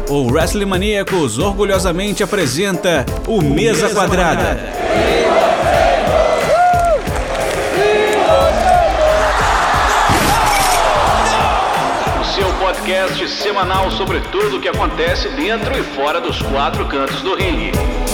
O Wrestling Maníacos orgulhosamente apresenta o Mesa Quadrada. O seu podcast semanal sobre tudo o que acontece dentro e fora dos quatro cantos do ringue.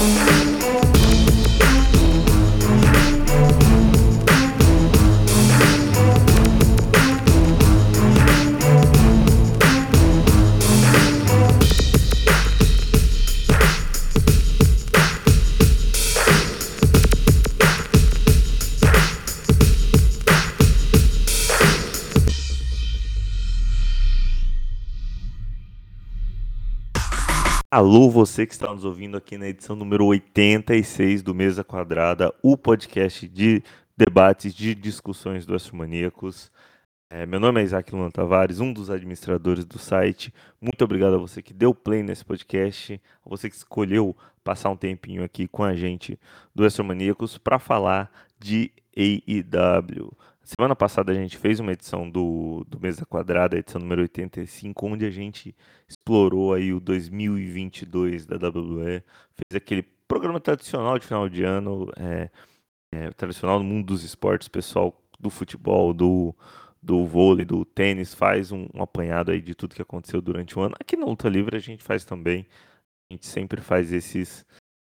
Alô, você que está nos ouvindo aqui na edição número 86 do Mesa Quadrada, o podcast de debates, de discussões do Astromaníacos. Meu nome é Isaac Luan Tavares, um dos administradores do site. Muito obrigado a você que deu play nesse podcast, a você que escolheu passar um tempinho aqui com a gente do Astromaníacos para falar de AEW. Semana passada a gente fez uma edição do Mesa Quadrada, a edição número 85, onde a gente explorou aí o 2022 da WWE, fez aquele programa tradicional de final de ano, tradicional no mundo dos esportes, pessoal do futebol, do vôlei, do tênis, faz um apanhado aí de tudo que aconteceu durante o ano. Aqui na Luta Livre a gente faz também, a gente sempre faz esses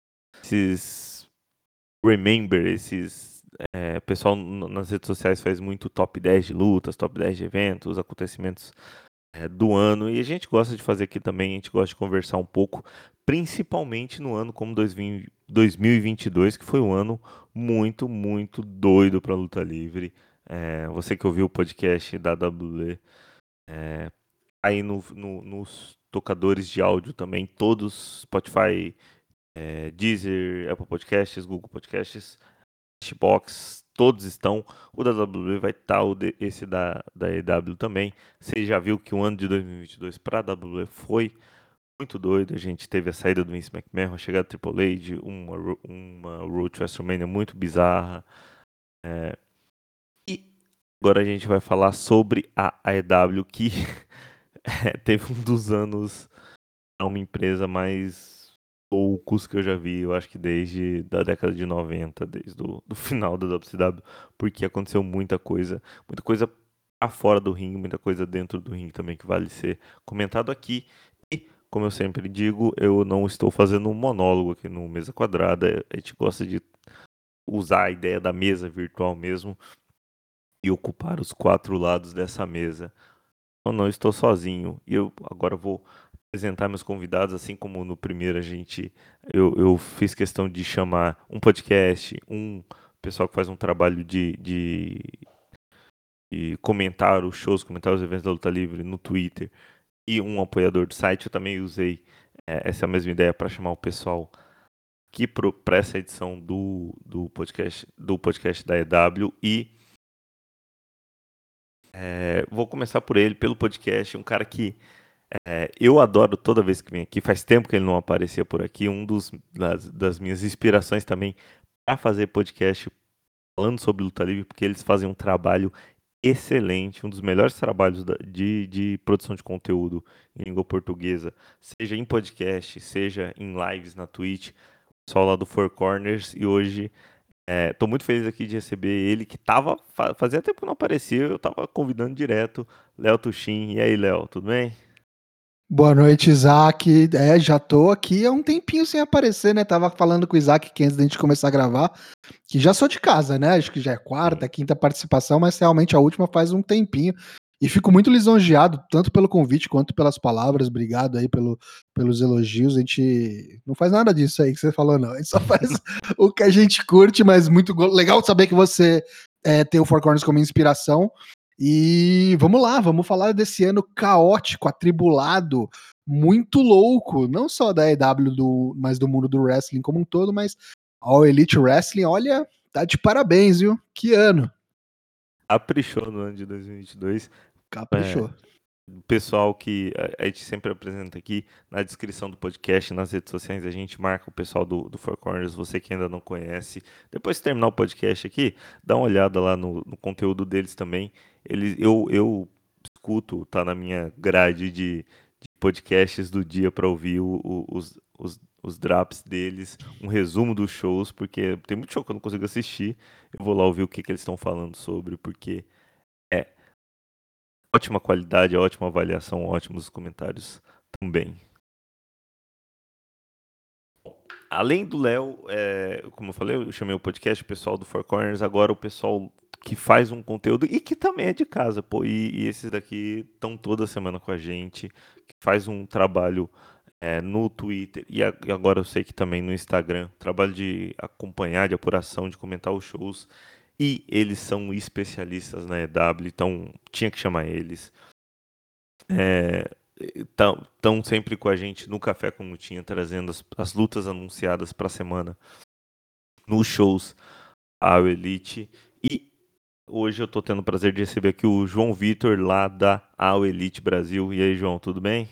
remember, pessoal nas redes sociais faz muito top 10 de lutas, top 10 de eventos, acontecimentos do ano, e a gente gosta de fazer aqui também, a gente gosta de conversar um pouco, principalmente no ano como 2022, que foi um ano muito, muito doido para a luta livre. Você que ouviu o podcast da WWE, aí nos tocadores de áudio também, todos, Spotify, Deezer, Apple Podcasts, Google Podcasts, Cashbox, todos estão. O da WWE vai estar, esse da EW também. Você já viu que o ano de 2022 para a WWE foi muito doido. A gente teve a saída do Vince McMahon, a chegada do Triple H, uma Road to WrestleMania muito bizarra. E agora a gente vai falar sobre a AEW, que teve um dos anos, uma empresa mais loucos que eu já vi, eu acho que desde da década de 90, desde do final da WCW, porque aconteceu muita coisa fora do ringue, muita coisa dentro do ringue também que vale ser comentado aqui. E, como eu sempre digo, eu não estou fazendo um monólogo aqui no Mesa Quadrada, a gente gosta de usar a ideia da mesa virtual mesmo e ocupar os quatro lados dessa mesa. Eu não estou sozinho, e eu agora vou apresentar meus convidados, assim como no primeiro eu fiz questão de chamar um podcast, um pessoal que faz um trabalho de comentar os shows, comentar os eventos da Luta Livre no Twitter, e um apoiador do site. Eu também usei essa mesma ideia para chamar o pessoal aqui para essa edição do podcast da EW, e vou começar por ele, pelo podcast, um cara que eu adoro toda vez que vem aqui. Faz tempo que ele não aparecia por aqui. Das minhas inspirações também para fazer podcast falando sobre luta livre, porque eles fazem um trabalho excelente, um dos melhores trabalhos de produção de conteúdo em língua portuguesa, seja em podcast, seja em lives na Twitch, o pessoal lá do Four Corners. E hoje estou muito feliz aqui de receber ele, que fazia tempo que não aparecia, eu estava convidando direto, Léo Tuchin. E aí, Léo, tudo bem? Boa noite, Isaac. Já tô aqui há um tempinho sem aparecer, né? Tava falando com o Isaac aqui antes da gente começar a gravar, que já sou de casa, né? Acho que já é quarta, quinta participação, mas realmente a última faz um tempinho. E fico muito lisonjeado, tanto pelo convite quanto pelas palavras. Obrigado aí pelos elogios. A gente não faz nada disso aí que você falou, não. A gente só faz o que a gente curte, mas muito legal saber que você tem o Four Corners como inspiração. E vamos lá, vamos falar desse ano caótico, atribulado, muito louco, não só da EW, mas do mundo do wrestling como um todo, mas All Elite Wrestling, olha, tá de parabéns, viu? Que ano. Caprichou no ano de 2022. Caprichou. O pessoal que a gente sempre apresenta aqui na descrição do podcast, nas redes sociais, a gente marca o pessoal do Four Corners. Você que ainda não conhece, depois de terminar o podcast aqui, dá uma olhada lá no conteúdo deles também. Eu escuto, tá na minha grade de podcasts do dia para ouvir os drops deles, um resumo dos shows, porque tem muito show que eu não consigo assistir. Eu vou lá ouvir o que eles estão falando sobre, porque é ótima qualidade, ótima avaliação, ótimos comentários também. Além do Léo, como eu falei, eu chamei o podcast, o pessoal do Four Corners, agora o pessoal que faz um conteúdo e que também é de casa, pô, e esses daqui estão toda semana com a gente, que faz um trabalho no Twitter e agora eu sei que também no Instagram, trabalho de acompanhar, de apuração, de comentar os shows, e eles são especialistas na EW, então tinha que chamar eles. Estão sempre com a gente no Café com Lutinha, trazendo as lutas anunciadas para a semana nos shows All Elite. E hoje eu estou tendo o prazer de receber aqui o João Vitor, lá da All Elite Brasil. E aí, João, tudo bem?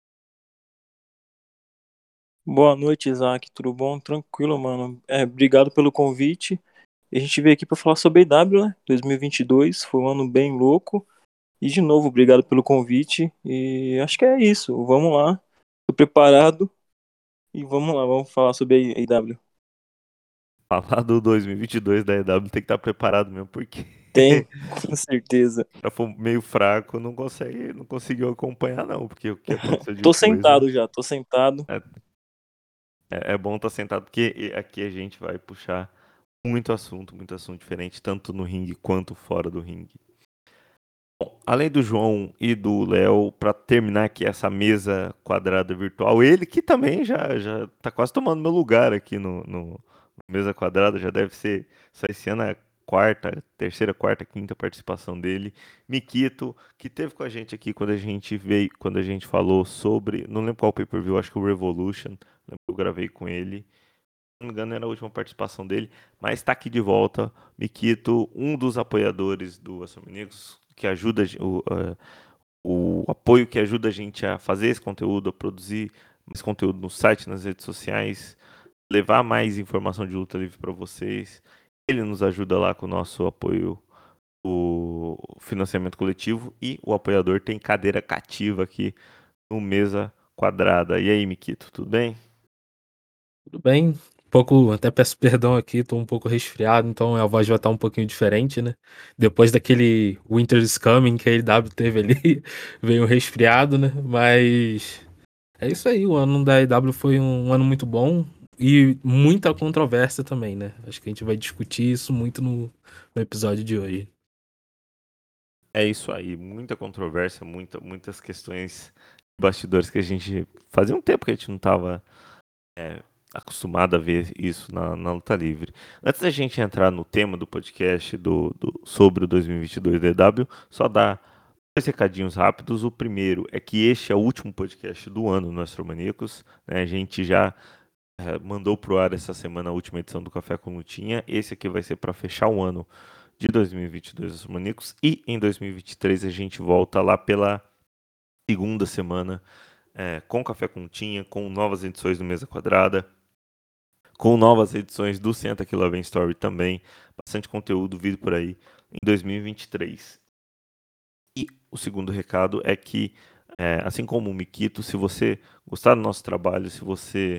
Boa noite, Isaac. Tudo bom? Tranquilo, mano. Obrigado pelo convite. A gente veio aqui para falar sobre a EW, né? 2022 foi um ano bem louco. E de novo, obrigado pelo convite. E acho que é isso. Vamos lá. Tô preparado e vamos lá, vamos falar sobre a EW. Falar do 2022 da EW tem que estar preparado mesmo, porque Tem, com certeza. se for meio fraco, não conseguiu acompanhar não, porque o que aconteceu de Tô coisa... sentado já, tô sentado. É bom estar sentado, porque aqui a gente vai puxar muito assunto diferente, tanto no ringue quanto fora do ringue. Bom, além do João e do Léo, para terminar aqui essa mesa quadrada virtual, ele que também já tá quase tomando meu lugar aqui no mesa quadrada, já deve ser, só esse ano a terceira, quarta, quinta participação dele. Miquito, que teve com a gente aqui quando a gente falou sobre, não lembro qual pay-per-view, acho que o Revolution, lembro que eu gravei com ele. Não me engano, era a última participação dele, mas está aqui de volta. Miquito, um dos apoiadores do Assominics, que ajuda o apoio que ajuda a gente a fazer esse conteúdo, a produzir mais conteúdo no site, nas redes sociais, levar mais informação de luta livre para vocês. Ele nos ajuda lá com o nosso apoio, o financiamento coletivo, e o apoiador tem cadeira cativa aqui no Mesa Quadrada. E aí, Miquito, tudo bem? Tudo bem? Até peço perdão aqui, tô um pouco resfriado, então a voz vai estar um pouquinho diferente, né? Depois daquele Winter is Coming que a EW teve ali, veio um resfriado, né? Mas é isso aí, o ano da EW foi um ano muito bom e muita controvérsia também, né? Acho que a gente vai discutir isso muito no episódio de hoje. É isso aí, muita controvérsia, muitas questões de bastidores que a gente fazia um tempo que a gente não estava acostumado a ver isso na luta livre. Antes da gente entrar no tema do podcast sobre o 2022 DW, só dar dois recadinhos rápidos. O primeiro é que este é o último podcast do ano no Astromaníacos, né? A gente já mandou pro ar essa semana a última edição do Café com Lutinha. Esse aqui vai ser para fechar o ano de 2022 Astromaníacos, e em 2023 a gente volta lá pela segunda semana com Café com Lutinha, com novas edições do Mesa Quadrada, com novas edições do Senta Que Lá Vem Story também. Bastante conteúdo vindo por aí em 2023. E o segundo recado é que, assim como o Miquito, se você gostar do nosso trabalho, se você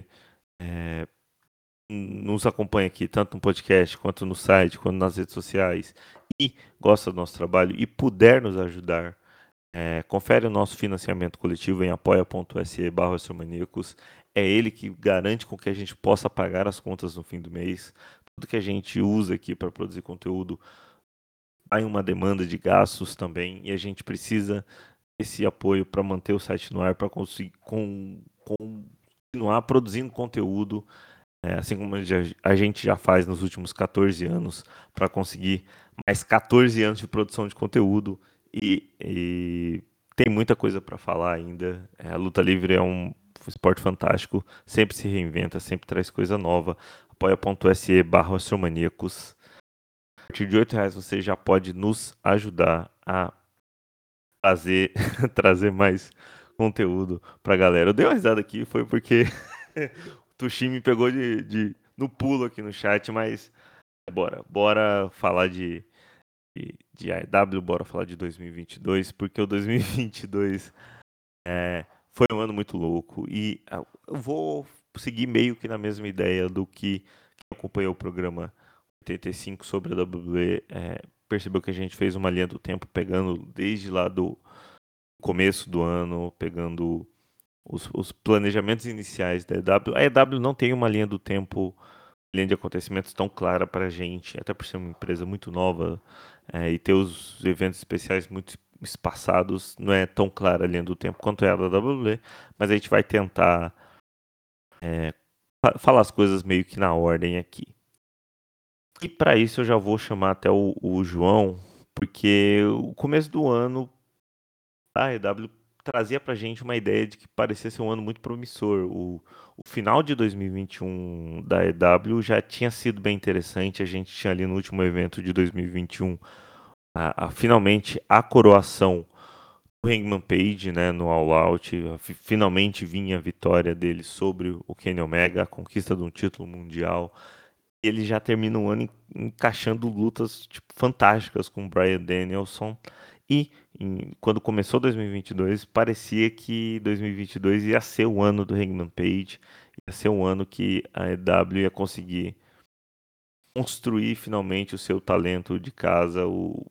nos acompanha aqui, tanto no podcast, quanto no site, quanto nas redes sociais, e gosta do nosso trabalho e puder nos ajudar, confere o nosso financiamento coletivo em apoia.se/astromaníacos. É ele que garante com que a gente possa pagar as contas no fim do mês. Tudo que a gente usa aqui para produzir conteúdo há uma demanda de gastos também, e a gente precisa desse apoio para manter o site no ar, para conseguir continuar produzindo conteúdo, assim como a gente já faz nos últimos 14 anos, para conseguir mais 14 anos de produção de conteúdo. E tem muita coisa para falar ainda. A luta livre é um esporte fantástico, sempre se reinventa, sempre traz coisa nova. apoia.se/astromaníacos. A partir de R$8 você já pode nos ajudar a trazer mais conteúdo pra galera. Eu dei uma risada aqui, foi porque o Tuxi me pegou no pulo aqui no chat, mas bora falar de AEW, bora falar de 2022, porque o 2022 foi um ano muito louco e eu vou seguir meio que na mesma ideia do que quem acompanhou o programa 85 sobre a WWE, percebeu que a gente fez uma linha do tempo pegando desde lá do começo do ano, pegando os planejamentos iniciais da EW. A EW não tem uma linha do tempo, linha de acontecimentos tão clara pra gente, até por ser uma empresa muito nova, e ter os eventos especiais muito espaçados, não é tão clara a linha do tempo quanto é a da WWE, mas a gente vai tentar falar as coisas meio que na ordem aqui. E para isso eu já vou chamar até o João, porque o começo do ano a EW trazia pra gente uma ideia de que parecia ser um ano muito promissor. O final de 2021 da EW já tinha sido bem interessante. A gente tinha ali no último evento de 2021 finalmente a coroação do Hangman Page, né, no All Out. Finalmente vinha a vitória dele sobre o Kenny Omega, a conquista de um título mundial. Ele já termina o ano encaixando lutas tipo, fantásticas com o Bryan Danielson. E quando começou 2022, parecia que 2022 ia ser o ano do Hangman Page, ia ser um ano que a EW ia conseguir construir finalmente o seu talento de casa.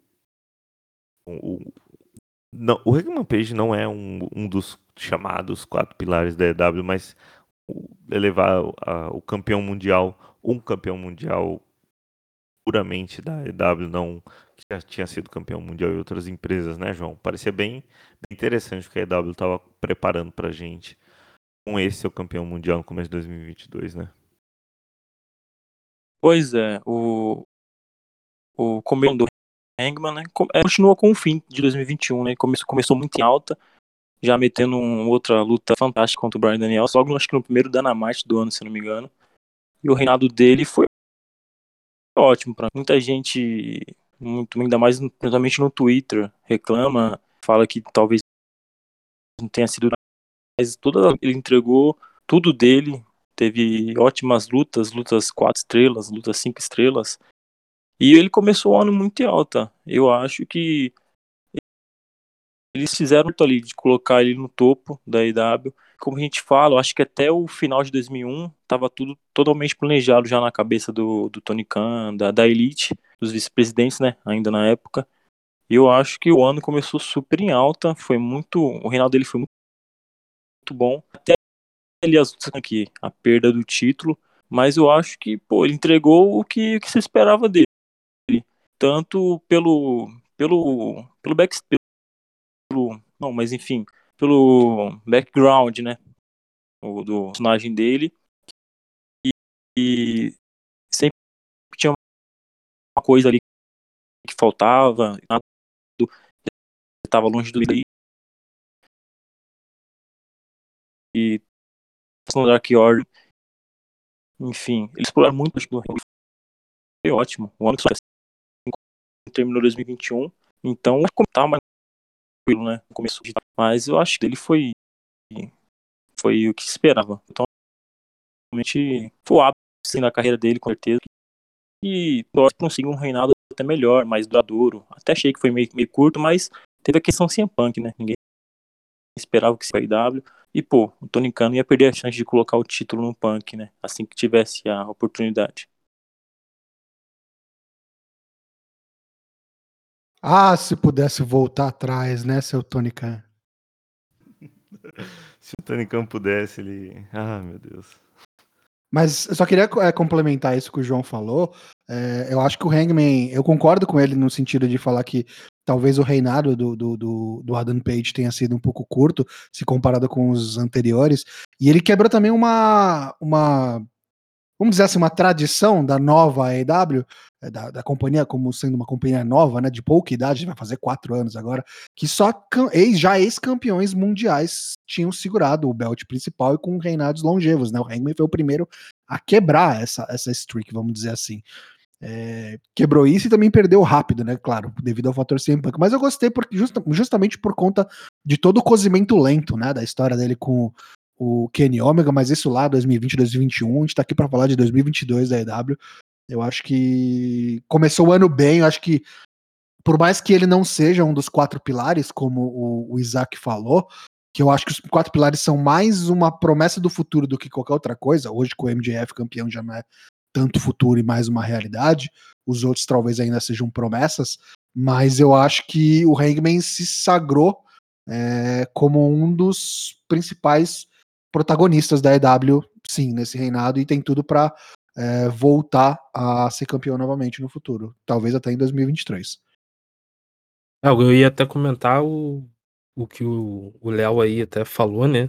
Não, o Hangman Page não é um dos chamados 4 pilares da EW, mas elevar o campeão mundial, um campeão mundial puramente da EW, não que já tinha sido campeão mundial em outras empresas, né, João? Parecia bem interessante o que a EW estava preparando pra gente com esse seu campeão mundial no começo de 2022, né? Pois é, o começo do Hangman, né, continua com o fim de 2021, né? Começou muito em alta, já metendo outra luta fantástica contra o Bryan Danielson, logo acho que no primeiro Dynamite do ano, se não me engano. E o reinado dele foi ótimo para muita gente, muito, ainda mais principalmente no Twitter, reclama, fala que talvez não tenha sido, mas ele entregou tudo dele, teve ótimas lutas 4 estrelas, lutas 5 estrelas, e ele começou o ano muito em alta. Eu acho que eles fizeram muito ali de colocar ele no topo da EW. Como a gente fala, eu acho que até o final de 2001 estava tudo totalmente planejado já na cabeça do Tony Khan, da Elite, dos vice-presidentes, né, ainda na época. E eu acho que o ano começou super em alta, o reinado dele foi muito bom. Até ali aqui, a perda do título, mas eu acho que, pô, ele entregou o que se esperava dele. Tanto pelo backstage, não, mas enfim, pelo background, né, do personagem dele, e sempre tinha uma coisa ali que faltava, estava longe do ele, e no Dark Order, enfim, eles exploraram muito do foi ótimo, o ano que terminou 2021, então tá mais tranquilo, né, começou, mas eu acho que ele foi o que se esperava, então realmente foi o ápice da carreira dele, com certeza, e pode conseguir um reinado até melhor, mais duradouro. Até achei que foi meio curto, mas teve a questão CM Punk, né? Ninguém esperava que fosse a IW. E, pô, o Tony Khan ia perder a chance de colocar o título no Punk, né? Assim que tivesse a oportunidade. Ah, se pudesse voltar atrás, né, seu Tony Khan? Se o Tony Khan pudesse, ele... Ah, meu Deus. Mas eu só queria complementar isso que o João falou. Eu acho que o Hangman, eu concordo com ele no sentido de falar que talvez o reinado do Adam Page tenha sido um pouco curto, se comparado com os anteriores. E ele quebrou também uma vamos dizer assim, uma tradição da nova AEW, da companhia como sendo uma companhia nova, né, de pouca idade, vai fazer 4 anos agora, que só já ex-campeões mundiais tinham segurado o belt principal e com reinados longevos, né, o Hangman foi o primeiro a quebrar essa streak, vamos dizer assim. Quebrou isso e também perdeu rápido, né, claro, devido ao fator CM Punk, mas eu gostei porque justamente por conta de todo o cozimento lento, né, da história dele com o Kenny Omega, mas isso lá, 2020, 2021, a gente tá aqui pra falar de 2022 da EW. Eu acho que começou o ano bem, eu acho que por mais que ele não seja um dos 4 pilares, como o Isaac falou, que eu acho que os 4 pilares são mais uma promessa do futuro do que qualquer outra coisa. Hoje, com o MJF campeão, já não é tanto futuro e mais uma realidade. Os outros talvez ainda sejam promessas, mas eu acho que o Hangman se sagrou como um dos principais protagonistas da EW, sim, nesse reinado, e tem tudo para voltar a ser campeão novamente no futuro, talvez até em 2023. Eu ia até comentar o que o Léo aí até falou, né?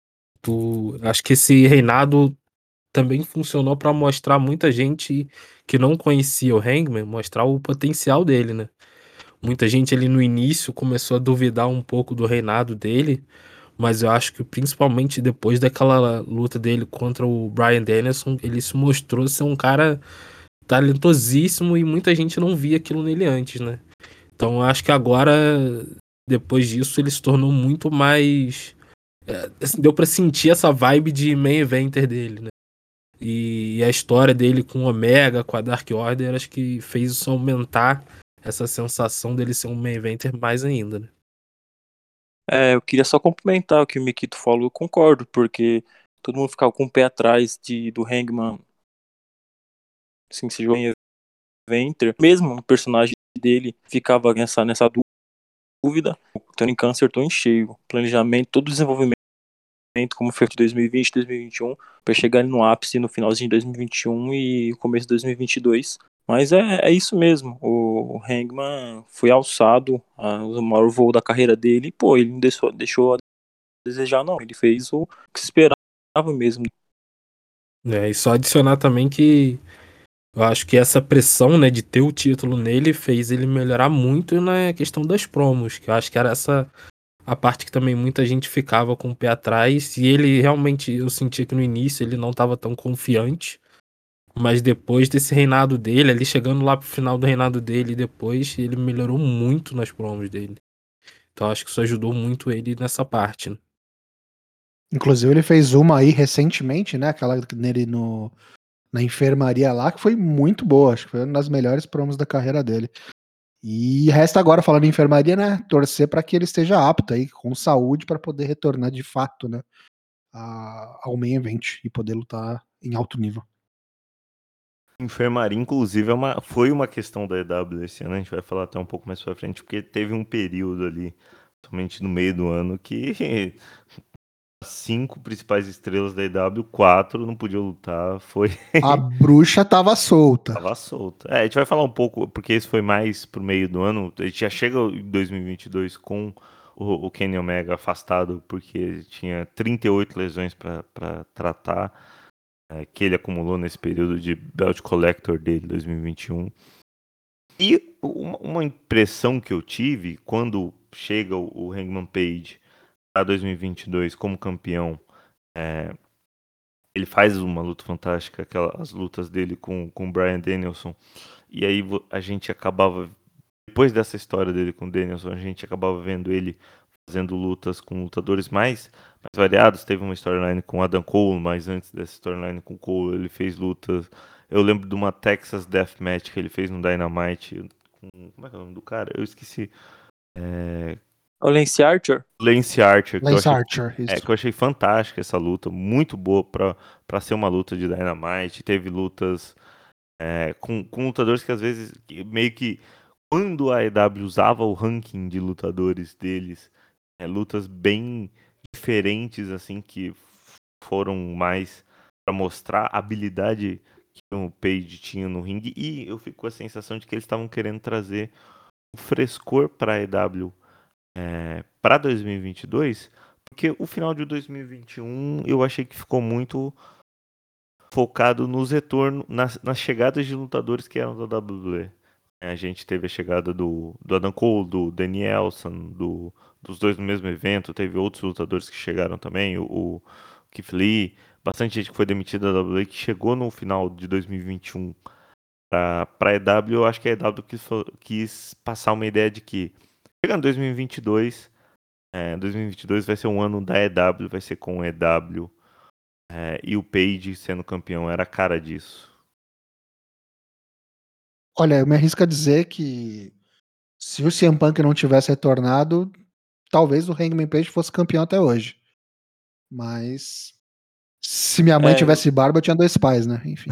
Acho que esse reinado também funcionou para mostrar muita gente que não conhecia o Hangman, mostrar o potencial dele, né? Muita gente ali no início começou a duvidar um pouco do reinado dele, mas eu acho que principalmente depois daquela luta dele contra o Bryan Danielson, ele se mostrou ser um cara talentosíssimo e muita gente não via aquilo nele antes, né? Então eu acho que agora, depois disso, ele se tornou muito mais. Assim, deu pra sentir essa vibe de main eventer dele, né? E a história dele com o Omega, com a Dark Order, acho que fez isso aumentar essa sensação dele ser um main eventer mais ainda, né? Eu queria só complementar o que o Mikito falou, eu concordo, porque todo mundo ficava com o pé atrás do Hangman, assim, se jogar em eventer. Mesmo o personagem dele ficava nessa dúvida. O Tony Khan acertou em cheio. Planejamento, todo o desenvolvimento, como foi de 2020, 2021, para chegar no ápice no finalzinho de 2021 e começo de 2022. Mas é isso mesmo. O Hangman foi alçado o maior voo da carreira dele. E, pô, ele não deixou a desejar, não. Ele fez o que se esperava mesmo. E só adicionar também que eu acho que essa pressão, né, de ter o título nele fez ele melhorar muito na questão das promos, que eu acho que era essa a parte que também muita gente ficava com o pé atrás, e ele realmente, eu sentia que no início ele não estava tão confiante, mas depois desse reinado dele, ali chegando lá pro final do reinado dele, depois ele melhorou muito nas promos dele. Então acho que isso ajudou muito ele nessa parte, né? Inclusive, ele fez uma aí recentemente, né? Aquela nele na enfermaria lá, que foi muito boa. Acho que foi uma das melhores promos da carreira dele. E resta agora, falando em enfermaria, né? Torcer para que ele esteja apto aí, com saúde, para poder retornar de fato, né? Ao main event e poder lutar em alto nível. Enfermaria, inclusive, foi uma questão da EW esse ano, a gente vai falar até um pouco mais pra frente, porque teve um período ali, somente no meio do ano, que as 5 principais estrelas da EW, 4 não podiam lutar, A bruxa tava solta. tava solta. A gente vai falar um pouco, porque esse foi mais pro meio do ano, a gente já chega em 2022 com o Kenny Omega afastado, porque tinha 38 lesões para tratar, que ele acumulou nesse período de Belt Collector dele, 2021. E uma impressão que eu tive quando chega o Hangman Page para 2022 como campeão, ele faz uma luta fantástica, aquelas lutas dele com o Bryan Danielson, e aí a gente acabava, depois dessa história dele com o Danielson, a gente acabava vendo ele fazendo lutas com lutadores mais variados. Teve uma storyline com Adam Cole, mas antes dessa storyline com Cole, ele fez lutas. Eu lembro de uma Texas Deathmatch que ele fez no Dynamite com... Como é que é o nome do cara? Eu esqueci. O Lance Archer? Lance Archer, Lance Archer, isso. que eu achei fantástica essa luta, muito boa pra ser uma luta de Dynamite. Teve lutas com lutadores que às vezes meio que quando a EW usava o ranking de lutadores deles, lutas bem diferentes assim que foram mais pra mostrar a habilidade que o Page tinha no ringue, e eu fico com a sensação de que eles estavam querendo trazer um frescor para a EW para 2022, porque o final de 2021 eu achei que ficou muito focado nos retornos, nas chegadas de lutadores que eram da WWE. A gente teve a chegada do Adam Cole, do Danielson, dos dois no mesmo evento. Teve outros lutadores que chegaram também, o Keith Lee, bastante gente que foi demitida da WWE que chegou no final de 2021 para a EW. Eu acho que a EW quis passar uma ideia de que chegando em 2022, 2022 vai ser um ano da EW, vai ser com EW, e o Page sendo campeão era a cara disso. Olha, eu me arrisco a dizer que se o CM Punk não tivesse retornado, talvez o Hangman Page fosse campeão até hoje. Mas se minha mãe tivesse barba, eu tinha 2 pais, né? Enfim.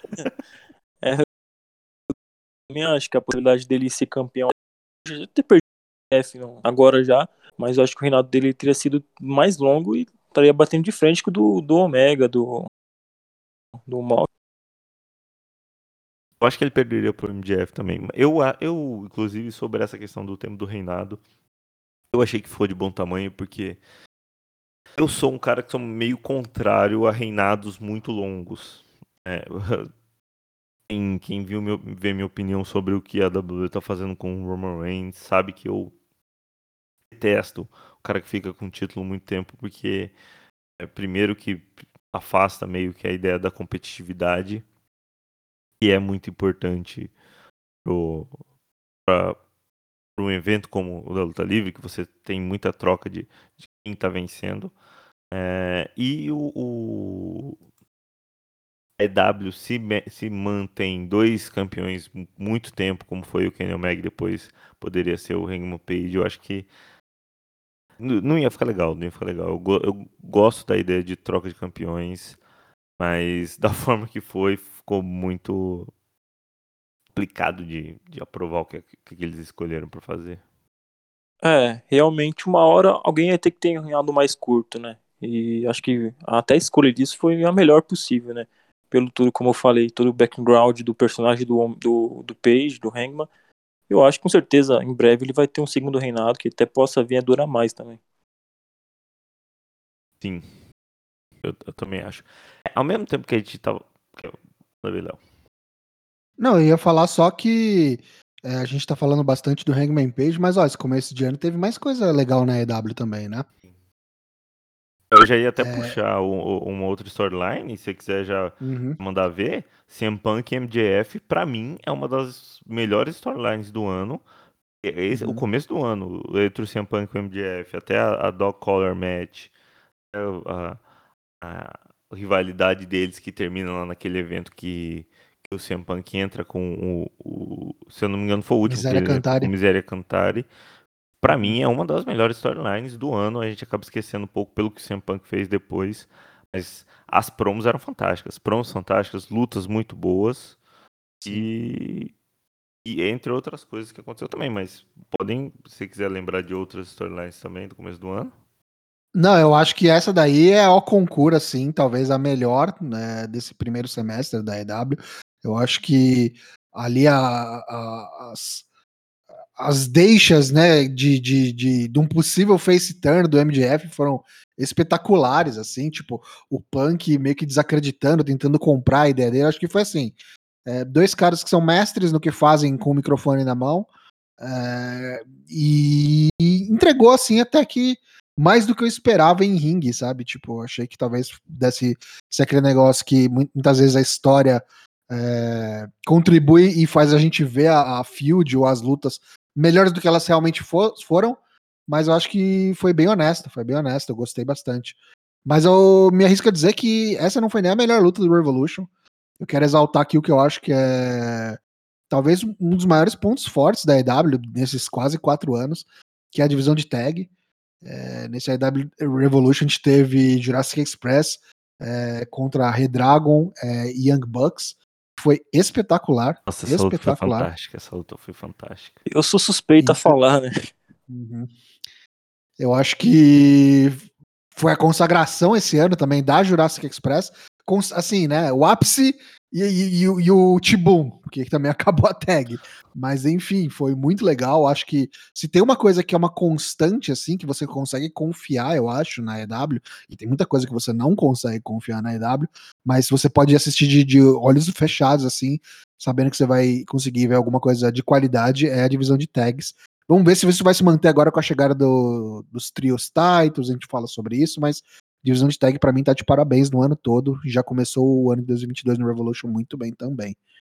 também acho que a possibilidade dele ser campeão, já ter perdido o F agora já, mas eu acho que o reinado dele teria sido mais longo e estaria batendo de frente com o do Omega, do Mal. Eu acho que ele perderia pro MJF também. Eu, inclusive, sobre essa questão do tempo do reinado, eu achei que ficou de bom tamanho, porque eu sou um cara que sou meio contrário a reinados muito longos. Quem vê minha opinião sobre o que a WWE tá fazendo com o Roman Reigns, sabe que eu detesto o cara que fica com o título muito tempo, porque primeiro que afasta meio que a ideia da competitividade, que é muito importante para um evento como o da Luta Livre, que você tem muita troca de quem tá vencendo. E o EW se mantém 2 campeões muito tempo, como foi o Kenny Omega, depois poderia ser o Hangman Page. Eu acho que não ia ficar legal, não ia ficar legal. Eu gosto da ideia de troca de campeões, mas da forma que foi, ficou muito complicado de aprovar o que eles escolheram para fazer. Realmente uma hora alguém ia ter que ter um reinado mais curto, né? E acho que até a escolha disso foi a melhor possível, né? Pelo tudo, como eu falei, todo o background do personagem do Page, do Hangman. Eu acho que com certeza em breve ele vai ter um segundo reinado que até possa vir a durar mais também. Sim, eu também acho. Ao mesmo tempo que a gente tava. Léo. Não, eu ia falar só que a gente tá falando bastante do Hangman Page, mas ó, esse começo de ano teve mais coisa legal na EW também, né? Eu já ia até puxar uma outra storyline, se você quiser já mandar ver. CM Punk e MJF, pra mim, é uma das melhores storylines do ano. O começo do ano, entre o CM Punk e o MJF, até a Dog Collar Match, a rivalidade deles que termina lá naquele evento que o CM Punk entra com se eu não me engano, foi o último Miséria que ele entrou com Cantare. Miséria Cantare. Pra mim é uma das melhores storylines do ano. A gente acaba esquecendo um pouco pelo que o CM Punk fez depois. Mas as promos eram fantásticas. Promos fantásticas, lutas muito boas. E entre outras coisas que aconteceu também. Mas podem, se você quiser lembrar de outras storylines também do começo do ano. Não, eu acho que essa daí é o concurso, assim, talvez a melhor, né, desse primeiro semestre da EW. Eu acho que ali as deixas, né, de um possível face turn do MJF foram espetaculares, assim, tipo, o Punk meio que desacreditando, tentando comprar a ideia dele. Acho que foi assim, 2 caras que são mestres no que fazem com o microfone na mão, e entregou, assim, até que mais do que eu esperava em ringue, sabe? Tipo, achei que talvez desse ser aquele negócio que muitas vezes a história contribui e faz a gente ver a feud ou as lutas melhores do que elas realmente foram, mas eu acho que foi bem honesto, eu gostei bastante. Mas eu me arrisco a dizer que essa não foi nem a melhor luta do Revolution. Eu quero exaltar aqui o que eu acho que é talvez um dos maiores pontos fortes da EW nesses quase 4 anos, que é a divisão de tag. Nesse EW Revolution a gente teve Jurassic Express contra a Redragon e Young Bucks. Foi espetacular. Nossa, essa luta foi fantástica. Essa luta foi fantástica. Eu sou suspeito a falar, né? Eu acho que foi a consagração esse ano também da Jurassic Express. Assim, né? O ápice e o Tibum, porque também acabou a tag. Mas enfim, foi muito legal. Acho que se tem uma coisa que é uma constante, assim, que você consegue confiar, eu acho, na EW, e tem muita coisa que você não consegue confiar na EW, mas você pode assistir de olhos fechados, assim, sabendo que você vai conseguir ver alguma coisa de qualidade, é a divisão de tags. Vamos ver se isso vai se manter agora com a chegada dos trios titles, a gente fala sobre isso, mas divisão de tag pra mim tá de parabéns no ano todo, já começou o ano de 2022 no Revolution muito bem também.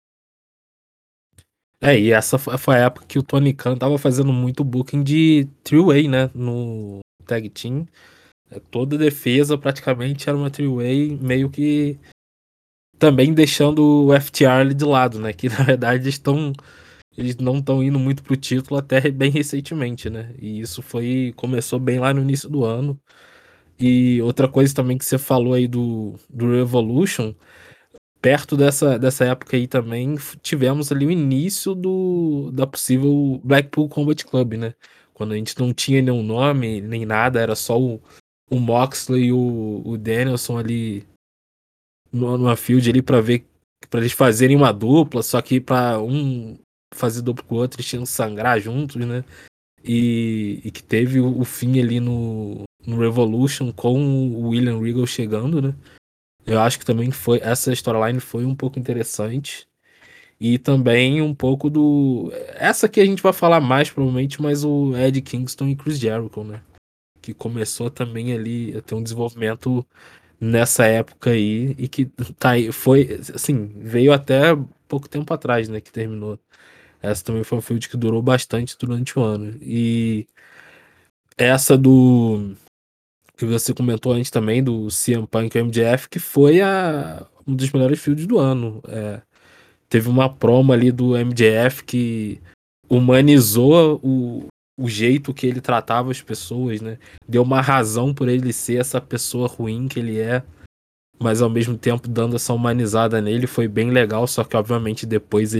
E essa foi a época que o Tony Khan tava fazendo muito booking de three-way, né, no tag team. Toda defesa praticamente era uma three-way, meio que também deixando o FTR ali de lado, né, que na verdade eles estão eles não estão indo muito pro título até bem recentemente, né? E isso começou bem lá no início do ano. E outra coisa também que você falou aí do Revolution, perto dessa época aí também, tivemos ali o início da possível Blackpool Combat Club, né? Quando a gente não tinha nenhum nome, nem nada, era só o Moxley e o Danielson ali numa field ali pra ver, pra eles fazerem uma dupla, só que pra um fazer dupla com o outro, eles tinham que sangrar juntos, né? E que teve o fim ali no Revolution com o William Regal chegando, né? Eu acho que também essa storyline foi um pouco interessante. E também um pouco essa que a gente vai falar mais provavelmente, mas o Eddie Kingston e Chris Jericho, né? Que começou também ali a ter um desenvolvimento nessa época aí e que tá aí, foi assim, veio até pouco tempo atrás, né, que terminou. Essa também foi um field que durou bastante durante o ano. E essa do que você comentou antes também, do CM Punk e o MJF, que foi um dos melhores fields do ano. Teve uma promo ali do MJF que humanizou o jeito que ele tratava as pessoas, né? Deu uma razão por ele ser essa pessoa ruim que ele é, mas ao mesmo tempo dando essa humanizada nele. Foi bem legal, só que obviamente depois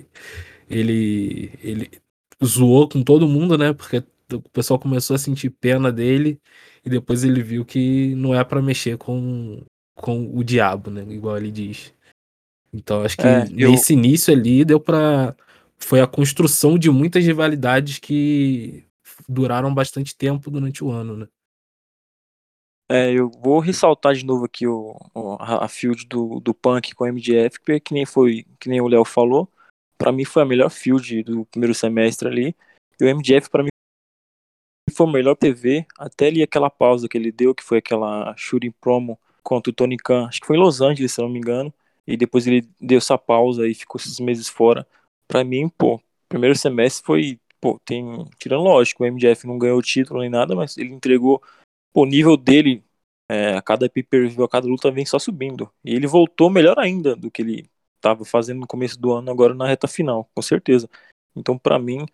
ele zoou com todo mundo, né? Porque o pessoal começou a sentir pena dele e depois ele viu que não é pra mexer com o diabo, né? Igual ele diz. Então acho que Eu, nesse início ali foi a construção de muitas rivalidades que duraram bastante tempo durante o ano, né? eu vou ressaltar de novo aqui a field do Punk com o MJF, porque que nem o Léo falou, pra mim foi a melhor field do primeiro semestre ali. E o MJF pra mim foi o melhor TV, até ali aquela pausa que ele deu, que foi aquela shooting promo contra o Tony Khan, acho que foi em Los Angeles, se eu não me engano, e depois ele deu essa pausa e ficou esses meses fora. Pra mim, pô, primeiro semestre foi, pô, tirando lógico, o MJF não ganhou o título nem nada, mas ele entregou, pô, o nível dele, a cada pay-per-view, a cada luta vem só subindo. E ele voltou melhor ainda do que ele tava fazendo no começo do ano, agora na reta final, com certeza. Então, pra mim,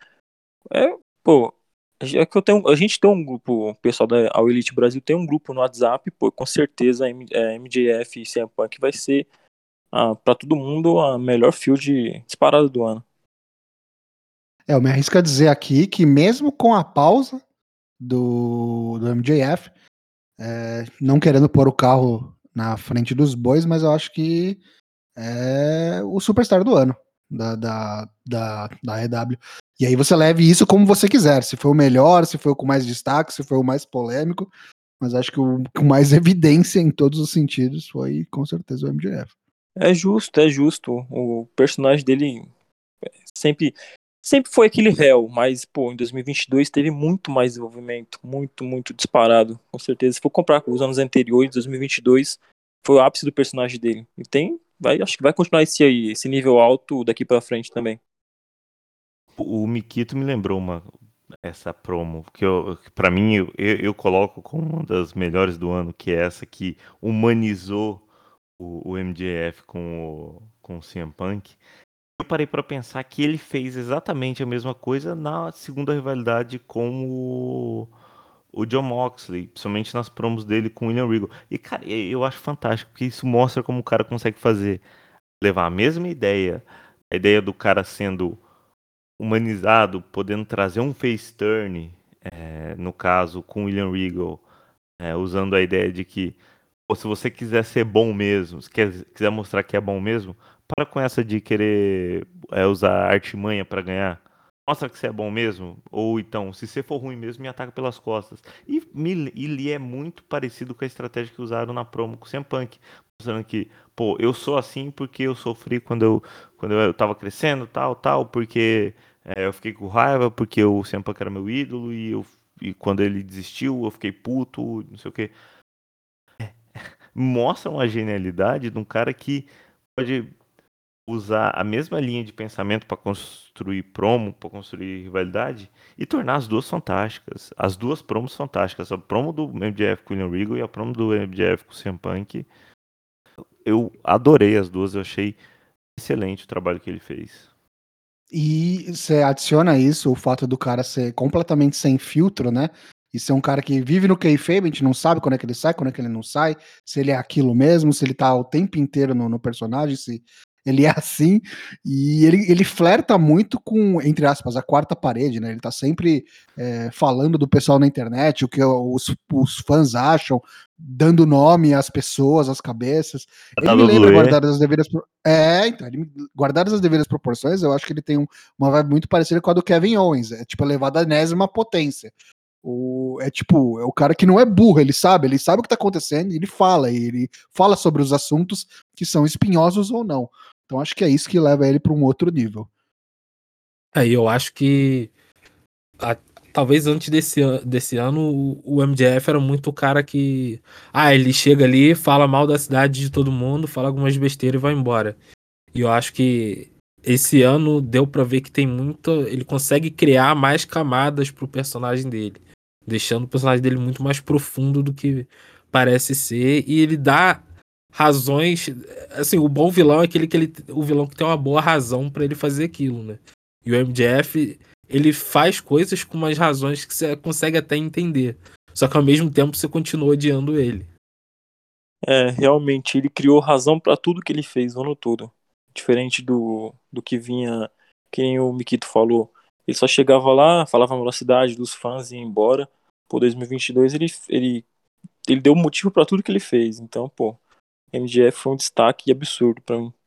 pô, a gente tem um grupo, o pessoal da All Elite Brasil tem um grupo no WhatsApp, pô, com certeza MJF e CM Punk vai ser, pra todo mundo, a melhor field disparada do ano. Eu me arrisco a dizer aqui que mesmo com a pausa do MJF, não querendo pôr o carro na frente dos bois, mas eu acho que é o superstar do ano da EW. E aí você leve isso como você quiser, se foi o melhor, se foi o com mais destaque, se foi o mais polêmico, mas acho que o com mais evidência em todos os sentidos foi com certeza o MJF. É justo, é justo. O personagem dele sempre, sempre foi aquele réu, mas, pô, em 2022 teve muito mais desenvolvimento, muito, muito disparado, com certeza. Se for comparar com os anos anteriores, 2022 foi o ápice do personagem dele. E acho que vai continuar esse nível alto daqui pra frente também. O Mikito me lembrou essa promo, que pra mim eu coloco como uma das melhores do ano, que é essa que humanizou o MJF com o CM Punk. Eu parei pra pensar que ele fez exatamente a mesma coisa na segunda rivalidade com o John Moxley, principalmente nas promos dele com o William Regal. E, cara, eu acho fantástico, porque isso mostra como o cara consegue levar a mesma ideia, a ideia do cara sendo humanizado, podendo trazer um face turn, no caso com o William Regal, usando a ideia de que, pô, se você quiser ser bom mesmo, se quiser mostrar que é bom mesmo, para com essa de querer usar artimanha para ganhar. Mostra que você é bom mesmo, ou então, se você for ruim mesmo, me ataca pelas costas. E é muito parecido com a estratégia que usaram na promo com o CM Punk, mostrando que, pô, eu sou assim porque eu sofri quando eu tava crescendo, tal, porque eu fiquei com raiva, porque o CM Punk era meu ídolo, e quando ele desistiu, eu fiquei puto, não sei o quê. Mostra uma genialidade de um cara que pode usar a mesma linha de pensamento para construir promo, para construir rivalidade e tornar as duas fantásticas. As duas promos fantásticas. A promo do MJF com o William Regal e a promo do MJF com o CM Punk. Eu adorei as duas, eu achei excelente o trabalho que ele fez. E você adiciona isso, o fato do cara ser completamente sem filtro, né? E ser um cara que vive no kayfabe, a gente não sabe quando é que ele sai, quando é que ele não sai, se ele é aquilo mesmo, se ele tá o tempo inteiro no personagem, se ele é assim. E ele flerta muito com, entre aspas, a quarta parede, né? Ele tá sempre falando do pessoal na internet, o que os fãs acham, dando nome às pessoas, às cabeças. A Ele me lembra, WWE. guardadas as devidas proporções, eu acho que ele tem uma vibe muito parecida com a do Kevin Owens. É tipo elevado à enésima potência. É o cara que não é burro, ele sabe o que tá acontecendo, e ele fala sobre os assuntos que são espinhosos ou não. Então acho que é isso que leva ele para um outro nível. Aí eu acho que a- talvez antes desse ano o MJF era muito o cara que. Ah, ele chega ali, fala mal da cidade de todo mundo, fala algumas besteiras e vai embora. E eu acho que esse ano deu pra ver que tem muito. Ele consegue criar mais camadas pro personagem dele, deixando o personagem dele muito mais profundo do que parece ser. E ele dá razões. Assim, o bom vilão é o vilão que tem uma boa razão pra ele fazer aquilo, né? E o MJF, ele faz coisas com umas razões que você consegue até entender. Só que ao mesmo tempo você continua odiando ele. Realmente, ele criou razão pra tudo que ele fez o ano todo. Diferente do que vinha, que nem o Mikito falou. Ele só chegava lá, falava a velocidade dos fãs e ia embora. Pô, 2022 ele deu motivo pra tudo que ele fez. Então, pô, MJF foi um destaque absurdo pra mim.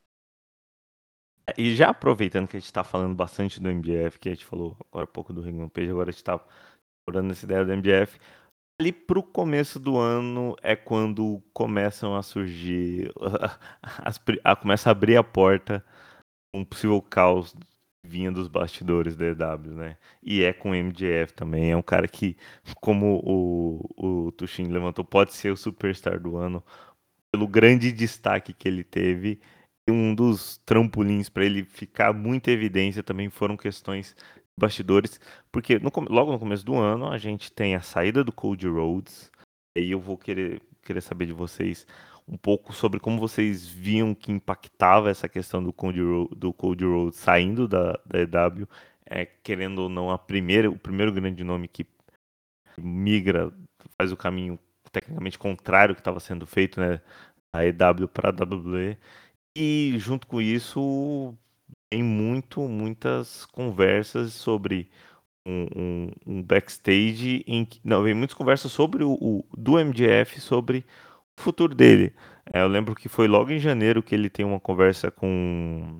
E já aproveitando que a gente tá falando bastante do MJF, que a gente falou agora há pouco do Hangman Page, agora a gente tá explorando essa ideia do MJF. Ali pro começo do ano é quando começam a surgir, começa a abrir a porta um possível caos vinha dos bastidores da EW, né? E é com o MJF também, é um cara que, como o Tushin levantou, pode ser o superstar do ano, pelo grande destaque que ele teve. E um dos trampolins para ele ficar muito em evidência também foram questões de bastidores, porque logo no começo do ano a gente tem a saída do Cody Rhodes, e aí eu vou querer saber de vocês um pouco sobre como vocês viam que impactava essa questão do Cody Rhodes saindo da EW, querendo ou não, o primeiro grande nome que migra, faz o caminho tecnicamente contrário que estava sendo feito, né, a EW para a WWE. E junto com isso tem muitas conversas sobre um backstage não, vem muitas conversas sobre do MJF sobre o futuro dele. Eu lembro que foi logo em janeiro que ele tem uma conversa com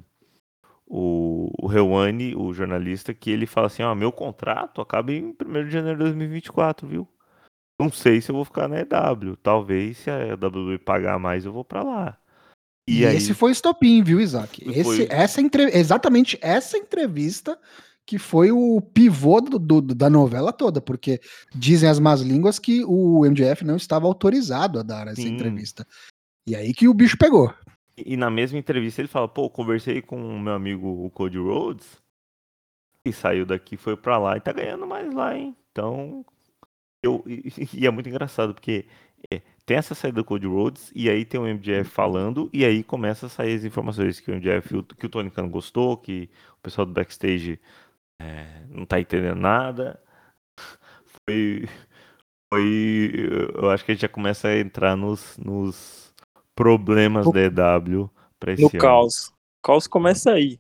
o Helwani, o jornalista, que ele fala assim, meu contrato acaba em 1º de janeiro de 2024, viu? Não sei se eu vou ficar na EW. Talvez se a WWE pagar mais eu vou pra lá. E E esse aí foi o estopim, viu, Isaac? foi. Exatamente essa entrevista que foi o pivô da novela toda, porque dizem as más línguas que o MJF não estava autorizado a dar essa Sim. entrevista. E aí que o bicho pegou. E na mesma entrevista ele fala, pô, conversei com o meu amigo o Cody Rhodes e saiu daqui, foi pra lá e tá ganhando mais lá, hein? Então, e é muito engraçado, porque tem essa saída do Cody Rhodes e aí tem o MJF falando e aí começa a sair as informações que o MJF, que o Tony Khan gostou, que o pessoal do backstage não tá entendendo nada. Foi, eu acho que a gente já começa a entrar nos problemas No, da EW pra no esse ano. caos. O caos começa aí.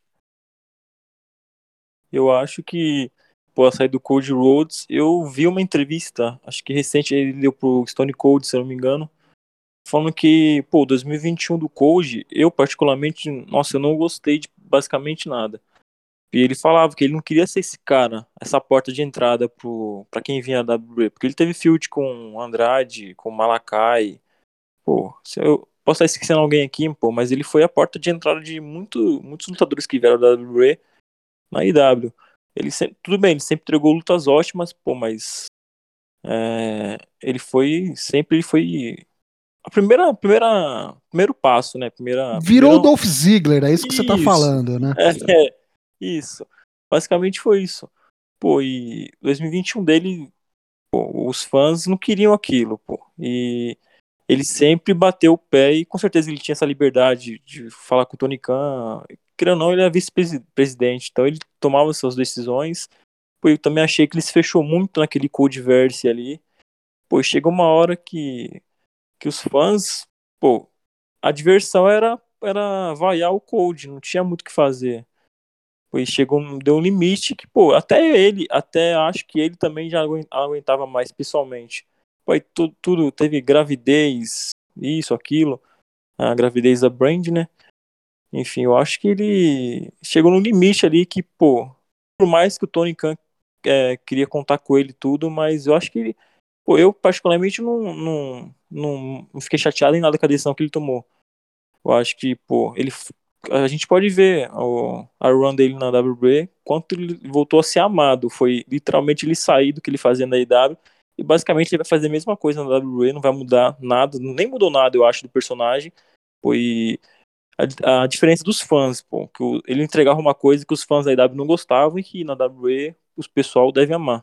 Eu acho que, pô, a saída do Cody Rhodes, eu vi uma entrevista, acho que recente, ele deu pro Stone Cold, se eu não me engano, falando que, pô, 2021 do Cody, eu particularmente, nossa, eu não gostei de basicamente nada. E ele falava que ele não queria ser esse cara, essa porta de entrada pra quem vinha da WWE, porque ele teve feud com o Andrade, com o Malakai, pô, se eu posso estar esquecendo alguém aqui, pô, mas ele foi a porta de entrada de muitos lutadores que vieram da WWE na IW. Ele sempre, tudo bem, ele sempre entregou lutas ótimas, pô, mas ele foi primeiro passo, né? Virou o Dolph Ziggler, é isso que você tá Isso, falando, né? isso. Basicamente foi isso. Pô, e 2021 dele, pô, os fãs não queriam aquilo, pô. E ele sempre bateu o pé e com certeza ele tinha essa liberdade de falar com o Tony Khan, querendo ou não, ele é vice-presidente, então ele tomava suas decisões. Pô, eu também achei que ele se fechou muito naquele Codeverse ali. Pô, chegou uma hora que os fãs, pô, a diversão era vaiar o Code, não tinha muito o que fazer. Pô, e deu um limite que, pô, até acho que ele também já aguentava mais pessoalmente. Pô, aí tudo teve gravidez, isso, aquilo, a gravidez da Brand, né? Enfim, eu acho que ele chegou no limite ali que, pô, por mais que o Tony Khan queria contar com ele e tudo, mas eu acho que ele, pô, eu particularmente não fiquei chateado em nada com a decisão que ele tomou. Eu acho que, pô, a gente pode ver a run dele na WWE, quanto ele voltou a ser amado. Foi literalmente ele sair do que ele fazia na AEW e basicamente ele vai fazer a mesma coisa na WWE, não vai mudar nada, nem mudou nada, eu acho, do personagem. Foi a diferença dos fãs, pô, que ele entregava uma coisa que os fãs da AEW não gostavam e que na WWE os pessoal deve amar.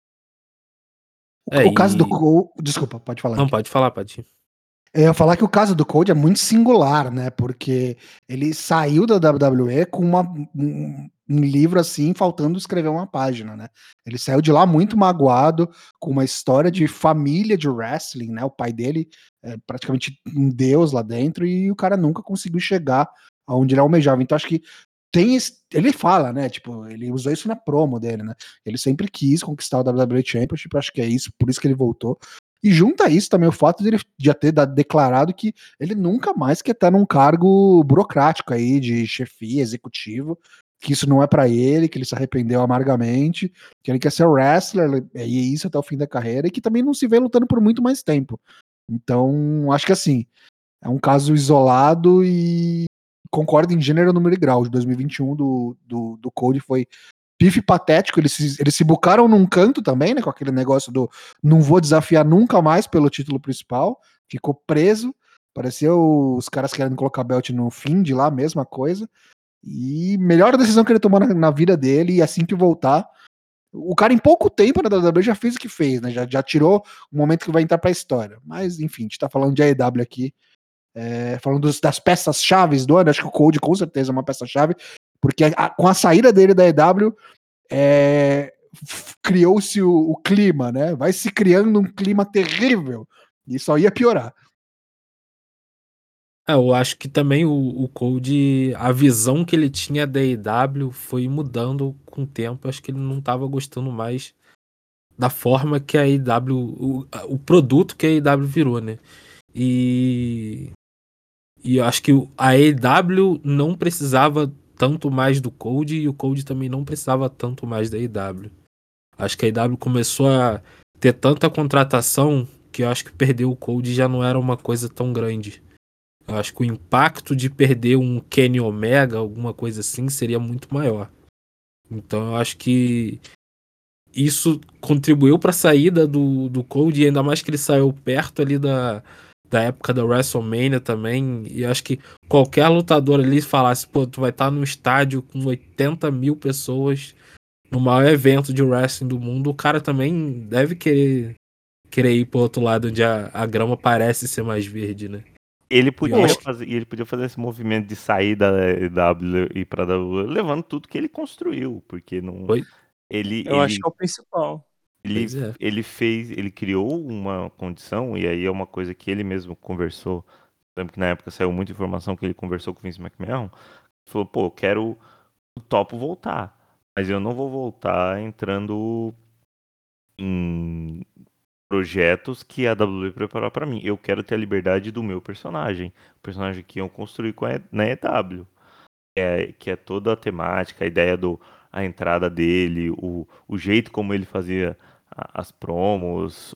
O caso do E. Cole. Desculpa, pode falar Não, aqui. pode falar, Paty. Eu ia falar que o caso do Code é muito singular, né? Porque ele saiu da WWE com um livro assim, faltando escrever uma página, né? Ele saiu de lá muito magoado, com uma história de família de wrestling, né? O pai dele é praticamente um deus lá dentro e o cara nunca conseguiu chegar aonde ele almejava. Então acho que ele fala, né? Tipo, ele usou isso na promo dele, né? Ele sempre quis conquistar o WWE Championship, acho que é isso, por isso que ele voltou. E junta a isso também o fato de ele já ter declarado que ele nunca mais quer estar num cargo burocrático aí de chefia, executivo, que isso não é para ele, que ele se arrependeu amargamente, que ele quer ser wrestler, e é isso até o fim da carreira, e que também não se vê lutando por muito mais tempo. Então, acho que assim, é um caso isolado e concordo em gênero, número e grau. De 2021 do Cody foi pife patético, eles se bucaram num canto também, né, com aquele negócio do não vou desafiar nunca mais pelo título principal, ficou preso, parecia os caras querendo colocar belt no fim de lá, mesma coisa, e melhor decisão que ele tomou na vida dele, e assim que voltar, o cara em pouco tempo na WWE já fez o que fez, né, já tirou o momento que vai entrar pra história, mas enfim, a gente tá falando de AEW aqui, falando das peças-chaves do ano, acho que o Cody com certeza é uma peça-chave, porque com a saída dele da EW, criou-se o clima, né? Vai se criando um clima terrível e só ia piorar. Eu acho que também o Cody, a visão que ele tinha da AEW foi mudando com o tempo. Acho que ele não estava gostando mais da forma que a AEW, o produto que a AEW virou, né? E eu acho que a AEW não precisava tanto mais do Cody e o Cody também não precisava tanto mais da AEW. Acho que a AEW começou a ter tanta contratação que eu acho que perder o Cody já não era uma coisa tão grande. Eu acho que o impacto de perder um Kenny Omega, alguma coisa assim, seria muito maior. Então eu acho que isso contribuiu para a saída do Cody, e ainda mais que ele saiu perto ali da época da WrestleMania também. E eu acho que qualquer lutador ali falasse, pô, tu vai estar num estádio com 80 mil pessoas, no maior evento de wrestling do mundo, o cara também deve querer ir pro outro lado onde a grama parece ser mais verde, né? Ele podia acho que- fazer, ele podia fazer esse movimento de sair da W e ir pra W, levando tudo que ele construiu, porque não, Foi? Eu acho que é o principal. ele, Pois é. ele criou uma condição, e aí é uma coisa que ele mesmo conversou. Lembro que na época saiu muita informação que ele conversou com o Vince McMahon. Falou, pô, eu quero o topo voltar, mas eu não vou voltar entrando em projetos que a WWE preparou pra mim. Eu quero ter a liberdade do meu personagem, o personagem que eu construí na EW, que é toda a temática, a ideia a entrada dele, o jeito como ele fazia as promos,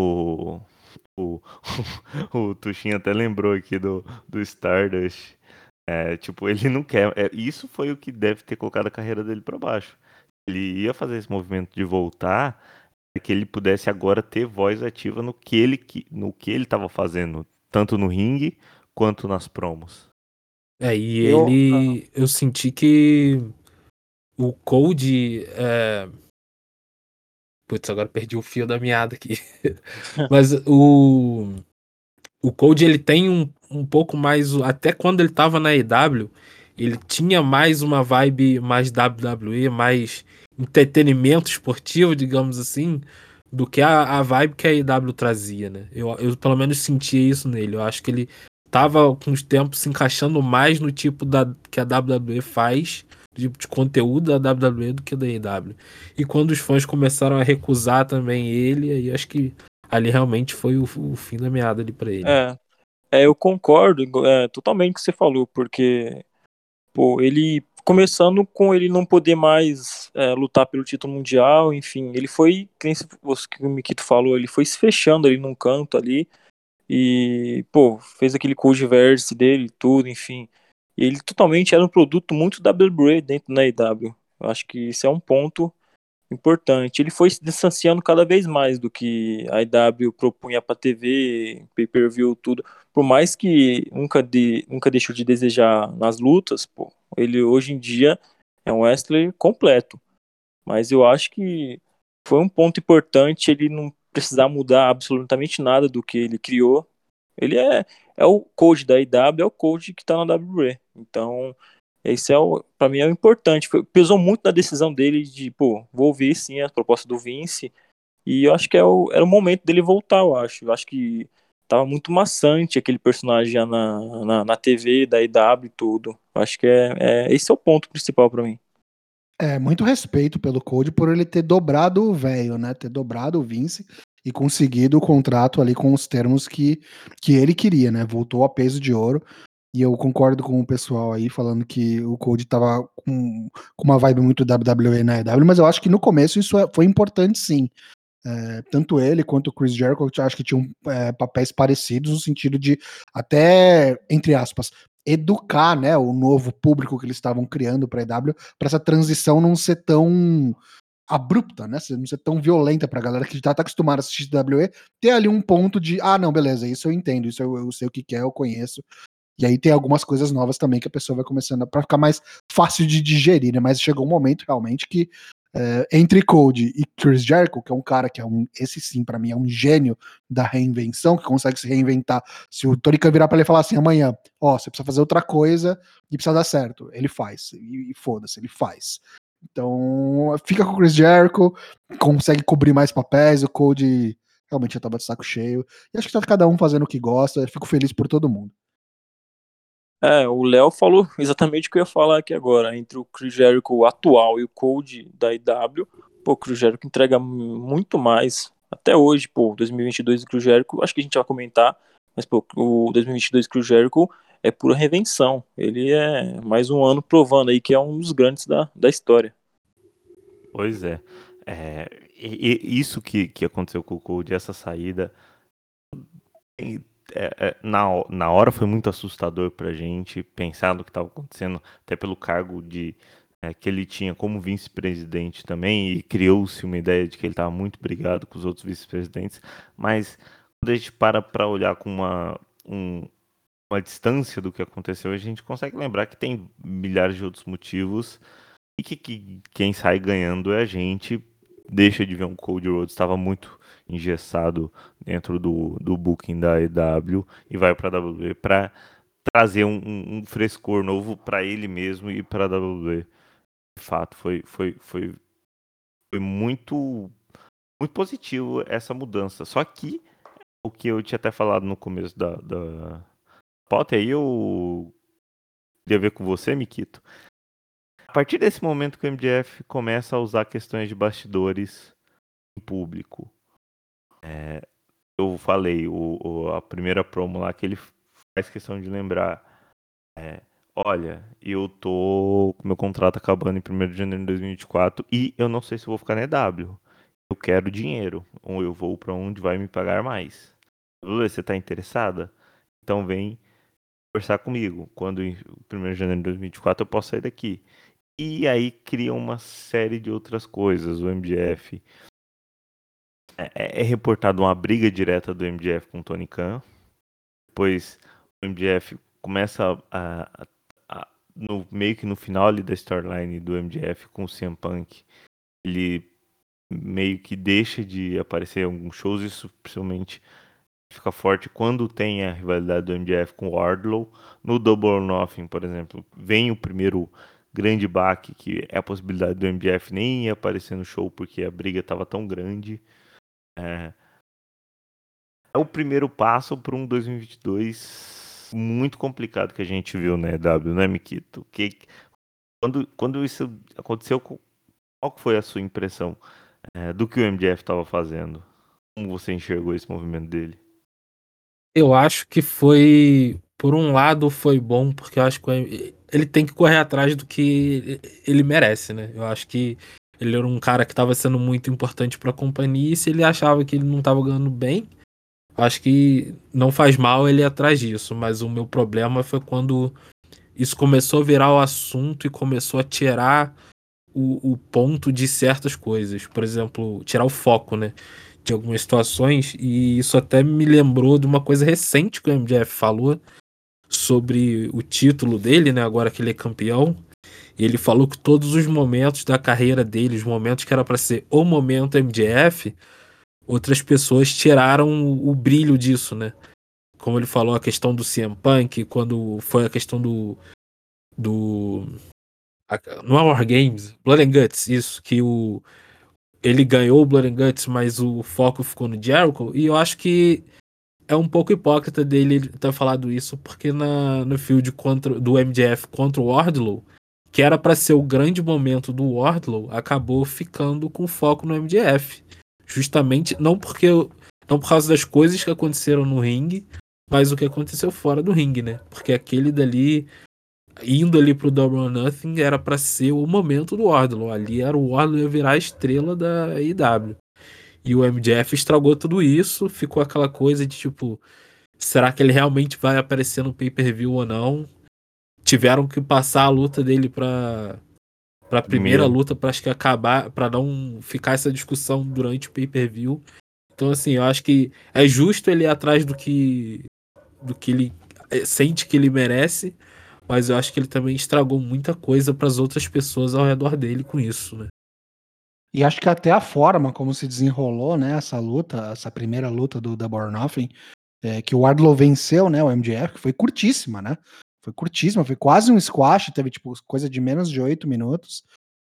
o, o Tuxinho até lembrou aqui do Stardust. Tipo, ele não quer. Isso foi o que deve ter colocado a carreira dele pra baixo. Ele ia fazer esse movimento de voltar, que ele pudesse agora ter voz ativa no que ele estava fazendo, tanto no ringue quanto nas promos. E Eu, eu senti que o Cody. Putz, agora perdi o fio da meada aqui. Mas o Cody, ele tem um pouco mais. Até quando ele tava na EW, ele tinha mais uma vibe mais WWE, mais entretenimento esportivo, digamos assim, do que a vibe que a AEW trazia, né? Eu pelo menos sentia isso nele. Eu acho que ele tava com os tempos se encaixando mais no tipo que a WWE faz, tipo de conteúdo da WWE do que da AEW. E quando os fãs começaram a recusar também ele, aí acho que ali realmente foi o fim da meada ali pra ele. Eu concordo totalmente com o que você falou, porque pô, ele começando com ele não poder mais lutar pelo título mundial, enfim, ele foi, que o Mikito falou, ele foi se fechando ali num canto ali e, pô, fez aquele Codeverse dele e tudo, enfim. E ele totalmente era um produto muito WWE dentro da AEW. Eu acho que isso é um ponto importante. Ele foi se distanciando cada vez mais do que a IW propunha para TV, pay-per-view, tudo. Por mais que nunca deixou de desejar nas lutas, pô, ele hoje em dia é um wrestler completo. Mas eu acho que foi um ponto importante ele não precisar mudar absolutamente nada do que ele criou. Ele é o coach da IW, é o coach que tá na WWE. Então, esse para mim é o importante. Pesou muito na decisão dele de, pô, vou ouvir sim a proposta do Vince. E eu acho que era o momento dele voltar, eu acho. Eu acho que tava muito maçante aquele personagem já na TV da IW e tudo. Eu acho que esse é o ponto principal para mim. Muito respeito pelo Cody por ele ter dobrado o velho, né? Ter dobrado o Vince e conseguido o contrato ali com os termos que ele queria, né? Voltou a peso de ouro. E eu concordo com o pessoal aí falando que o Cody tava com uma vibe muito WWE na EW, mas eu acho que no começo isso foi importante sim. Tanto ele quanto o Chris Jericho, eu acho que tinham papéis parecidos no sentido de até, entre aspas, educar, né, o novo público que eles estavam criando para a EW, para essa transição não ser tão abrupta, né, não ser tão violenta para a galera que já tá acostumada a assistir WWE, ter ali um ponto de, não, beleza, isso eu entendo, isso eu sei o que é, eu conheço. E aí tem algumas coisas novas também que a pessoa vai começando para ficar mais fácil de digerir, né? Mas chegou um momento realmente que entre Cody e Chris Jericho, que é um cara que esse sim, para mim, é um gênio da reinvenção, que consegue se reinventar. Se o Tony Khan virar pra ele e falar assim, amanhã, você precisa fazer outra coisa e precisa dar certo, ele faz. E foda-se, ele faz. Então, fica com o Chris Jericho, consegue cobrir mais papéis, o Cody realmente já tava de saco cheio. E acho que tá cada um fazendo o que gosta, fico feliz por todo mundo. O Léo falou exatamente o que eu ia falar aqui agora. Entre o Chris Jericho atual e o Cody da IW, pô, o Chris Jericho entrega muito mais. Até hoje, pô, 2022 do Chris Jericho, acho que a gente vai comentar, mas, pô, o 2022 do Chris Jericho é pura redenção. Ele é mais um ano provando aí que é um dos grandes da história. Pois é. Isso que aconteceu com o Cody, essa saída, na hora foi muito assustador pra gente pensar no que estava acontecendo, até pelo cargo que ele tinha como vice-presidente também, e criou-se uma ideia de que ele estava muito brigado com os outros vice-presidentes, mas quando a gente para olhar com uma distância do que aconteceu, a gente consegue lembrar que tem milhares de outros motivos e que quem sai ganhando é a gente. Deixa de ver um Cody Rhodes, estava muito engessado dentro do booking da EW e vai para a WWE para trazer um frescor novo para ele mesmo e para a WWE. De fato, foi muito, muito positivo essa mudança. Só que o que eu tinha até falado no começo da pauta, aí eu queria ver com você, Mikito. A partir desse momento que o MJF começa a usar questões de bastidores em público, eu falei, a primeira promo lá que ele faz questão de lembrar, olha, eu tô com meu contrato acabando em 1º de janeiro de 2024 e eu não sei se vou ficar na EW. Eu quero dinheiro, ou eu vou para onde vai me pagar mais. Você tá interessada? Então vem conversar comigo. Quando em 1º de janeiro de 2024 eu posso sair daqui. E aí cria uma série de outras coisas. O MJF é reportado uma briga direta do MJF com o Tony Khan. Depois o MJF começa meio que no final ali da storyline do MJF com o CM Punk. Ele meio que deixa de aparecer em alguns shows, isso principalmente fica forte quando tem a rivalidade do MJF com o Wardlow. No Double or Nothing, por exemplo, vem o primeiro grande baque, que é a possibilidade do MJF nem ir aparecer no show porque a briga estava tão grande. É o primeiro passo para um 2022 muito complicado que a gente viu, né, W, né, Mikito? Quando isso aconteceu, qual que foi a sua impressão do que o MJF estava fazendo? Como você enxergou esse movimento dele? Eu acho que foi, por um lado, foi bom, porque eu acho que ele tem que correr atrás do que ele merece, né? Eu acho que ele era um cara que estava sendo muito importante para a companhia, e se ele achava que ele não estava ganhando bem, acho que não faz mal ele ir atrás disso. Mas o meu problema foi quando isso começou a virar o assunto e começou a tirar o ponto de certas coisas. Por exemplo, tirar o foco, né? De algumas situações. E isso até me lembrou de uma coisa recente que o MJF falou sobre o título dele, né? Agora que ele é campeão. E ele falou que todos os momentos da carreira dele, os momentos que era para ser o momento MJF, outras pessoas tiraram o brilho disso, né? Como ele falou, a questão do CM Punk, quando foi a questão do não é War Games, Blood and Guts, isso, que ele ganhou o Blood and Guts, mas o foco ficou no Jericho, e eu acho que é um pouco hipócrita dele ter falado isso, porque no field do MJF contra o Wardlow, que era pra ser o grande momento do Wardlow, acabou ficando com foco no MJF. Justamente, não por causa das coisas que aconteceram no ringue, mas o que aconteceu fora do ringue, né? Porque aquele dali, indo ali pro Double or Nothing, era pra ser o momento do Wardlow. Ali era o Wardlow ia virar a estrela da AEW. E o MJF estragou tudo isso, ficou aquela coisa de tipo, será que ele realmente vai aparecer no pay-per-view ou não? Tiveram que passar a luta dele pra primeira Primeiro, luta, pra acho que acabar, pra não ficar essa discussão durante o pay-per-view. Então, assim, eu acho que é justo ele ir atrás do que ele sente que ele merece, mas eu acho que ele também estragou muita coisa para as outras pessoas ao redor dele com isso, né? E acho que até a forma como se desenrolou, né, essa luta, essa primeira luta do Double or Nothing, que o Wardlow venceu, né, o MJF, que foi curtíssima, né? Foi curtíssima, foi quase um squash, teve tipo coisa de menos de 8 minutos.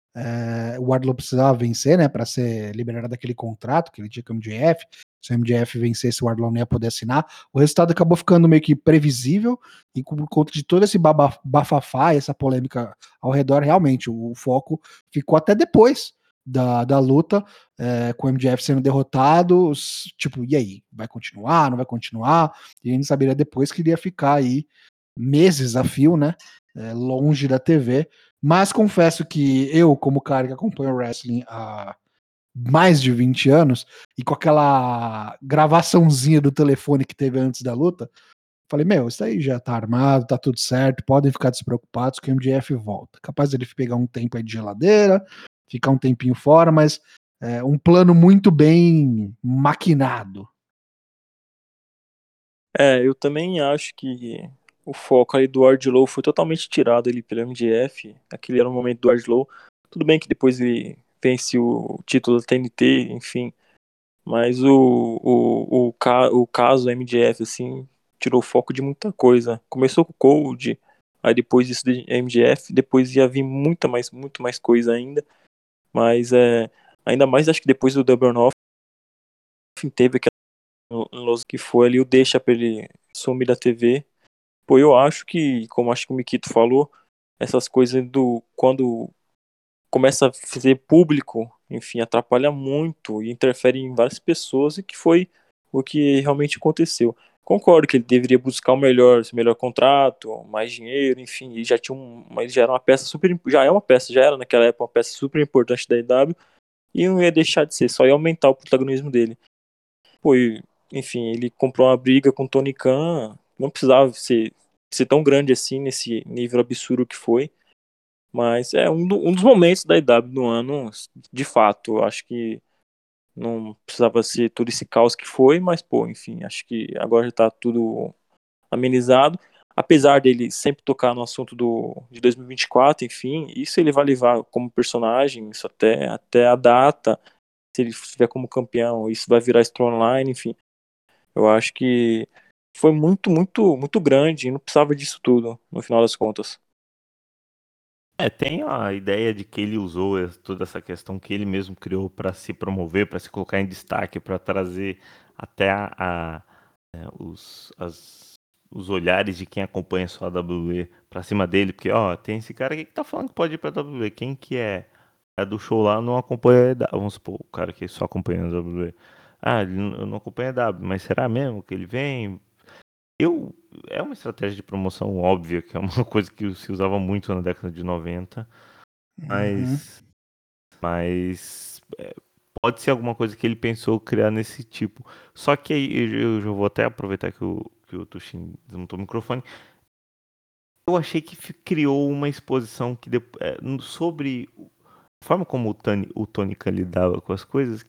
O Wardlow precisava vencer, né, para ser liberado daquele contrato que ele tinha com o MJF. Se o MJF vencesse, o Wardlow não ia poder assinar. O resultado acabou ficando meio que previsível, e por conta de todo esse bafafá, essa polêmica ao redor, realmente, o foco ficou até depois da luta, com o MJF sendo derrotado, tipo, e aí? Vai continuar, não vai continuar? E a gente saberia depois que ele ia ficar aí meses a fio, né, longe da TV. Mas confesso que eu, como cara que acompanha o wrestling há mais de 20 anos, e com aquela gravaçãozinha do telefone que teve antes da luta, falei, meu, isso aí já tá armado, tá tudo certo, podem ficar despreocupados que o MJF volta. Capaz dele pegar um tempo aí de geladeira, ficar um tempinho fora, mas um plano muito bem maquinado. Eu também acho que o foco ali do Wardlow foi totalmente tirado ali pelo MJF. Aquele era o momento do Wardlow. Tudo bem que depois ele vence o título da TNT, enfim. Mas o caso MJF, assim, tirou o foco de muita coisa. Começou com o Cold, aí depois isso de MJF, depois ia vir muito mais coisa ainda. Mas ainda mais acho que depois do Double or Nothing teve aquela que foi ali o deixa pra ele sumir da TV. Pô, eu acho que, como acho que o Mikito falou, essas coisas quando começa a fazer público, enfim, atrapalha muito e interfere em várias pessoas, e que foi o que realmente aconteceu. Concordo que ele deveria buscar o melhor contrato, mais dinheiro, enfim, e já tinha mas já era uma peça já era naquela época uma peça super importante da EW, e não ia deixar de ser, só ia aumentar o protagonismo dele. Pô, enfim, ele comprou uma briga com o Tony Khan, não precisava ser tão grande assim, nesse nível absurdo que foi. Mas é um dos momentos da IW do ano, de fato. Eu acho que não precisava ser todo esse caos que foi, mas, pô, enfim, acho que agora já tá tudo amenizado. Apesar dele sempre tocar no assunto de 2024, enfim, isso ele vai levar como personagem, isso até a data, se ele estiver como campeão, isso vai virar Strongline, enfim. Eu acho que foi muito, muito, muito grande e não precisava disso tudo, no final das contas. Tem a ideia de que ele usou toda essa questão que ele mesmo criou para se promover, para se colocar em destaque, para trazer até os olhares de quem acompanha só a WWE para cima dele, porque ó, tem esse cara aqui que tá falando que pode ir para a WWE, quem que é? É do show lá, não acompanha, vamos supor, o cara que só acompanha a WWE. Ah, eu não acompanha a W, mas será mesmo que ele vem? Eu, é uma estratégia de promoção óbvia, que é uma coisa que se usava muito na década de 90, Uhum. mas pode ser alguma coisa que ele pensou criar nesse tipo. Só que aí eu já vou até aproveitar que o Tushin desmontou o microfone. Eu achei que criou uma exposição sobre a forma como o Tony Khan lidava com as coisas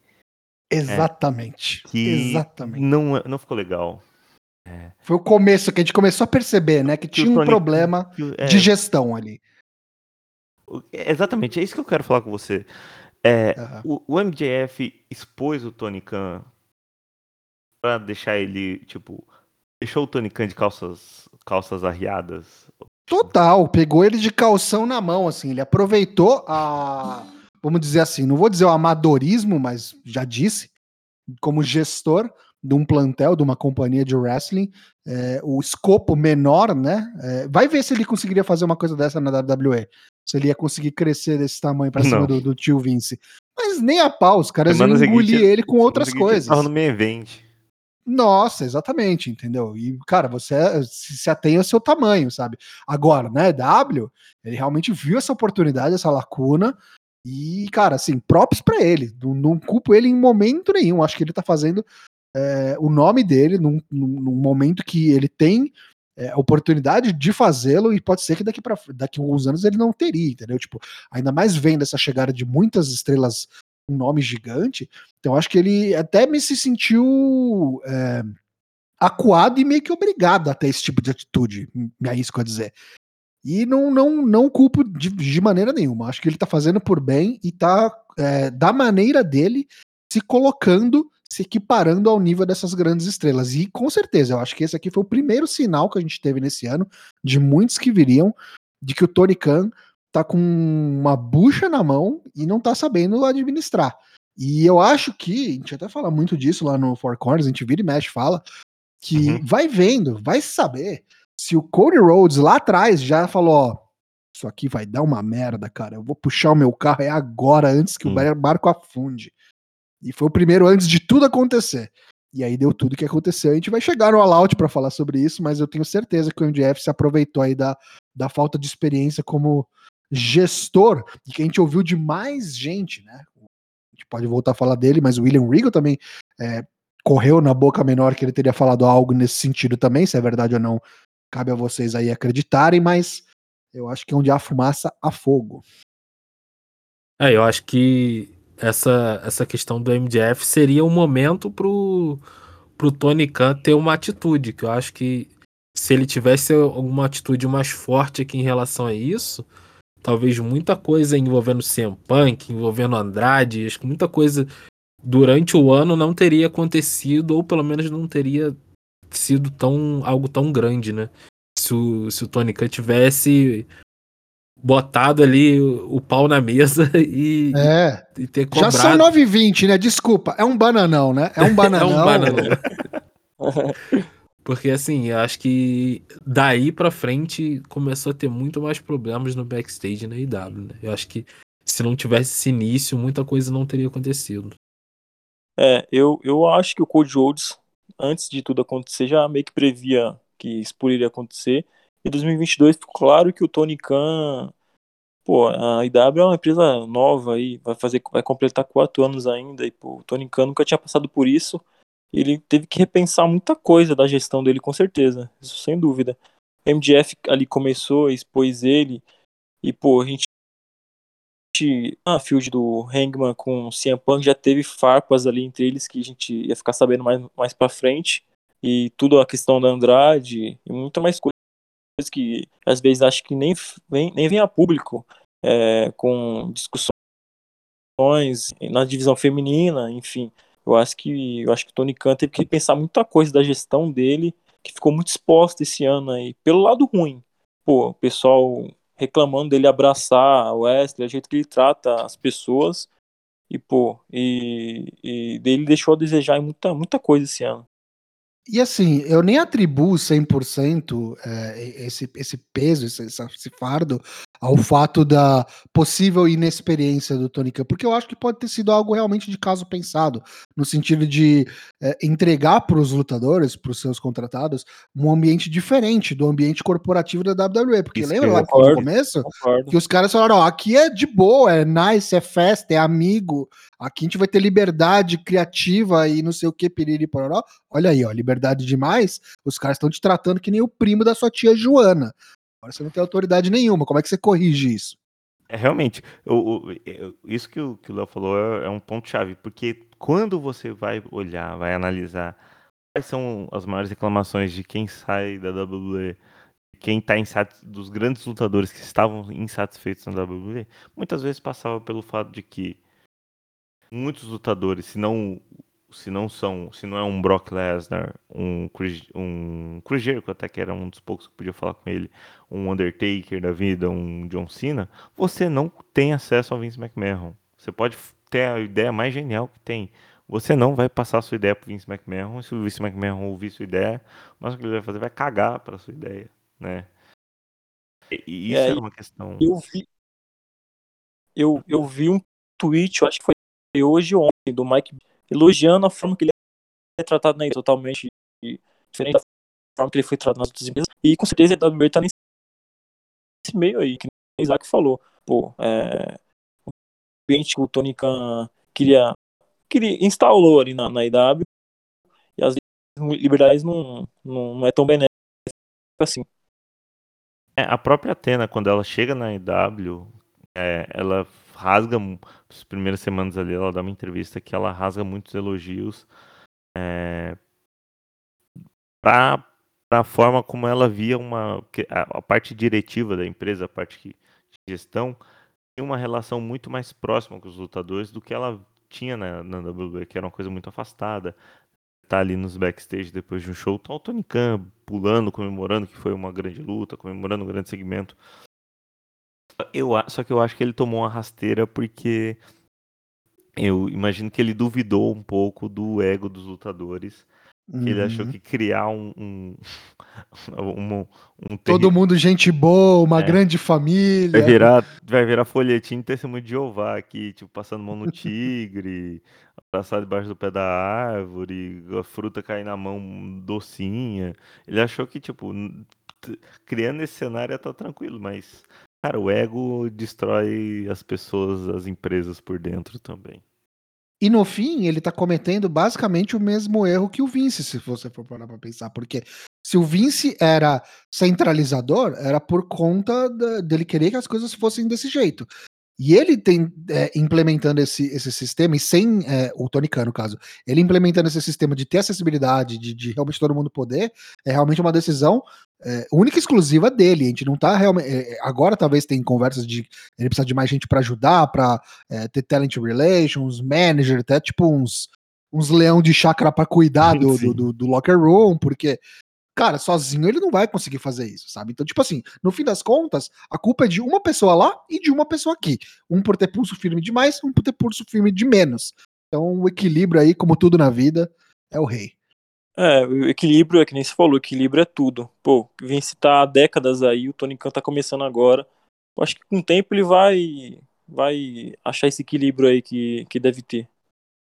é, Exatamente. que Exatamente. não ficou legal. Foi o começo que a gente começou a perceber, né? Que Que o tinha um Tony. problema de gestão ali. Exatamente, é isso que eu quero falar com você. É, Aham. o MJF expôs o Tony Khan pra deixar ele, tipo, deixou o Tony Khan de calças arriadas. Total, pegou ele de calção na mão, assim, ele aproveitou vamos dizer assim, não vou dizer o amadorismo, mas já disse, como gestor de um plantel, de uma companhia de wrestling, o escopo menor, né? Vai ver se ele conseguiria fazer uma coisa dessa na WWE. Se ele ia conseguir crescer desse tamanho pra cima Não. do tio Vince. Mas nem a pau, os caras iam Semana seguinte, engolir ele com semana outras seguinte ele tava no coisas. main event. Nossa, exatamente, entendeu? E, cara, você se atém ao seu tamanho, sabe? Agora, né, W, ele realmente viu essa oportunidade, essa lacuna, e, cara, assim, props pra ele. Não culpo ele em momento nenhum. Acho que ele tá fazendo o nome dele num momento que ele tem oportunidade de fazê-lo, e pode ser que daqui a alguns anos ele não teria, entendeu? Tipo, ainda mais vendo essa chegada de muitas estrelas com nome gigante, então acho que ele até me se sentiu acuado e meio que obrigado a ter esse tipo de atitude, me arrisco a dizer. E não culpo de maneira nenhuma. Acho que ele tá fazendo por bem e tá, da maneira dele, se colocando, se equiparando ao nível dessas grandes estrelas. E com certeza, eu acho que esse aqui foi o primeiro sinal que a gente teve nesse ano, de muitos que viriam, de que o Tony Khan tá com uma bucha na mão e não tá sabendo administrar. E eu acho que, a gente até fala muito disso lá no Four Corners, a gente vira e mexe, fala, que Uhum. vai vendo, vai saber se o Cody Rhodes lá atrás já falou, ó, isso aqui vai dar uma merda, cara, eu vou puxar o meu carro agora, antes que o barco afunde. E foi o primeiro antes de tudo acontecer. E aí deu tudo que aconteceu. A gente vai chegar no All Out pra falar sobre isso, mas eu tenho certeza que o MJF se aproveitou aí da falta de experiência como gestor, e que a gente ouviu de mais gente, né? A gente pode voltar a falar dele, mas o William Regal também correu na boca menor que ele teria falado algo nesse sentido também, se é verdade ou não, cabe a vocês aí acreditarem, mas eu acho que é onde há fumaça, há fogo. Eu acho que essa questão do MJF seria um momento pro Tony Khan ter uma atitude, que eu acho que se ele tivesse alguma atitude mais forte aqui em relação a isso, talvez muita coisa envolvendo CM Punk, envolvendo Andrade, acho que muita coisa durante o ano não teria acontecido, ou pelo menos não teria sido algo tão grande, né? Se o Tony Khan tivesse botado ali o pau na mesa e ter Já são cobrado. 9h20, né? Desculpa, é um bananão, né? É um É bananão. um bananão. Porque assim, eu acho que daí pra frente começou a ter muito mais problemas no backstage na IW, né? Eu acho que se não tivesse esse início, muita coisa não teria acontecido. Eu acho que o Cody Rhodes, antes de tudo acontecer, já meio que previa que isso poderia acontecer. Em 2022 ficou claro que o Tony Khan, pô, a IW é uma empresa nova aí, vai completar 4 anos ainda, e pô, o Tony Khan nunca tinha passado por isso. Ele teve que repensar muita coisa da gestão dele, com certeza, isso sem dúvida. MJF ali começou, expôs ele, e pô, a field do Hangman com o CM Punk já teve farpas ali entre eles que a gente ia ficar sabendo mais pra frente. E tudo a questão da Andrade e muita mais coisas que às vezes acho que nem vem a público, com discussões na divisão feminina, enfim. Eu acho que o Tony Khan teve que pensar muita coisa da gestão dele, que ficou muito exposta esse ano aí, pelo lado ruim. Pô, o pessoal reclamando dele abraçar o Wesley, o jeito que ele trata as pessoas, e pô, e dele deixou a desejar em muita coisa esse ano. E assim, eu nem atribuo 100% esse peso, esse fardo, ao fato da possível inexperiência do Tony Khan, porque eu acho que pode ter sido algo realmente de caso pensado, no sentido de entregar para os lutadores, para os seus contratados, um ambiente diferente do ambiente corporativo da WWE. Porque Isso que lembra eu lá ia no falar. começo Concordo. que os caras falaram: ó, aqui é de boa, é nice, é festa, é amigo, aqui a gente vai ter liberdade criativa e não sei o que, piriri, pororó. Olha aí, ó, liberdade demais. Os caras estão te tratando que nem o primo da sua tia Joana. Agora você não tem autoridade nenhuma. Como é que você corrige isso? Realmente, isso que o Léo falou é um ponto-chave, porque quando você vai olhar, vai analisar quais são as maiores reclamações de quem sai da WWE, quem tá dos grandes lutadores que estavam insatisfeitos na WWE, muitas vezes passava pelo fato de que muitos lutadores, se não é um Brock Lesnar, um Chris Jericho, até que era um dos poucos que podia falar com ele, um Undertaker da vida, um John Cena, você não tem acesso ao Vince McMahon. Você pode ter a ideia mais genial que tem. Você não vai passar a sua ideia pro Vince McMahon. Se o Vince McMahon ouvir sua ideia, mas o que ele vai fazer vai cagar para sua ideia, né? E E isso era aí uma questão. eu vi um tweet, eu acho que foi hoje ou ontem, do Mike elogiando a forma que ele é tratado na ilha, totalmente diferente da forma que ele foi tratado nas outras empresas. E com certeza a WWE tá nesse meio aí, que nem o Isaac falou. Pô, o ambiente que o Tony Khan instalou ali na IW, e às vezes liberdades não é tão benéfica assim. A própria Athena, quando ela chega na EW, ela rasga, as primeiras semanas ali, ela dá uma entrevista que ela rasga muitos elogios para a forma como ela via a parte diretiva da empresa, a parte de gestão, tinha uma relação muito mais próxima com os lutadores do que ela tinha na WWE, que era uma coisa muito afastada. Tá ali nos backstage depois de um show, tá o Tony Khan pulando, comemorando que foi uma grande luta, comemorando um grande segmento. Só que eu acho que ele tomou uma rasteira porque eu imagino que ele duvidou um pouco do ego dos lutadores, que ele achou Uhum. que criar um, um Todo terri- mundo gente boa, uma é, grande família. vai virar folhetim testemunho de Jeová aqui, tipo, passando mão no tigre, abraçado debaixo do pé da árvore, a fruta cair na mão docinha. Ele achou que, tipo, criando esse cenário ia estar tranquilo, mas, cara, o ego destrói as pessoas, as empresas por dentro também. E no fim, ele tá cometendo basicamente o mesmo erro que o Vince, se você for parar pra pensar. Porque se o Vince era centralizador, era por conta dele querer que as coisas fossem desse jeito. E ele tem implementando esse sistema, e sem o Tony Khan, no caso, ele implementando esse sistema de ter acessibilidade, de realmente todo mundo poder, é realmente uma decisão única e exclusiva dele. A gente não tá realmente. Agora talvez tem conversas de ele precisa de mais gente para ajudar, para ter talent relations, manager, até tipo uns leão de chácara para cuidar Sim. do locker room, porque cara, sozinho ele não vai conseguir fazer isso, sabe? Então, tipo assim, no fim das contas, a culpa é de uma pessoa lá e de uma pessoa aqui. Um por ter pulso firme demais, um por ter pulso firme de menos. Então, o equilíbrio aí, como tudo na vida, é o rei. O equilíbrio é que nem você falou, equilíbrio é tudo. Pô, Vince tá há décadas aí, o Tony Khan tá começando agora. Eu acho que com o tempo ele vai achar esse equilíbrio aí que deve ter.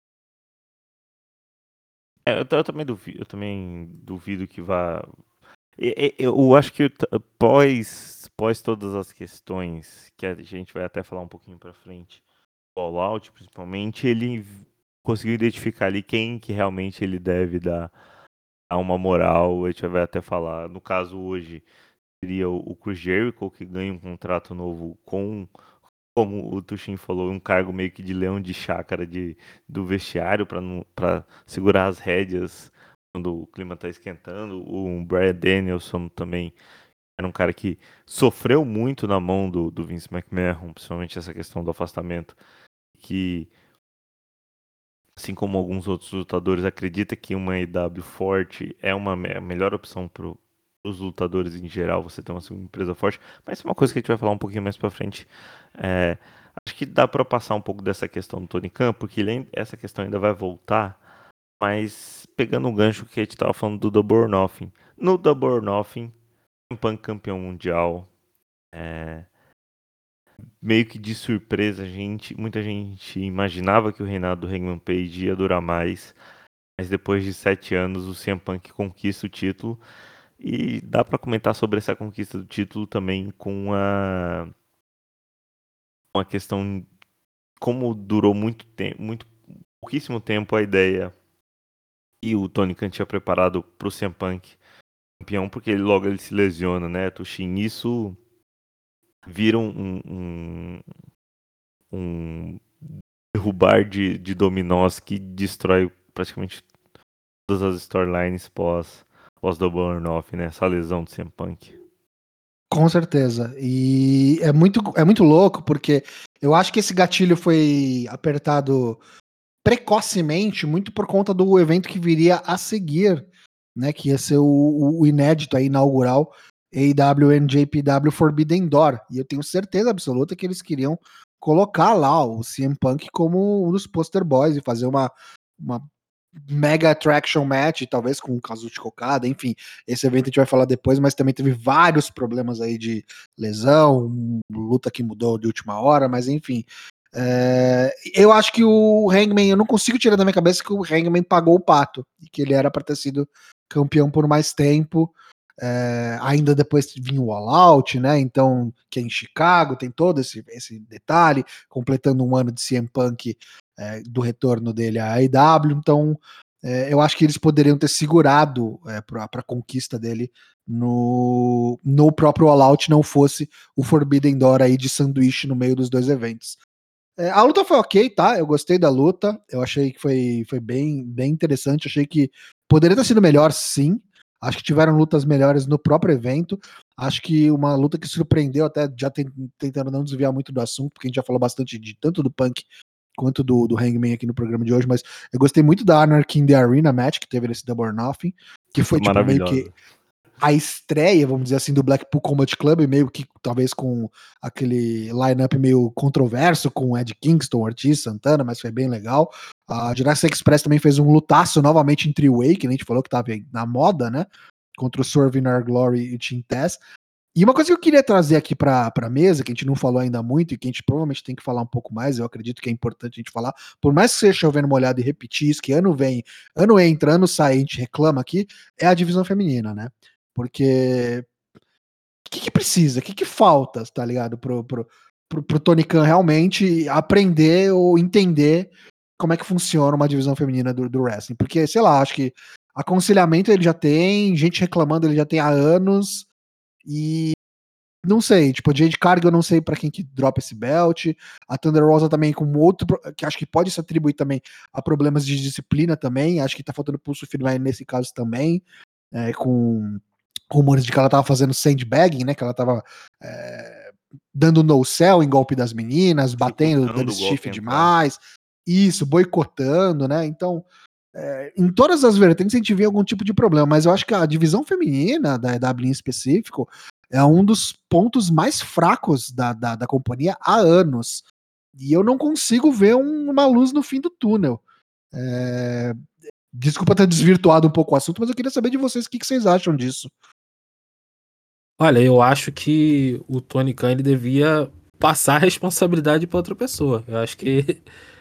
Eu também duvido que vá. Eu acho que pós todas as questões que a gente vai até falar um pouquinho pra frente, Fallout principalmente, ele conseguiu identificar ali quem que realmente ele deve dar uma moral. A gente vai até falar, no caso hoje, seria o Chris Jericho, que ganha um contrato novo como o Tushin falou, um cargo meio que de leão de chácara do vestiário para segurar as rédeas quando o clima tá esquentando. O Bryan Danielson também era um cara que sofreu muito na mão do Vince McMahon, principalmente essa questão do afastamento, que assim como alguns outros lutadores, acredita que uma AEW forte é a melhor opção para os lutadores em geral, você ter uma segunda empresa forte. Mas é uma coisa que a gente vai falar um pouquinho mais para frente. É, acho que dá para passar um pouco dessa questão do Tony Khan, porque essa questão ainda vai voltar, mas pegando um gancho que a gente estava falando do Double or Nothing. No Double or Nothing, CM Punk campeão mundial, meio que de surpresa, muita gente imaginava que o reinado do Hangman Page ia durar mais, mas depois de 7 anos o CM Punk conquista o título, e dá pra comentar sobre essa conquista do título também com uma questão como durou muito tempo, pouquíssimo tempo a ideia e o Tony Khan tinha preparado pro CM Punk campeão, porque logo ele se lesiona, né, Tushin? Isso vira um derrubar de dominós que destrói praticamente todas as storylines pós Double or Nothing, né? Essa lesão do CM Punk. Com certeza. E é muito louco, porque eu acho que esse gatilho foi apertado precocemente, muito por conta do evento que viria a seguir, né? Que ia ser o inédito aí, inaugural AEW NJPW Forbidden Door. E eu tenho certeza absoluta que eles queriam colocar lá o CM Punk como um dos poster boys e fazer uma mega attraction match, talvez com um caso de cocada, enfim, esse evento a gente vai falar depois, mas também teve vários problemas aí de lesão, luta que mudou de última hora, mas enfim, eu acho que o Hangman, eu não consigo tirar da minha cabeça que o Hangman pagou o pato, e que ele era para ter sido campeão por mais tempo, ainda depois vinha o All Out, né, então, que é em Chicago, tem todo esse detalhe, completando um ano de CM Punk, do retorno dele à AEW, então eu acho que eles poderiam ter segurado para a conquista dele no próprio All Out, não fosse o Forbidden Door aí de sanduíche no meio dos dois eventos. A luta foi ok, tá? Eu gostei da luta. Eu achei que foi bem interessante. Achei que poderia ter sido melhor, sim. Acho que tiveram lutas melhores no próprio evento. Acho que uma luta que surpreendeu, até já tentando não desviar muito do assunto, porque a gente já falou bastante tanto do Punk quanto do Hangman aqui no programa de hoje, mas eu gostei muito da Anarchy in the Arena match que teve nesse Double or Nothing, que foi tipo, meio que a estreia, vamos dizer assim, do Blackpool Combat Club, meio que talvez com aquele line-up meio controverso, com Ed Kingston, Ortiz, Santana, mas foi bem legal. A Jurassic Express também fez um lutaço novamente em three-way, que a gente falou que tava na moda, né? Contra o Swerve in Our Glory e o Team Taz. E uma coisa que eu queria trazer aqui pra mesa, que a gente não falou ainda muito e que a gente provavelmente tem que falar um pouco mais, eu acredito que é importante a gente falar, por mais que seja chovendo molhado e repetir isso, que ano entra, ano sai, a gente reclama aqui, é a divisão feminina, né? Porque o que precisa? O que falta, tá ligado? Pro Tony Khan realmente aprender ou entender como é que funciona uma divisão feminina do wrestling. Porque, sei lá, acho que aconselhamento ele já tem, gente reclamando ele já tem há anos, e não sei, tipo, a Jade Cargill eu não sei pra quem que dropa esse belt, a Thunder Rosa também com outro, que acho que pode se atribuir também a problemas de disciplina também, acho que tá faltando pulso firme nesse caso também, com rumores de que ela tava fazendo sandbagging, né, que ela tava dando no-sell em golpe das meninas, batendo, dando stiff demais, isso, boicotando, né, então em todas as vertentes a gente vê algum tipo de problema, mas eu acho que a divisão feminina da EW em específico é um dos pontos mais fracos da companhia há anos. E eu não consigo ver uma luz no fim do túnel. Desculpa ter desvirtuado um pouco o assunto, mas eu queria saber de vocês o que vocês acham disso. Olha, eu acho que o Tony Khan ele devia passar a responsabilidade para outra pessoa. Eu acho que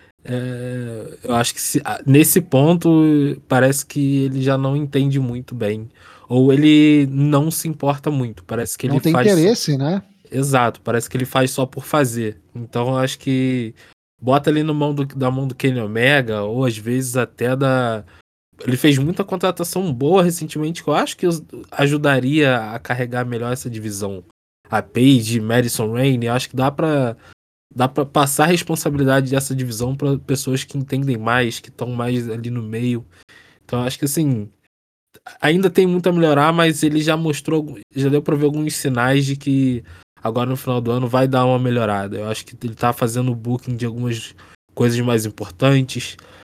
nesse ponto parece que ele já não entende muito bem, ou ele não se importa muito. Parece que Não ele tem faz interesse, né? Exato, parece que ele faz só por fazer. Então eu acho que bota ali da mão do Kenny Omega, ou às vezes até ele fez muita contratação boa recentemente que eu acho que ajudaria a carregar melhor essa divisão. A Paige, Madison Rayne, eu acho que dá pra passar a responsabilidade dessa divisão para pessoas que entendem mais, que estão mais ali no meio. Então eu acho que assim, ainda tem muito a melhorar, mas ele já já deu pra ver alguns sinais de que agora no final do ano vai dar uma melhorada. Eu acho que ele tá fazendo o booking de algumas coisas mais importantes.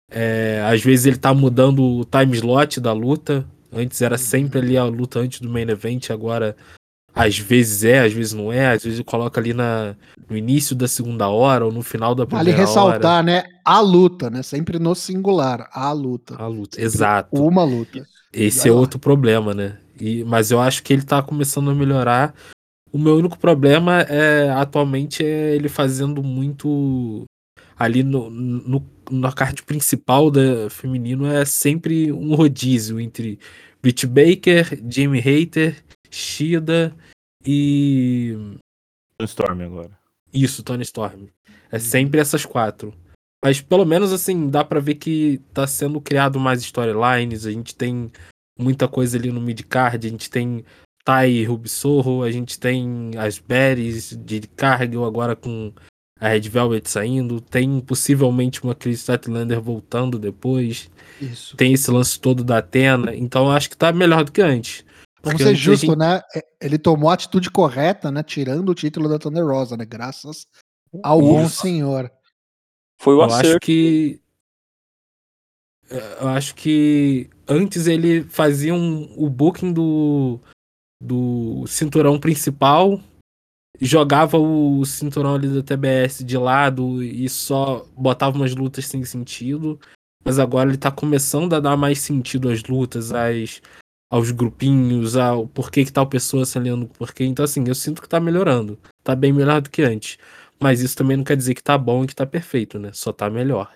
Às vezes ele tá mudando o time slot da luta. Antes era sempre ali a luta antes do main event, agora às vezes às vezes não é. Às vezes ele coloca ali no início da segunda hora ou no final da Vale primeira hora. ressaltar, né? A luta, né? Sempre no singular. A luta. A luta, Sempre exato. uma luta. Esse é outro problema, né? Mas eu acho que ele tá começando a melhorar. O meu único problema atualmente é ele fazendo muito ali na card principal da feminino é sempre um rodízio entre Britt Baker, Jamie Hayter, Shida e Storm agora. isso, Toni Storm. É sempre essas 4. Mas pelo menos assim, dá pra ver que tá sendo criado mais storylines, a gente tem muita coisa ali no mid-card, a gente tem Tai Rubisorro, a gente tem as Berries de Cargill agora com a Red Velvet saindo, tem possivelmente uma Chris Statlander voltando depois, Isso. tem esse lance todo da Athena, então eu acho que tá melhor do que antes. Vamos ser justo, né? Ele tomou a atitude correta, né? Tirando o título da Thunder Rosa, né? Graças ao bom senhor. Foi o Eu acerto. acho que antes ele fazia o booking do cinturão principal, jogava o cinturão ali da TBS de lado e só botava umas lutas sem sentido. Mas agora ele tá começando a dar mais sentido às lutas, aos grupinhos, ao porquê que tal pessoa se alinhando com porquê. Então, assim, eu sinto que tá melhorando. Tá bem melhor do que antes. Mas isso também não quer dizer que tá bom e que tá perfeito, né? Só tá melhor.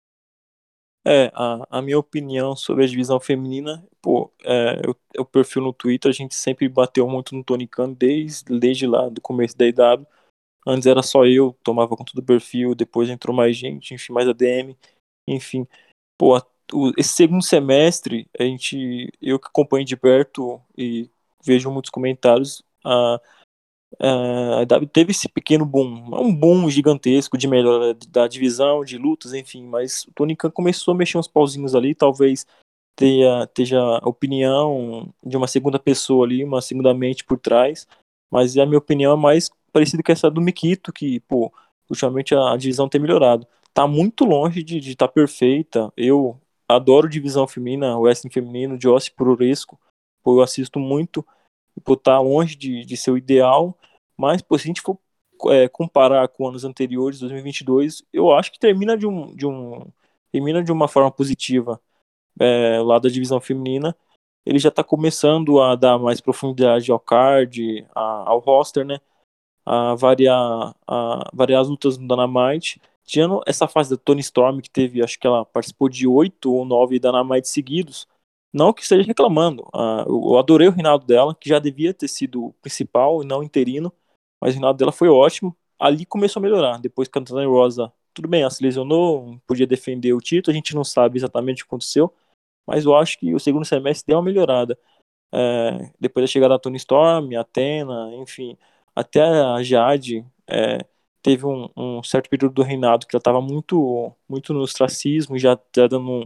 A minha opinião sobre a divisão feminina, eu perfil no Twitter, a gente sempre bateu muito no Tony Khan desde lá do começo da IW. Antes era só eu, tomava conta do perfil, depois entrou mais gente, enfim, mais ADM, enfim. Esse segundo semestre, eu que acompanho de perto e vejo muitos comentários, a IW teve esse pequeno boom, um boom gigantesco de melhora da divisão, de lutas, enfim, mas o Tony Khan começou a mexer uns pauzinhos ali, talvez esteja a opinião de uma segunda pessoa ali, uma segunda mente por trás, mas a minha opinião é mais parecida com essa do Mikito, que, ultimamente a divisão tem melhorado. Tá muito longe de estar perfeita. Eu adoro divisão feminina, o wrestling feminino, de Ossi Puroresco, eu assisto muito, tá longe de ser o ideal, mas se a gente for comparar com anos anteriores, 2022, eu acho que termina termina de uma forma positiva. O lado da divisão feminina, ele já está começando a dar mais profundidade ao card, ao roster, né? A variar as lutas no Dynamite. Tirando essa fase da Toni Storm, que teve, acho que ela participou de 8 ou 9 Dynamite seguidos. Não que esteja reclamando. Eu adorei o reinado dela, que já devia ter sido o principal e não interino, mas o reinado dela foi ótimo. Ali começou a melhorar. Depois que a Thunder Rosa, tudo bem, ela se lesionou, não podia defender o título, a gente não sabe exatamente o que aconteceu, mas eu acho que o segundo semestre deu uma melhorada. Depois da chegada da Toni Storm, a Athena, enfim, até a Jade teve um certo período do reinado que ela estava muito, muito no ostracismo, já dando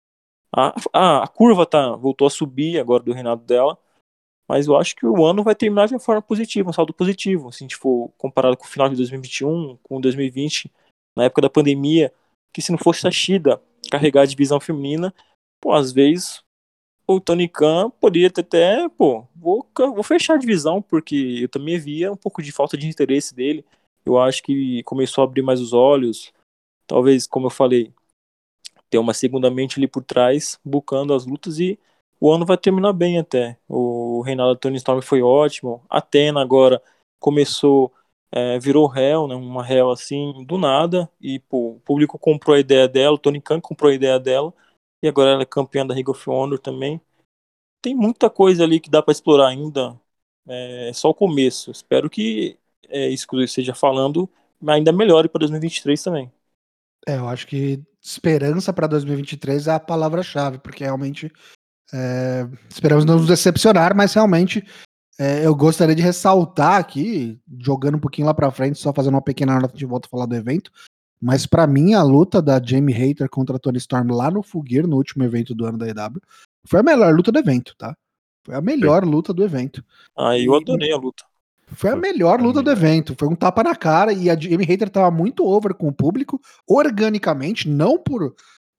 a curva voltou a subir agora do reinado dela, mas eu acho que o ano vai terminar de uma forma positiva, um saldo positivo, se a gente for comparado com o final de 2021, com 2020, na época da pandemia, que se não fosse a Shida carregar a divisão feminina, às vezes o Tony Khan poderia ter até, vou fechar a divisão, porque eu também via um pouco de falta de interesse dele. Eu acho que começou a abrir mais os olhos, talvez, como eu falei, ter uma segunda mente ali por trás, bucando as lutas, e o ano vai terminar bem até. O reinado da Toni Storm foi ótimo, a Athena agora começou, virou réu, né, uma réu assim, do nada, e o público comprou a ideia dela, o Tony Khan comprou a ideia dela, e agora ela é campeã da Ring of Honor também. Tem muita coisa ali que dá para explorar ainda, é só o começo. Espero que isso que eu esteja falando ainda melhore para 2023 também. Eu acho que esperança para 2023 é a palavra-chave, porque realmente esperamos não nos decepcionar, mas realmente eu gostaria de ressaltar aqui, jogando um pouquinho lá para frente, só fazendo uma pequena nota de volta a falar do evento, mas para mim a luta da Jamie Hayter contra a Toni Storm lá no Full Gear, no último evento do ano da EW, foi a melhor luta do evento, tá? Foi a melhor luta do evento. Eu adorei a luta. Foi a melhor luta do evento. Foi um tapa na cara e a Jamie Hayter tava muito over com o público, organicamente, não por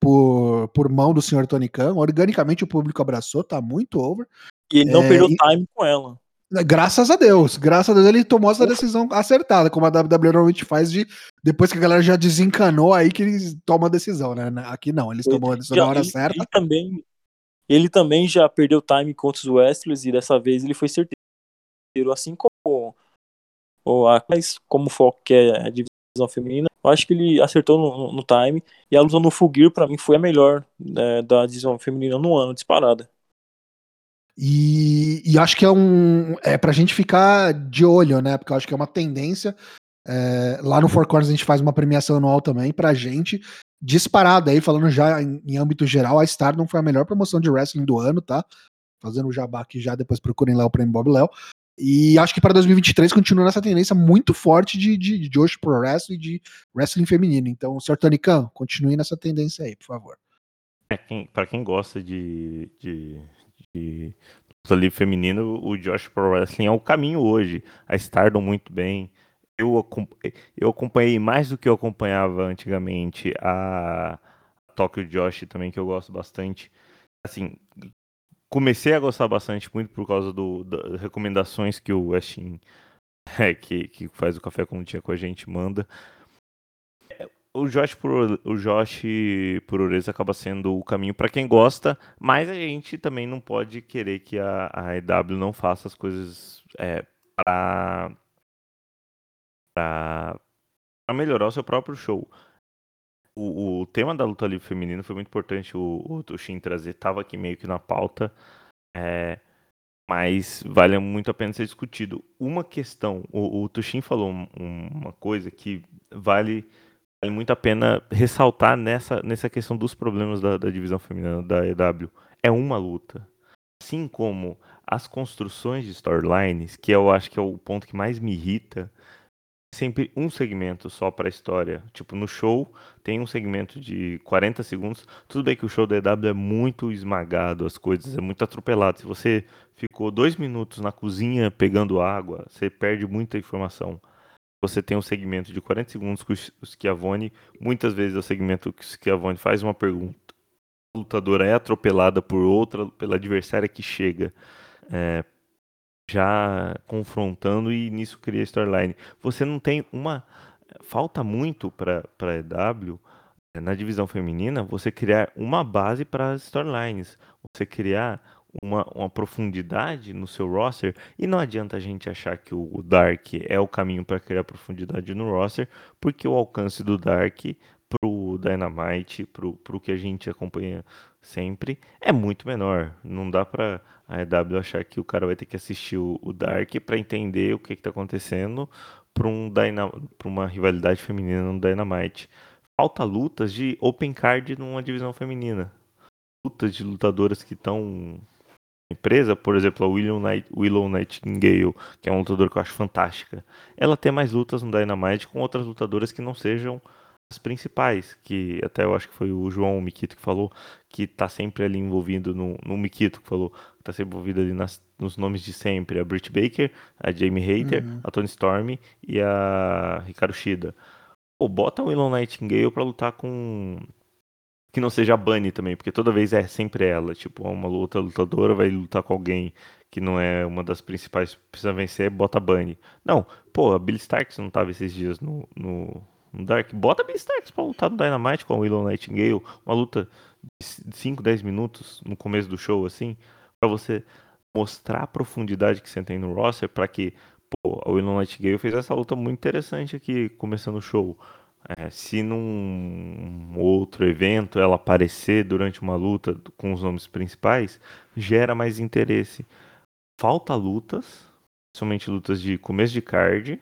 por mão do senhor Tony Khan. Organicamente o público abraçou, tá muito over. E ele não perdeu time com ela. Graças a Deus ele tomou essa decisão acertada, como a WWE normalmente faz depois que a galera já desencanou, aí que eles tomam a decisão, né? Aqui não, eles tomam a decisão na hora certa. Ele também já perdeu time contra os wrestlers e dessa vez ele foi certeiro, assim como como o foco que é a divisão feminina. Eu acho que ele acertou no time, e a luta no Full Gear pra mim foi a melhor da divisão feminina no ano, disparada. E acho que é pra gente ficar de olho, né? Porque eu acho que é uma tendência. Lá no Four Corners a gente faz uma premiação anual também pra gente. Disparada aí, falando já em âmbito geral, a Stardom foi a melhor promoção de wrestling do ano, tá? Fazendo o jabá aqui já, depois procurem lá o prêmio Bob Léo. E acho que para 2023 continua nessa tendência muito forte de Joshi Pro Wrestling e de wrestling feminino. Então, Sr. Tony Khan, continue nessa tendência aí, por favor. Pra quem gosta de luta livre feminino, o Joshi Pro Wrestling é o caminho hoje. A Stardom muito bem. Eu acompanhei mais do que eu acompanhava antigamente a Tokyo Joshi também, que eu gosto bastante. Assim, comecei a gostar bastante muito por causa das recomendações que o Westin, que faz o Café com Tia com a gente, manda. O Josh Puroreza acaba sendo o caminho para quem gosta, mas a gente também não pode querer que a EW não faça as coisas para melhorar o seu próprio show. O tema da luta livre feminina foi muito importante o Toshin trazer, estava aqui meio que na pauta, mas vale muito a pena ser discutido. Uma questão, o Toshin falou uma coisa que vale muito a pena ressaltar nessa questão dos problemas da divisão feminina da EW. É uma luta. Assim como as construções de storylines, que eu acho que é o ponto que mais me irrita, sempre um segmento só para a história. Tipo, no show tem um segmento de 40 segundos. Tudo bem que o show da EW é muito esmagado, as coisas é muito atropelado. Se você ficou 2 minutos na cozinha pegando água, você perde muita informação. Você tem um segmento de 40 segundos com o Schiavone. Muitas vezes é o segmento que o Schiavone faz uma pergunta. A lutadora é atropelada por outra, pela adversária que chega já confrontando, e nisso cria storyline. Você não tem falta muito para a EW na divisão feminina, você criar uma base para as storylines. Você criar uma profundidade no seu roster, e não adianta a gente achar que o Dark é o caminho para criar profundidade no roster, porque o alcance do Dark pro Dynamite, pro que a gente acompanha sempre, é muito menor. Não dá pra a EW achar que o cara vai ter que assistir o Dark para entender o que está acontecendo para uma rivalidade feminina no Dynamite. Falta lutas de open card numa divisão feminina. Lutas de lutadoras que estão empresa, por exemplo, a Willow Nightingale, que é uma lutadora que eu acho fantástica. Ela tem mais lutas no Dynamite com outras lutadoras que não sejam as principais, que até eu acho que foi o João Mikito que falou, que tá sempre ali envolvido no Mikito, que falou que tá sempre envolvido ali nos nomes de sempre, a Britt Baker, a Jamie Hayter, a Toni Storm e a Hikaru Shida. Pô, bota a Willow Nightingale pra lutar com... que não seja a Bunny também, porque toda vez é sempre ela, tipo, uma lutadora vai lutar com alguém que não é uma das principais, precisa vencer, bota a Bunny. Não, pô, a Billie Starkz não tava esses dias no Dark, bota a Billie Starkz pra lutar no Dynamite com a Willow Nightingale, uma luta de 5, 10 minutos no começo do show, assim, pra você mostrar a profundidade que você tem no roster, pra que, pô, a Willow Nightingale fez essa luta muito interessante aqui, começando o show. Se num outro evento ela aparecer durante uma luta com os nomes principais, gera mais interesse. Falta lutas, somente lutas de começo de card,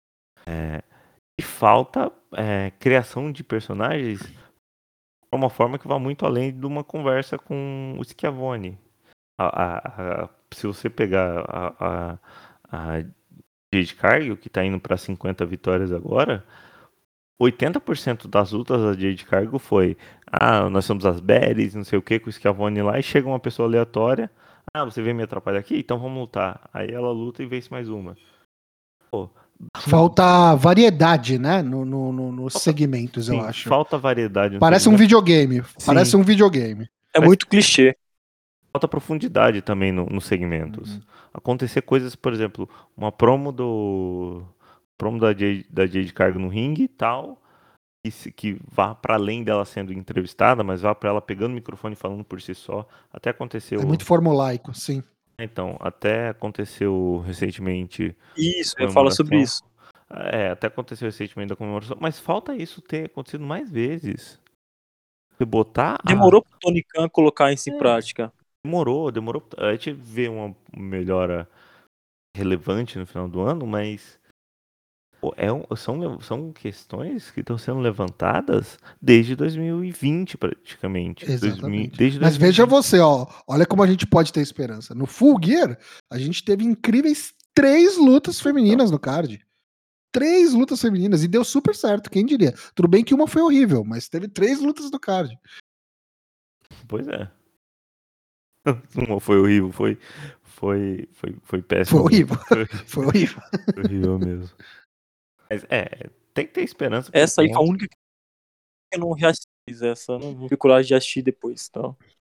e falta criação de personagens de uma forma que vá muito além de uma conversa com o Schiavone. Se você pegar a Jade Cargill, que está indo para 50 vitórias agora, 80% das lutas da Jade Cargill foi nós somos as baddies, não sei o que, com o Schiavone lá, e chega uma pessoa aleatória, você veio me atrapalhar aqui? Então vamos lutar. Aí ela luta e vence mais uma. Pô, Falta variedade, né? Nos segmentos, eu Sim, acho. falta variedade no Parece um segmento. videogame. Parece Sim. um videogame. É Mas- muito clichê. Falta profundidade também nos segmentos. Uhum. Acontecer coisas, por exemplo, uma promo da Jade Cargill no ringue e tal, que vá para além dela sendo entrevistada, mas vá para ela pegando o microfone e falando por si só. Até É aconteceu, muito formulaico, sim. então, até aconteceu recentemente Isso, eu ia falar sobre comemoração. isso. Até aconteceu recentemente da comemoração, mas falta isso ter acontecido mais vezes. Você botar Demorou pro Tony Khan colocar isso em prática. demorou. A gente vê uma melhora relevante no final do ano, mas pô, são questões que estão sendo levantadas desde 2020, praticamente. Exatamente. Desde Mas veja 2020. você, ó. Olha como a gente pode ter esperança. No Full Gear, a gente teve incríveis 3 lutas femininas no card. 3 lutas femininas. E deu super certo, quem diria? Tudo bem que uma foi horrível, mas teve 3 lutas no card. Pois é. Uma foi horrível, foi péssimo. Foi horrível. Foi Foi horrível. horrível mesmo. Mas tem que ter esperança. Essa aí foi a única que eu não reassisti. Essa eu não tive coragem de assistir depois. Então.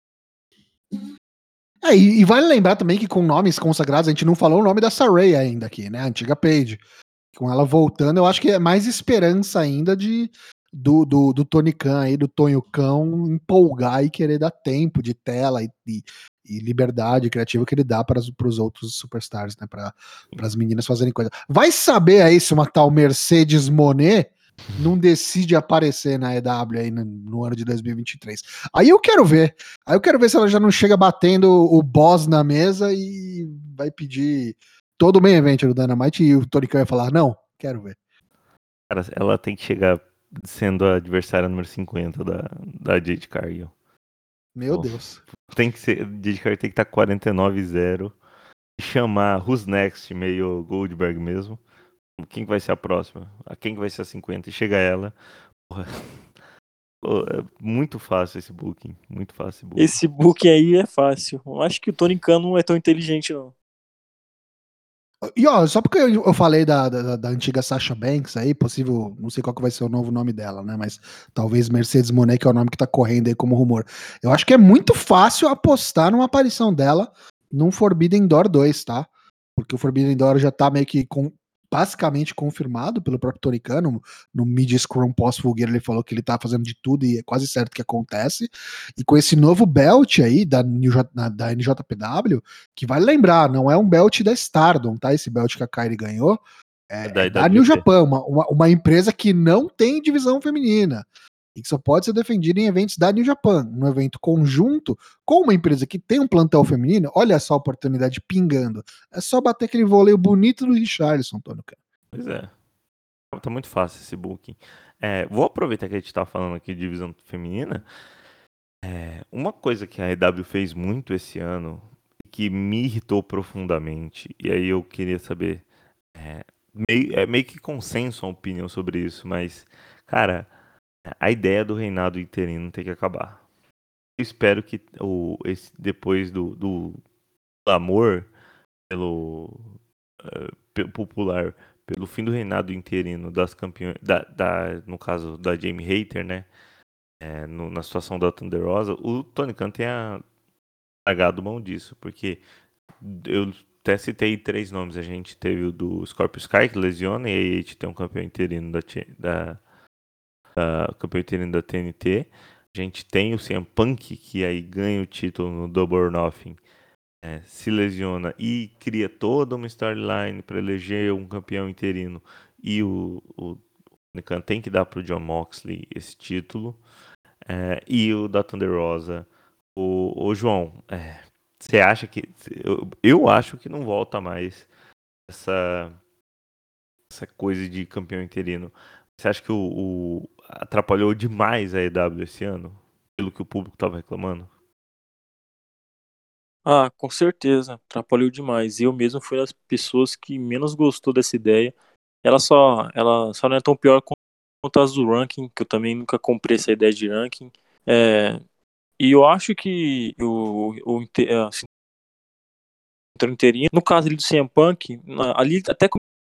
E vale lembrar também que com nomes consagrados, a gente não falou o nome da Sarray ainda aqui, né? A antiga Paige. Com ela voltando, eu acho que é mais esperança ainda do Tony Khan aí, do Tonho Cão, empolgar e querer dar tempo de tela e liberdade criativa que ele dá para os outros superstars, né? Para as meninas fazerem coisa. Vai saber aí se uma tal Mercedes Monet não decide aparecer na EW aí no ano de 2023. Aí eu quero ver. Aí eu quero ver se ela já não chega batendo o boss na mesa e vai pedir todo o main event do Dynamite e o Tony Khan vai falar, não, quero ver. Cara, ela tem que chegar sendo a adversária número 50 da Jade Cargill. Meu Pô, Deus. tem que ser, Jade Cargill tem que estar 49-0. Chamar Who's Next, meio Goldberg mesmo. Quem que vai ser a próxima? A quem que vai ser a 50? E chega ela. Porra. Pô, é muito fácil esse booking. Muito fácil esse booking. Esse book aí é fácil. Eu acho que o Tony Khan não é tão inteligente, não. E ó, só porque eu falei da antiga Sasha Banks aí, possível, não sei qual que vai ser o novo nome dela, né? Mas talvez Mercedes Monet, que é o nome que tá correndo aí como rumor. Eu acho que é muito fácil apostar numa aparição dela num Forbidden Door 2, tá? Porque o Forbidden Door já tá meio que basicamente confirmado pelo próprio Tony Khan. No Mid Scrum pós-Full Gear ele falou que ele tá fazendo de tudo e é quase certo que acontece. E com esse novo belt aí da NJPW, que vale lembrar, não é um belt da Stardom, tá? Esse belt que a Kairi ganhou é da New Japan, uma empresa que não tem divisão feminina e que só pode ser defendida em eventos da New Japan, um evento conjunto com uma empresa que tem um plantel feminino. Olha só a oportunidade pingando. É só bater aquele voleio bonito do Richarlison, Antônio. Pois é. Tá muito fácil esse booking. Vou aproveitar que a gente tá falando aqui de divisão feminina. Uma coisa que a EW fez muito esse ano, que me irritou profundamente, e aí eu queria saber, meio que consenso a opinião sobre isso, mas, cara, a ideia do reinado interino tem que acabar. Eu espero que depois do clamor pelo popular, pelo fim do reinado interino das campeões, no caso da Jamie Hayter, né? Na situação da Thunder Rosa, o Tony Khan tenha largado mão disso, porque eu até citei 3 nomes. A gente teve o do Scorpio Sky, que lesiona, e aí a gente tem um campeão interino campeão interino da TNT. A gente tem o CM Punk, que aí ganha o título no Double or Nothing, se lesiona e cria toda uma storyline para eleger um campeão interino. E o Tony Khan tem que dar para o Jon Moxley esse título. E o da Thunder Rosa. O João, você acha que... Eu acho que não volta mais essa coisa de campeão interino. Você acha que atrapalhou demais a EW esse ano? Pelo que o público estava reclamando? Ah, com certeza. Atrapalhou demais. Eu mesmo fui das pessoas que menos gostou dessa ideia. Ela só não é tão pior quanto as do ranking, que eu também nunca comprei essa ideia de ranking. E eu acho que assim, interino, no caso ali do CM Punk, ali até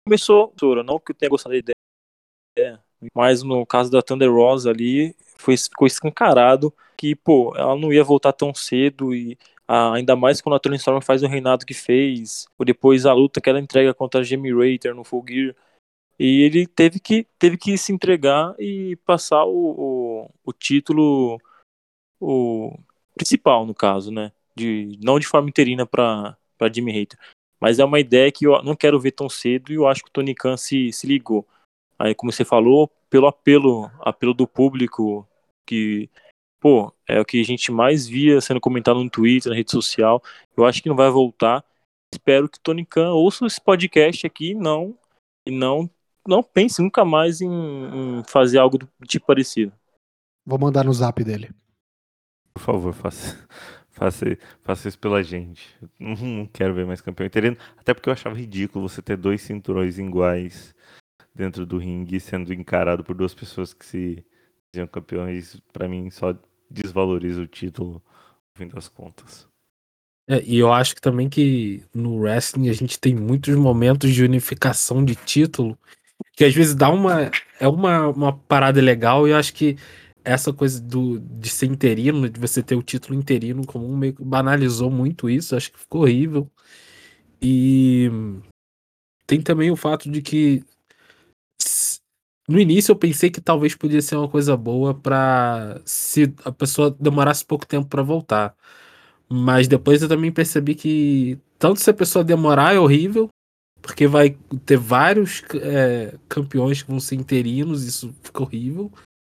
começou, não que eu tenha gostado da ideia, mas no caso da Thunder Rosa ali, ficou escancarado que, pô, ela não ia voltar tão cedo e ainda mais quando a Toni Storm faz o reinado que fez, ou depois a luta que ela entrega contra a Jamie Rayter no Full Gear, e ele teve que se entregar e passar o título, o principal no caso, né, não de forma interina para Jamie Rayter, mas é uma ideia que eu não quero ver tão cedo e eu acho que o Tony Khan se ligou. Aí, como você falou, pelo apelo do público, que, pô, é o que a gente mais via sendo comentado no Twitter, na rede social. Eu acho que não vai voltar. Espero que o Tony Khan ouça esse podcast aqui e não pense nunca mais em fazer algo do tipo parecido. Vou mandar no zap dele. Por favor, faça, faça isso pela gente. Eu não quero ver mais campeão interino. Até porque eu achava ridículo você ter 2 cinturões iguais dentro do ringue sendo encarado por 2 pessoas que se diziam campeões. Pra mim, só desvaloriza o título, no fim das contas. E eu acho que também que no wrestling a gente tem muitos momentos de unificação de título que às vezes uma parada legal, e eu acho que essa coisa de ser interino, de você ter o título interino comum, meio que banalizou muito isso, acho que ficou horrível. E tem também o fato de que no início eu pensei que talvez podia ser uma coisa boa pra se a pessoa demorasse pouco tempo pra voltar. Mas depois eu também percebi que tanto se a pessoa demorar é horrível, porque vai ter vários campeões que vão ser interinos, isso fica horrível.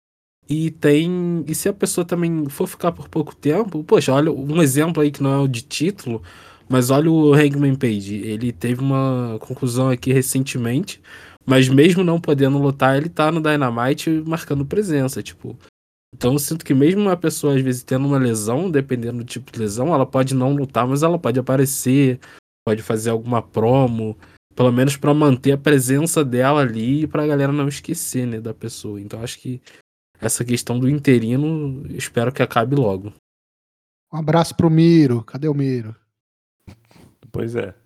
E se a pessoa também for ficar por pouco tempo, poxa, olha um exemplo aí que não é o de título, mas olha o Hangman Page. Ele teve uma conclusão aqui recentemente, mas mesmo não podendo lutar, ele tá no Dynamite marcando presença, tipo. Então eu sinto que mesmo uma pessoa, às vezes, tendo uma lesão, dependendo do tipo de lesão, ela pode não lutar, mas ela pode aparecer, pode fazer alguma promo, pelo menos pra manter a presença dela ali e pra galera não esquecer, né, da pessoa. Então acho que essa questão do interino, eu espero que acabe logo. Um abraço pro Miro. Cadê o Miro? Pois é.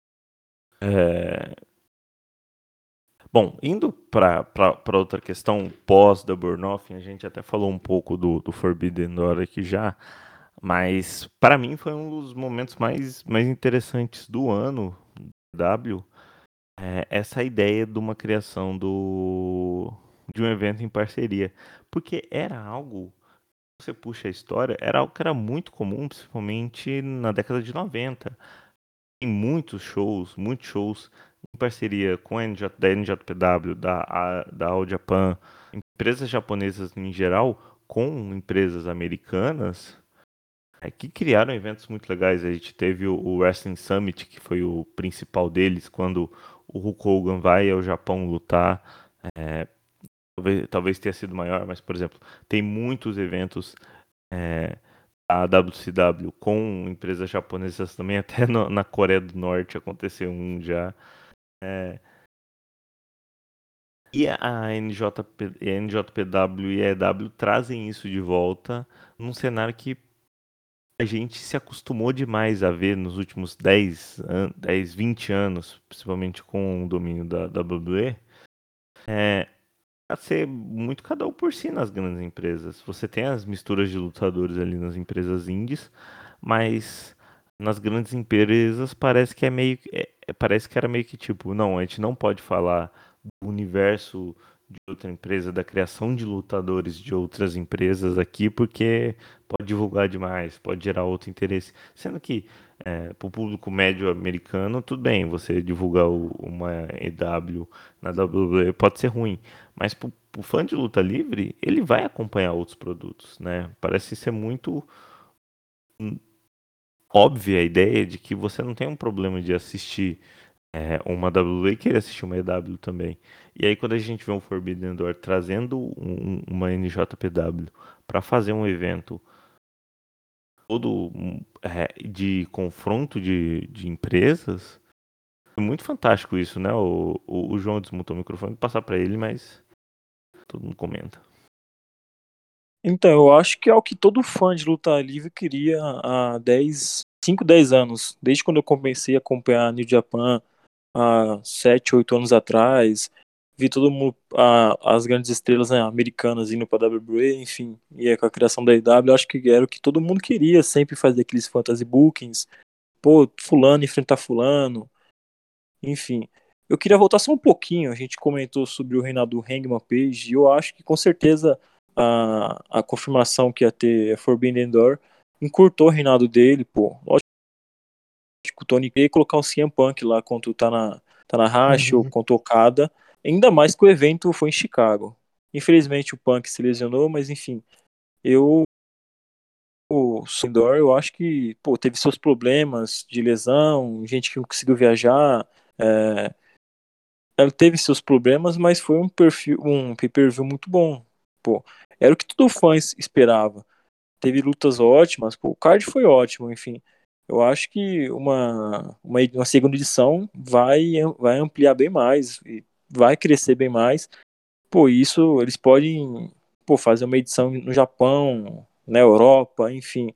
Bom, indo para outra questão pós da Burnoff, a gente até falou um pouco do Forbidden Door aqui já, mas para mim foi um dos momentos mais interessantes do ano W, essa ideia de uma criação de um evento em parceria, porque era algo, você puxa a história, era algo que era muito comum, principalmente na década de 90. Tem muitos shows em parceria com a da NJPW, da All Japan, empresas japonesas em geral, com empresas americanas, que criaram eventos muito legais. A gente teve o Wrestling Summit, que foi o principal deles, quando o Hulk Hogan vai ao Japão lutar. É, talvez tenha sido maior, mas, por exemplo, tem muitos eventos a WCW com empresas japonesas também, até na Coreia do Norte aconteceu um já. E a NJPW e a EW trazem isso de volta num cenário que a gente se acostumou demais a ver nos últimos 10, 20 anos, principalmente com o domínio da WWE, a ser muito cada um por si nas grandes empresas. Você tem as misturas de lutadores ali nas empresas indies, mas nas grandes empresas parece que parece que era meio que tipo, não, a gente não pode falar do universo de outra empresa, da criação de lutadores de outras empresas aqui, porque pode divulgar demais, pode gerar outro interesse. Sendo que para o público médio americano, tudo bem, você divulgar uma EW na WWE pode ser ruim, mas para o fã de luta livre, ele vai acompanhar outros produtos, né? Parece ser muito óbvia a ideia de que você não tem um problema de assistir uma WWE e querer assistir uma EW também. E aí quando a gente vê um Forbidden Door trazendo uma NJPW para fazer um evento todo de confronto de empresas, é muito fantástico isso, né? O João desmutou o microfone, vou passar para ele, mas todo mundo comenta. Então, eu acho que é o que todo fã de luta livre queria há 5, 10 anos. Desde quando eu comecei a acompanhar New Japan, há 7, 8 anos atrás. Vi todo mundo, as grandes estrelas, né, americanas indo pra WWE, enfim, e com a criação da EW, acho que era o que todo mundo queria, sempre fazer aqueles fantasy bookings, pô, fulano enfrentar fulano, enfim. Eu queria voltar só um pouquinho, a gente comentou sobre o reinado do Hangman Page, e eu acho que com certeza a confirmação que ia ter a Forbidden Door encurtou o reinado dele, pô. Lógico que o Tony queria colocar o CM Punk lá contra o Tanahashi ou Uhum. contra o Okada, ainda mais que o evento foi em Chicago. Infelizmente o Punk se lesionou, mas enfim, eu o Sindor, eu acho que, pô, teve seus problemas de lesão, gente que não conseguiu viajar, é, ela teve seus problemas, mas foi um pay-per-view muito bom. Pô, era o que todo fã esperava. Teve lutas ótimas, pô, o card foi ótimo, enfim. Eu acho que uma segunda edição vai ampliar bem mais, e vai crescer bem mais. Pô, isso eles podem, pô, fazer uma edição no Japão, na Europa, enfim.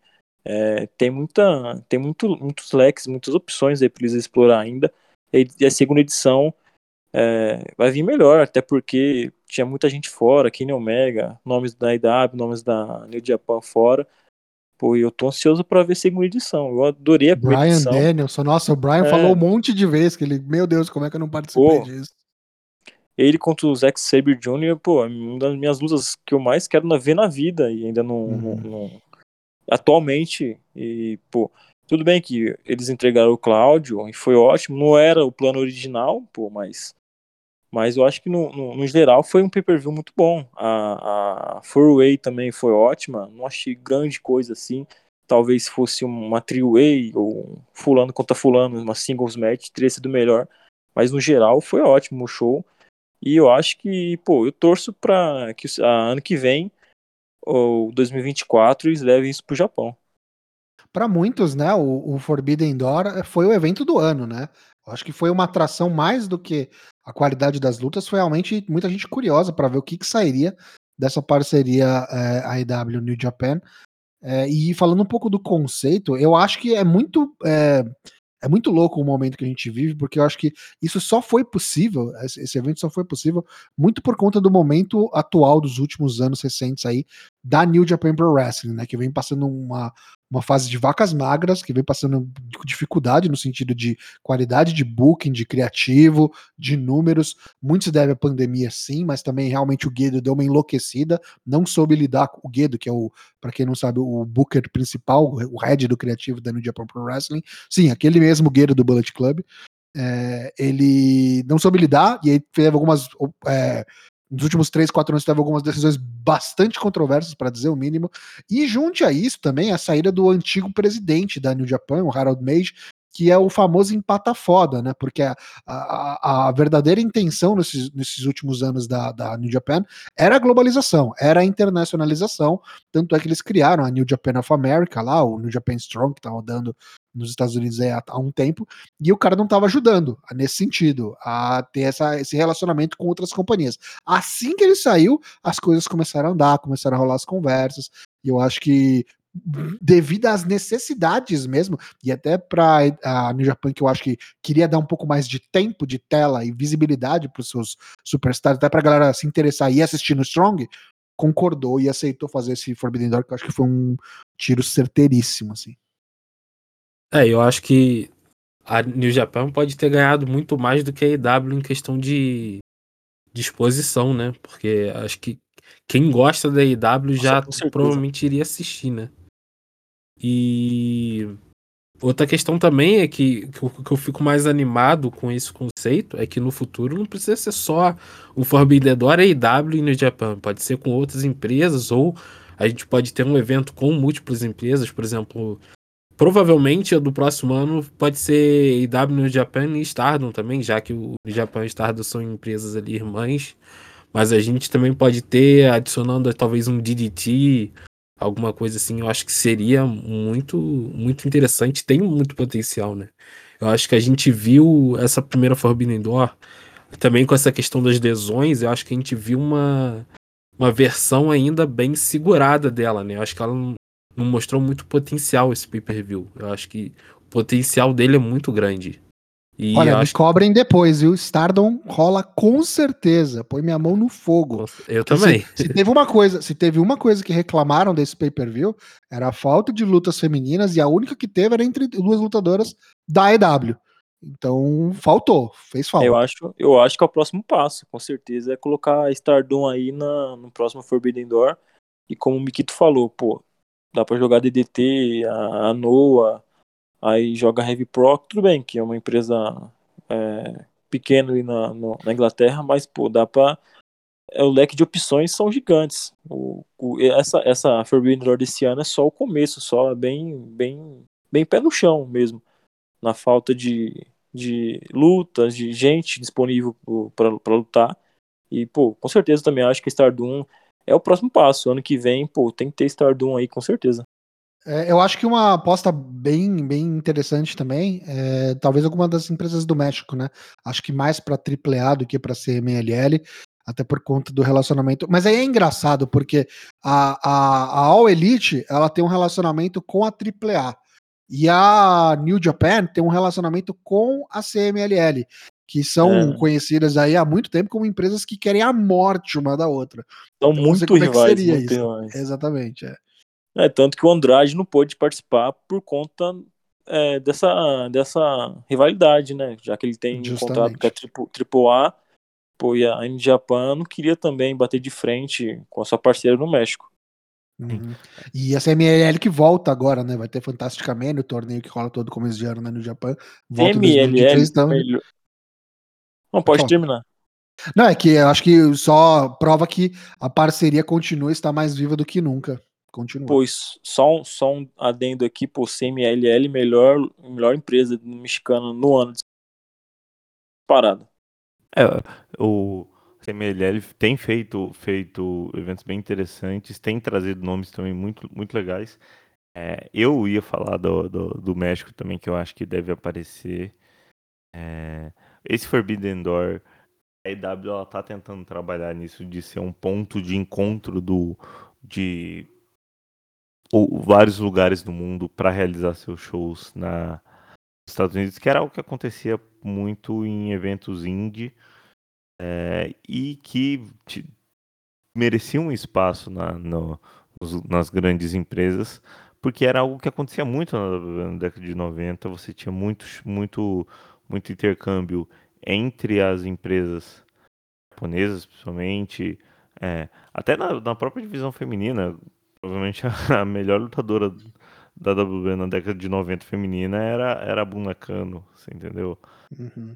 Muitos leques, muitas opções aí para eles explorar ainda. E a segunda edição vai vir melhor, até porque tinha muita gente fora, Kenny Omega, nomes da IW, nomes da New Japan fora. Pô, e eu tô ansioso pra ver a segunda edição. Eu adorei a primeira Brian edição. Danielson, nossa, o Brian falou um É, monte de vezes que ele, meu Deus, como é que eu não participei pô, disso? ele contra o Zack Sabre Jr., pô, é uma das minhas lutas que eu mais quero ver na vida e ainda Uhum. atualmente. E, pô, tudo bem que eles entregaram o Cláudio e foi ótimo. Não era o plano original, pô, mas eu acho que no geral foi um pay-per-view muito bom. A Four-Way também foi ótima. Não achei grande coisa assim. Talvez fosse uma three-way ou fulano contra fulano, uma singles match, teria sido melhor. Mas no geral foi ótimo o show. E eu acho que, pô, eu torço pra que ano que vem, ou 2024, eles levem isso pro Japão. Para muitos, né, o Forbidden Door foi o evento do ano, né? Eu acho que foi uma atração mais do que a qualidade das lutas, foi realmente muita gente curiosa para ver o que sairia dessa parceria AEW New Japan. E falando um pouco do conceito, eu acho que é muito louco o momento que a gente vive, porque eu acho que isso só foi possível, esse evento só foi possível muito por conta do momento atual dos últimos anos recentes aí da New Japan Pro Wrestling, né, que vem passando uma fase de vacas magras, que vem passando dificuldade no sentido de qualidade de booking, de criativo, de números. Muito se deve à pandemia, sim, mas também realmente o Guedo deu uma enlouquecida, não soube lidar com o Guedo, que é o, para quem não sabe, o booker principal, o head do criativo da New Japan Pro Wrestling. Sim, aquele mesmo Guedo do Bullet Club. Ele não soube lidar e aí teve algumas. Nos últimos 3, 4 anos teve algumas decisões bastante controversas, para dizer o mínimo. E junte a isso também a saída do antigo presidente da New Japan, o Harold Meij, que é o famoso empata foda, né? Porque a verdadeira intenção nesses últimos anos da New Japan era a globalização, era a internacionalização. Tanto é que eles criaram a New Japan of America lá, o New Japan Strong, que tá rodando nos Estados Unidos há um tempo, e o cara não estava ajudando nesse sentido, a ter esse relacionamento com outras companhias. Assim que ele saiu, as coisas começaram a andar, começaram a rolar as conversas, e eu acho que devido às necessidades mesmo, e até para a New Japan, que eu acho que queria dar um pouco mais de tempo de tela e visibilidade para os seus superstars, até para a galera se interessar e assistir no Strong, concordou e aceitou fazer esse Forbidden Door, que eu acho que foi um tiro certeiríssimo, assim. Eu acho que a New Japan pode ter ganhado muito mais do que a AEW em questão de exposição, né? Porque acho que quem gosta da AEW Nossa, já com certeza. provavelmente iria assistir, né? E outra questão também é que eu fico mais animado com esse conceito é que no futuro não precisa ser só o Forbidden Door, AEW e New Japan. Pode ser com outras empresas ou a gente pode ter um evento com múltiplas empresas, por exemplo. Provavelmente a do próximo ano pode ser IW no Japan e Stardom também, já que o Japan e Stardom são empresas ali irmãs. Mas a gente também pode ter, adicionando talvez um DDT, alguma coisa assim. Eu acho que seria muito interessante, tem muito potencial, né? Eu acho que a gente viu essa primeira Forbidden Door, também com essa questão das lesões, eu acho que a gente viu uma versão ainda bem segurada dela, né? Eu acho que ela não mostrou muito potencial esse pay-per-view. Eu acho que o potencial dele é muito grande. E Olha, eu me acho cobrem depois, viu? Stardom rola com certeza. Põe minha mão no fogo. eu Porque também. se teve uma coisa que reclamaram desse pay-per-view, era a falta de lutas femininas e a única que teve era entre duas lutadoras da EW. Então, faltou, fez falta. Eu acho que é o próximo passo, com certeza, é colocar a Stardom aí no próximo Forbidden Door. E como o Mikito falou, pô, dá pra jogar DDT, a Noah, aí joga Heavy Pro, tudo bem que é uma empresa pequena ali na Inglaterra, mas, pô, dá pra. O leque de opções são gigantes. Essa Forbidden Door desse ano é só o começo, só bem pé no chão mesmo. Na falta de lutas, de gente disponível para lutar. E, pô, com certeza também acho que Stardom é o próximo passo. Ano que vem, pô, tem que ter Stardom aí, com certeza. Eu acho que uma aposta bem interessante também é talvez alguma das empresas do México, né? Acho que mais para AAA do que para CMLL, até por conta do relacionamento. Mas aí é engraçado, porque a All Elite ela tem um relacionamento com a AAA. E a New Japan tem um relacionamento com a CMLL, que são É, conhecidas aí há muito tempo como empresas que querem a morte uma da outra. são Então vamos ver muito como é que rivais, seria muito isso. rivais. Exatamente, é. Tanto que o Andrade não pôde participar por conta dessa rivalidade, né? Já que ele tem um contrato com a Justamente. AAA, pô, e a New Japan não queria também bater de frente com a sua parceira no México. Uhum. E a CMLL que volta agora, né? Vai ter Fantasticamente, o torneio que rola todo começo de ano, né, no Japão. Volta em CMLL, 2023, então. melhor. Não, Pode pode falar. terminar. Não, é que eu acho que só prova que a parceria continua e está mais viva do que nunca. Continua. Pois só um adendo aqui, pô, CMLL, melhor empresa mexicana no ano disparado. É, o CMLL tem feito eventos bem interessantes, tem trazido nomes também muito legais. Eu ia falar do México também, que eu acho que deve aparecer. Esse Forbidden Door, a EW ela tá tentando trabalhar nisso de ser um ponto de encontro de vários lugares do mundo para realizar seus shows nos Estados Unidos, que era algo que acontecia muito em eventos indie, e que merecia um espaço nas grandes empresas, porque era algo que acontecia muito na década de 90. Você tinha muito intercâmbio entre as empresas japonesas, principalmente, até na própria divisão feminina. Provavelmente a melhor lutadora da WWE na década de 90 feminina era a Buna Kano, você entendeu? Uhum.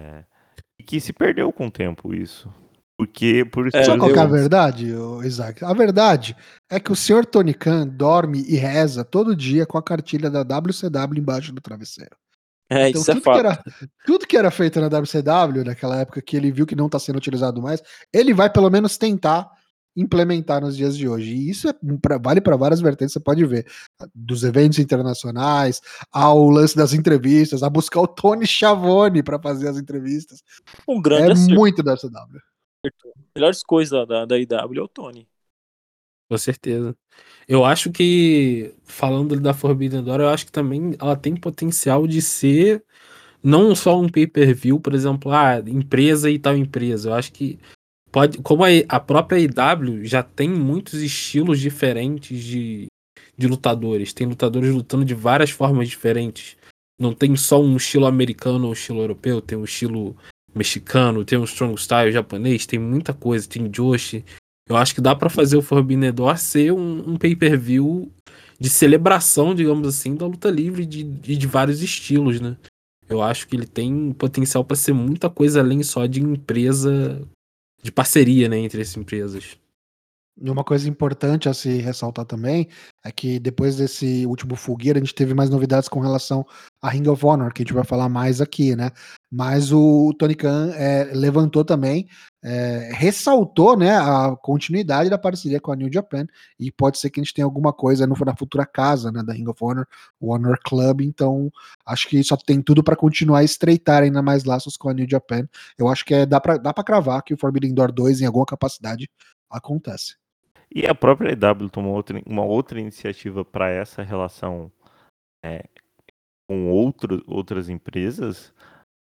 E que se perdeu com o tempo isso. Porque por Sabe escolhas qual que é a diferentes. verdade, Isaac? A verdade é que o senhor Tony Khan dorme e reza todo dia com a cartilha da WCW embaixo do travesseiro. Então Isso é fato. tudo que era feito na WCW naquela época que ele viu que não está sendo utilizado mais, ele vai pelo menos tentar implementar nos dias de hoje. E isso vale para várias vertentes, você pode ver, dos eventos internacionais, ao lance das entrevistas, a buscar o Tony Schiavone para fazer as entrevistas. Um É grande acerto. muito WCW. Melhores coisas da IW é o Tony. Com certeza. Eu acho que, falando da Forbidden Door, eu acho que também ela tem potencial de ser não só um pay-per-view, por exemplo, empresa e tal empresa. Eu acho que pode, como a própria IW já tem muitos estilos diferentes de lutadores. Tem lutadores lutando de várias formas diferentes. Não tem só um estilo americano ou um estilo europeu, tem um estilo mexicano, tem um strong style japonês, tem muita coisa, tem Joshi. Eu acho que dá pra fazer o Forbidden Door ser um pay-per-view de celebração, digamos assim, da luta livre de vários estilos, né? Eu acho que ele tem potencial pra ser muita coisa além só de empresa, de parceria, né, entre essas empresas. E uma coisa importante a se ressaltar também é que depois desse último Full Gear, a gente teve mais novidades com relação a Ring of Honor, que a gente vai falar mais aqui, né? Mas o Tony Khan levantou também, ressaltou, né, a continuidade da parceria com a New Japan, e pode ser que a gente tenha alguma coisa na futura casa, né, da Ring of Honor, o Honor Club. Então acho que só tem tudo para continuar a estreitar ainda mais laços com a New Japan. Eu acho que dá para cravar que o Forbidden Door 2 em alguma capacidade acontece. E a própria EW tomou uma outra iniciativa para essa relação com outras empresas,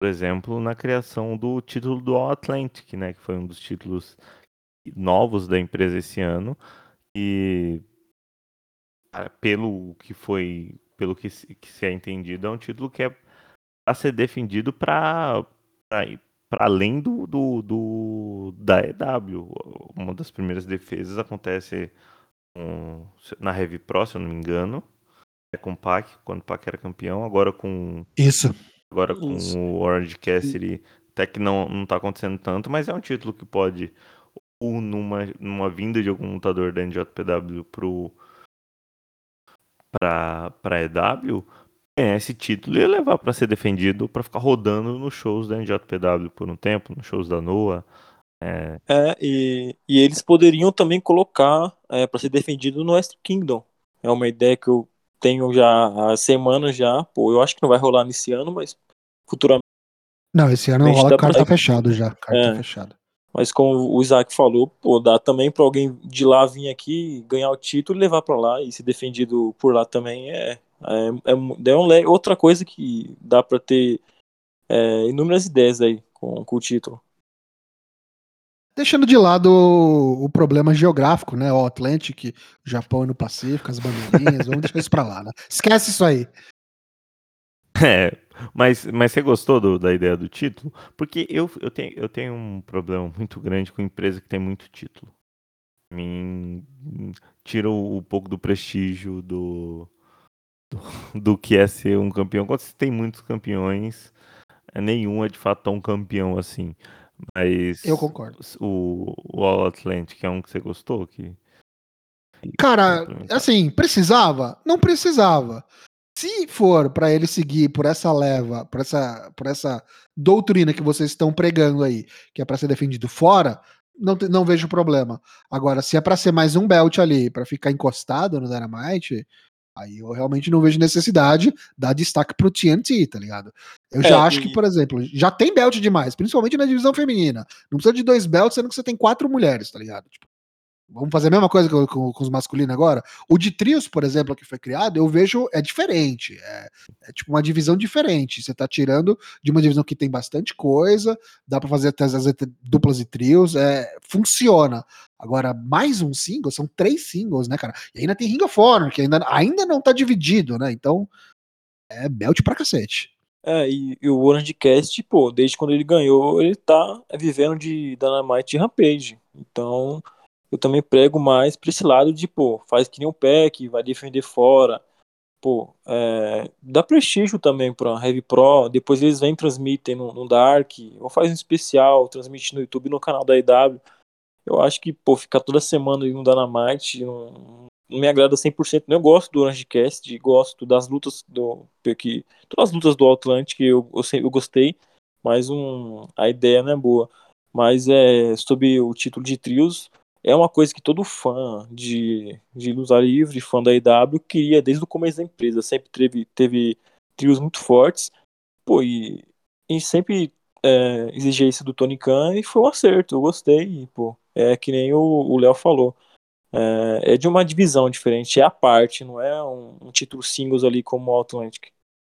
por exemplo, na criação do título do All Atlantic, né, que foi um dos títulos novos da empresa esse ano, e pelo que se é entendido, é um título que é a ser defendido para além da EW. Uma das primeiras defesas acontece na Heavy Pro, se eu não me engano, com o Pac, quando o Pac era campeão, agora com Isso. Isso. o Orange Cassidy, até que não tá acontecendo tanto, mas é um título que pode, ou numa vinda de algum lutador da NJPW pra EW, ganhar esse título e levar pra ser defendido, pra ficar rodando nos shows da NJPW por um tempo, nos shows da NOAH. E eles poderiam também colocar para ser defendido no West Kingdom. É uma ideia que eu tenho já há semanas já. Pô, eu acho que não vai rolar nesse ano, mas futuramente Não, esse ano não rola, dá o carta pra. fechado já. Carta É, fechada. mas como o Isaac falou, pô, dá também para alguém de lá vir aqui, ganhar o título e levar para lá e ser defendido por lá também outra coisa que dá para ter inúmeras ideias aí com o título. Deixando de lado o problema geográfico, né? O Atlântico, o Japão e no Pacífico, as bandeirinhas, vamos deixar isso pra lá, né? Esquece isso aí. É, mas você gostou da ideia do título? Porque eu tenho um problema muito grande com empresa que tem muito título. Mim tira um pouco do prestígio do que é ser um campeão. Quando você tem muitos campeões, nenhum é de fato tão campeão assim. Eu Mas concordo. o All Atlantic é um que você gostou? Que foi Cara, implementado? assim, precisava? Não precisava. Se for pra ele seguir por essa leva, por essa doutrina que vocês estão pregando aí, que é pra ser defendido fora, não vejo problema. Agora, se é pra ser mais um belt ali, pra ficar encostado no Dynamite, aí eu realmente não vejo necessidade dar destaque pro TNT, tá ligado? Eu já acho que, E por exemplo, já tem belt demais, principalmente na divisão feminina. Não precisa de 2 belts, sendo que você tem 4 mulheres, tá ligado? Tipo, vamos fazer a mesma coisa com os masculinos agora? O de trios, por exemplo, que foi criado, eu vejo é diferente. É tipo uma divisão diferente. Você tá tirando de uma divisão que tem bastante coisa, dá pra fazer até as duplas e trios, funciona. Agora, mais um single, são 3 singles, né, cara? E ainda tem Ring of Honor, que ainda não tá dividido, né? Então, é belt pra cacete. e o Orange Cast, pô, desde quando ele ganhou, ele tá vivendo de Dynamite e Rampage. Então, eu também prego mais pra esse lado de, pô, faz que nem o PEC, vai defender fora. Pô, dá prestígio também pra Heavy Pro. Depois eles vêm transmitem no Dark, ou faz um especial, transmite no YouTube no canal da EW. Eu acho que, pô, ficar toda semana aí no Dynamite não me agrada 100%. Eu gosto do Orange Cast, gosto das lutas todas as lutas do Outland que eu gostei, mas a ideia não é boa. Mas sobre o título de trios, é uma coisa que todo fã de luta livre, fã da EW, queria desde o começo da empresa. Sempre teve trios muito fortes, pô, e sempre exigia isso do Tony Khan e foi um acerto, eu gostei, e, pô, é que nem o Léo falou. É de uma divisão diferente, é a parte, não é um título singles ali como o Atlantic.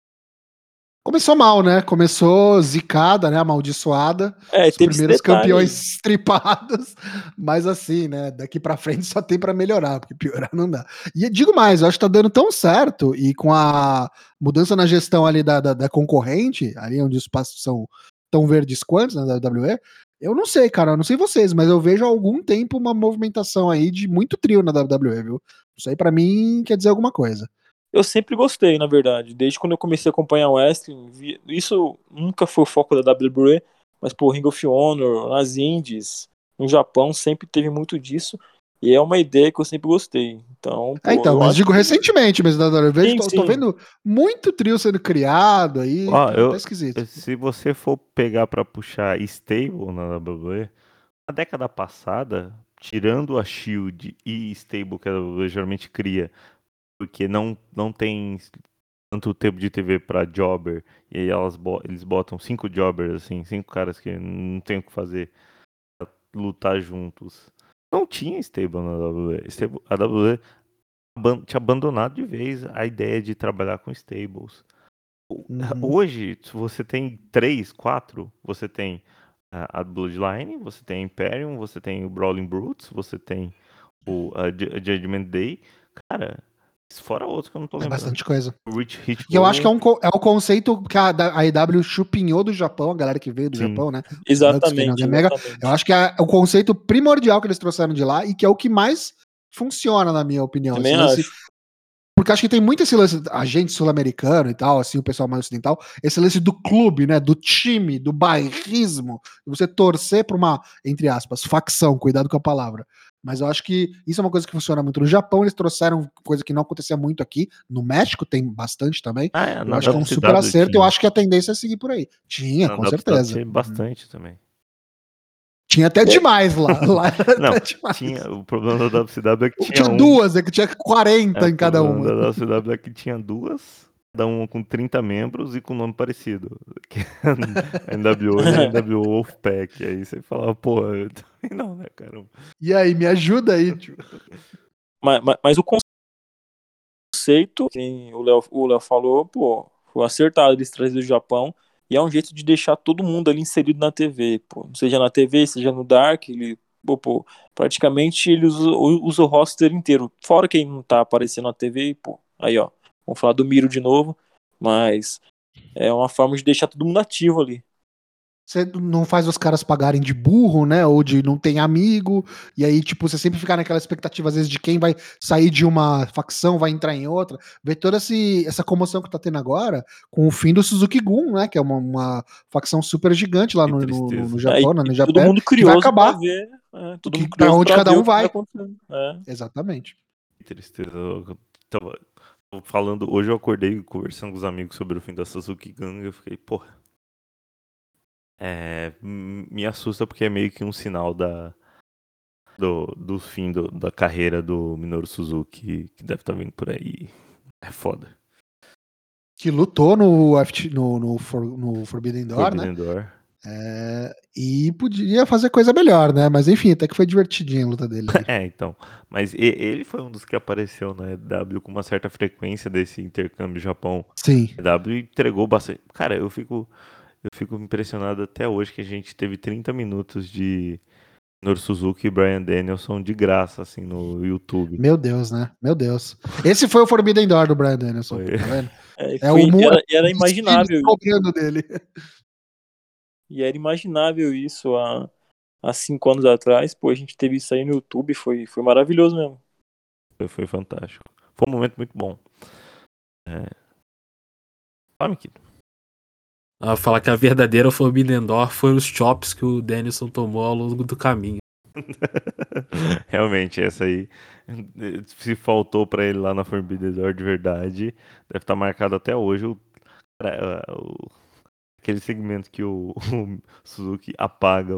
Começou mal, né? Começou zicada, né? Amaldiçoada. Os Teve esse primeiros detalhe aí. campeões tripados. Mas assim, né? Daqui pra frente só tem pra melhorar, porque piorar não dá. E digo mais, eu acho que tá dando tão certo. E com a mudança na gestão ali da concorrente, ali onde os passos são tão verdes quantos, na WWE, eu não sei, cara. Eu não sei vocês, mas eu vejo há algum tempo uma movimentação aí de muito trio na WWE, viu? Isso aí pra mim quer dizer alguma coisa. Eu sempre gostei, na verdade. Desde quando eu comecei a acompanhar o wrestling, isso nunca foi o foco da WWE, mas pô, Ring of Honor, nas indies, no Japão sempre teve muito disso. E é uma ideia que eu sempre gostei. Então, pô, Então, eu mas acho digo que recentemente, mas eu vejo, sim, tô sim. vendo muito trio sendo criado aí, Ó, tá esquisito. se você for pegar pra puxar stable na WWE, na década passada, tirando a Shield e stable que a WWE geralmente cria, porque não tem tanto tempo de TV pra jobber, e aí eles botam 5 jobbers, assim, 5 caras que não tem o que fazer, pra lutar juntos. Não tinha stable na WWE. A WWE tinha abandonado de vez a ideia de trabalhar com stables. Uhum. Hoje, se você tem 3, 4, você tem a Bloodline, você tem a Imperium, você tem o Brawling Brutes, você tem a Judgment Day. Cara, fora outros que eu não tô É lembrando. bastante coisa. O Rich Hit E eu acho que Roll, é o conceito que a EW chupinhou do Japão, a galera que veio do sim. Japão, né? Os Bucks, Kenny Exatamente, Omega. exatamente. Eu acho que é o conceito primordial que eles trouxeram de lá e que é o que mais funciona, na minha opinião. Também Esse lance, acho. porque acho que tem muito esse lance, a gente sul-americano e tal, assim, o pessoal mais ocidental, esse lance do clube, né? Do time, do bairrismo, de você torcer pra uma, entre aspas, facção, cuidado com a palavra. Mas eu acho que isso é uma coisa que funciona muito. No Japão, eles trouxeram coisa que não acontecia muito aqui. No México tem bastante também. Eu Na acho que é um super WCW acerto. Eu tinha. acho que a tendência é seguir por aí. Tinha, Na com WCW certeza. tinha bastante também. Tinha até demais lá. Lá era Não, até demais. tinha, o problema da WCW é que tinha Tinha duas, é que tinha 40 o em cada problema uma. da WCW é que tinha duas, cada uma com 30 membros e com nome parecido. Que é a NWO e a NWO Wolfpack. Aí você falava, pô, eu também não, né, caramba. E aí, me ajuda aí, tio. Mas o conceito, que o Léo falou, pô, foi acertado eles trazerem do Japão. E é um jeito de deixar todo mundo ali inserido na TV, pô. Seja na TV, seja no Dark, pô, praticamente ele usa o roster inteiro. Fora quem não tá aparecendo na TV, pô. Aí, ó. Vamos falar do Miro de novo. Mas é uma forma de deixar todo mundo ativo ali. Você não faz os caras pagarem de burro, né? Ou de não tem amigo. E aí, tipo, você sempre fica naquela expectativa, às vezes, de quem vai sair de uma facção, vai entrar em outra. Ver toda essa comoção que tá tendo agora com o fim do Suzuki Gun, né? Que é uma facção super gigante lá Que no tristeza. Japão, E no todo Japan, mundo que vai curioso pra acabar. ver. Todo Que, mundo pra curioso onde pra cada ver um o que vai vai. acontecendo. Exatamente. Que tristeza. Tô falando, hoje eu acordei conversando com os amigos sobre o fim da Suzuki Gun e eu fiquei, porra. Me assusta porque é meio que um sinal do fim da carreira do Minoru Suzuki, que deve estar vindo por aí. É foda. Que lutou no Forbidden Door, né? Forbidden Door. E podia fazer coisa melhor, né? Mas enfim, até que foi divertidinha a luta dele ali. Então. Mas ele foi um dos que apareceu na EW com uma certa frequência desse intercâmbio Sim. Japão-EW e entregou bastante. Cara, eu fico impressionado até hoje que a gente teve 30 minutos de Minoru Suzuki e Bryan Danielson de graça, assim, no YouTube. Meu Deus, né? Meu Deus. Esse foi o Forbidden Door do Bryan Danielson, Foi. tá vendo? E É o mundo era imaginável. cobrando dele. E era imaginável isso há 5 anos atrás. Pô, a gente teve isso aí no YouTube. Foi maravilhoso mesmo. Foi fantástico. Foi um momento muito bom. Fala, Mikito. Falar que a verdadeira Forbidden Door foi os chops que o Danielson tomou ao longo do caminho. Realmente, essa aí, se faltou pra ele lá na Forbidden Door de verdade, deve estar marcado até hoje. Cara, aquele segmento que o Suzuki apaga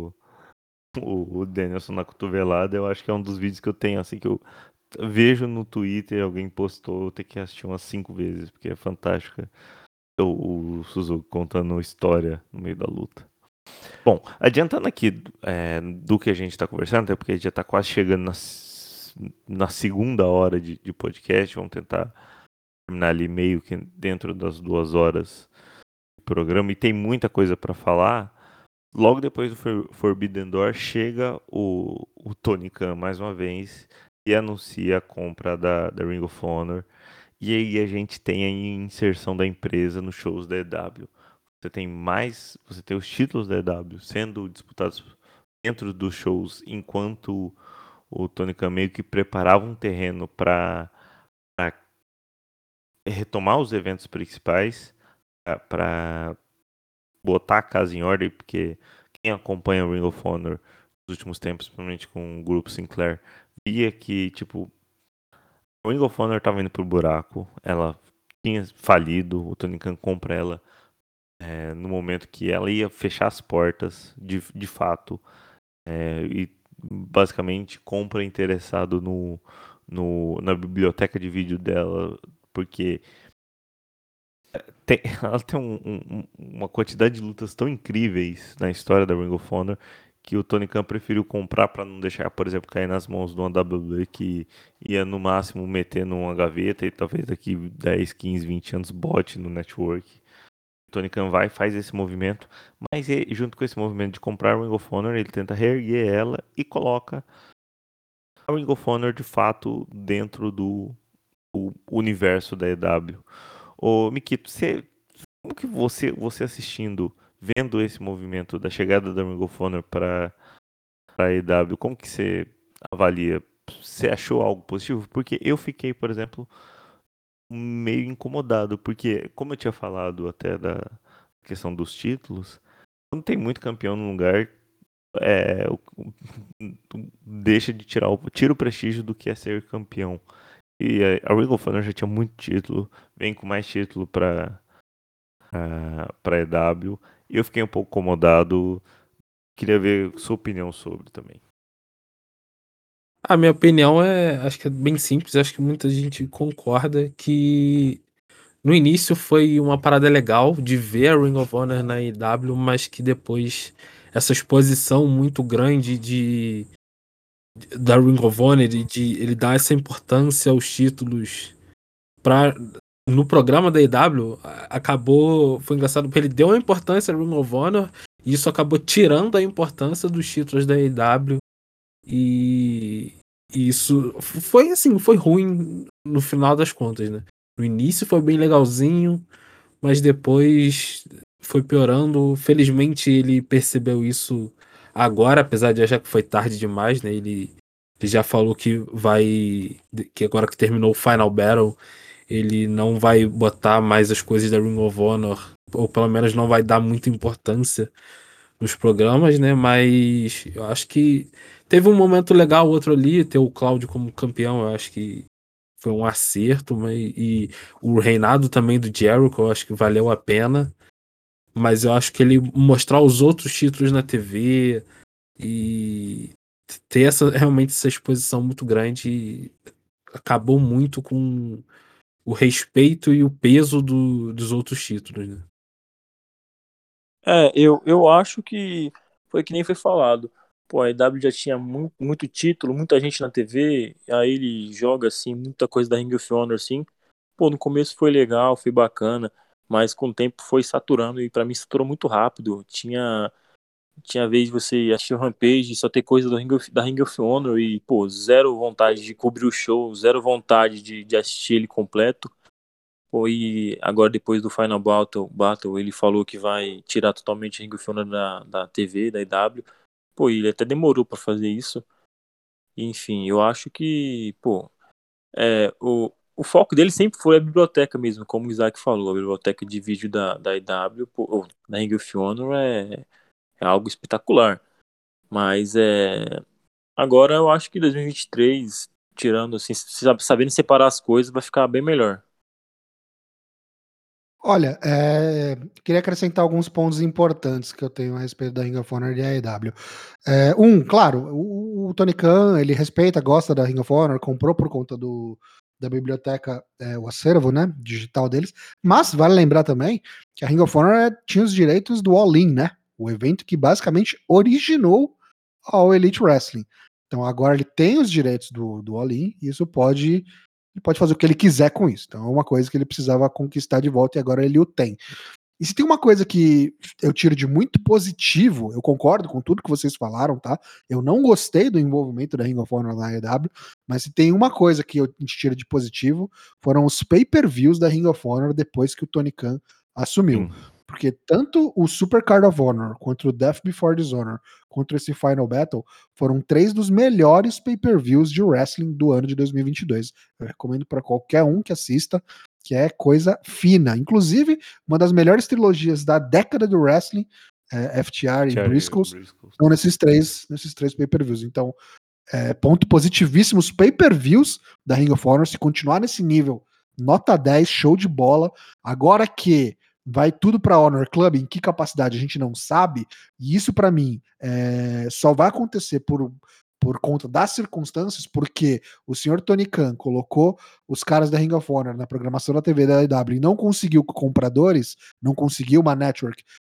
o Danielson na cotovelada, eu acho que é um dos vídeos que eu tenho, assim, que eu vejo no Twitter, alguém postou, eu tenho que assistir umas 5 vezes, porque é fantástico. O Suzuki contando história no meio da luta. Bom, adiantando aqui do que a gente está conversando, até porque a gente já está quase chegando na segunda hora de podcast, vamos tentar terminar ali meio que dentro das 2 horas do programa, e tem muita coisa para falar. Logo depois do Forbidden Door, chega o Tony Khan mais uma vez e anuncia a compra da Ring of Honor. E aí a gente tem a inserção da empresa nos shows da EW. Você tem os títulos da EW sendo disputados dentro dos shows, enquanto o Tony Khan meio que preparava um terreno para retomar os eventos principais, para botar a casa em ordem, porque quem acompanha o Ring of Honor nos últimos tempos, principalmente com o grupo Sinclair, via que, tipo, o Ring of Honor estava indo pro buraco, ela tinha falido, o Tony Khan compra ela no momento que ela ia fechar as portas, de fato, e basicamente compra interessado na biblioteca de vídeo dela, porque ela tem uma quantidade de lutas tão incríveis na história da Ring of Honor que o Tony Khan preferiu comprar para não deixar, por exemplo, cair nas mãos de uma WWE que ia no máximo meter numa gaveta e talvez daqui 10, 15, 20 anos bote no network. O Tony Khan vai e faz esse movimento, mas junto com esse movimento de comprar a Ring of Honor, ele tenta reerguer ela e coloca a Ring of Honor de fato dentro do universo da EW. Ô, Mikito, como que você assistindo, vendo esse movimento da chegada da Ring of Honor para a EW, como que você avalia? Você achou algo positivo? Porque eu fiquei, por exemplo, meio incomodado, porque como eu tinha falado até da questão dos títulos, não tem muito campeão no lugar, é, deixa de tira o prestígio do que é ser campeão. E a Ring of Honor já tinha muito título, vem com mais título para EW. E eu fiquei um pouco incomodado. Queria ver sua opinião sobre também. A minha opinião acho que é bem simples, acho que muita gente concorda que no início foi uma parada legal de ver a Ring of Honor na EW, mas que depois essa exposição muito grande da Ring of Honor, de ele dar essa importância aos títulos no programa da EW, foi engraçado porque ele deu uma importância à Ring of Honor e isso acabou tirando a importância dos títulos da EW e isso foi assim, foi ruim no final das contas, né? No início foi bem legalzinho, mas depois foi piorando. Felizmente ele percebeu isso agora, apesar de achar que foi tarde demais, né? Ele já falou que agora que terminou o Final Battle, ele não vai botar mais as coisas da Ring of Honor, ou pelo menos não vai dar muita importância nos programas, né? Mas eu acho que teve um momento legal, outro ali, ter o Cláudio como campeão, eu acho que foi um acerto, e o reinado também do Jericho, eu acho que valeu a pena. Mas eu acho que ele mostrar os outros títulos na TV e ter realmente essa exposição muito grande acabou muito com o respeito e o peso dos outros títulos, né? Eu acho que foi que nem foi falado. Pô, a EW já tinha muito título, muita gente na TV, aí ele joga assim, muita coisa da Ring of Honor assim. Pô, no começo foi legal, foi bacana, mas com o tempo foi saturando e pra mim saturou muito rápido. Tinha vez de você assistir o Rampage e só ter coisa da Ring of Honor e, pô, zero vontade de cobrir o show, zero vontade de assistir ele completo. Pô, e agora depois do Final Battle, ele falou que vai tirar totalmente a Ring of Honor da TV, da EW. Pô, e ele até demorou pra fazer isso. Enfim, eu acho que, pô, o foco dele sempre foi a biblioteca mesmo, como o Isaac falou, a biblioteca de vídeo da EW, pô, ou da Ring of Honor é algo espetacular. Mas agora eu acho que 2023, tirando assim, sabendo separar as coisas, vai ficar bem melhor. Olha, queria acrescentar alguns pontos importantes que eu tenho a respeito da Ring of Honor e da AEW. Claro, o Tony Khan, ele respeita, gosta da Ring of Honor, comprou por conta da biblioteca, o acervo, né, digital deles, mas vale lembrar também que a Ring of Honor tinha os direitos do All In, né, o evento que basicamente originou ao Elite Wrestling. Então agora ele tem os direitos do All In e isso ele pode fazer o que ele quiser com isso. Então é uma coisa que ele precisava conquistar de volta e agora ele o tem. E se tem uma coisa que eu tiro de muito positivo, eu concordo com tudo que vocês falaram, tá? Eu não gostei do envolvimento da Ring of Honor na AEW, mas se tem uma coisa que eu tiro de positivo, foram os pay-per-views da Ring of Honor depois que o Tony Khan assumiu. Porque tanto o Super Card of Honor, quanto o Death Before Dishonor, quanto esse Final Battle, foram 3 dos melhores pay-per-views de wrestling do ano de 2022. Eu recomendo para qualquer um que assista, que é coisa fina. Inclusive, uma das melhores trilogias da década do wrestling, FTR e Briscoes, estão nesses três pay-per-views. Então, ponto positivíssimo, os pay-per-views da Ring of Honor, se continuar nesse nível, nota 10, show de bola. Agora que vai tudo para Honor Club, em que capacidade a gente não sabe, e isso para mim só vai acontecer por conta das circunstâncias, porque o senhor Tony Khan colocou os caras da Ring of Honor na programação da TV da AEW e não conseguiu compradores, não conseguiu uma network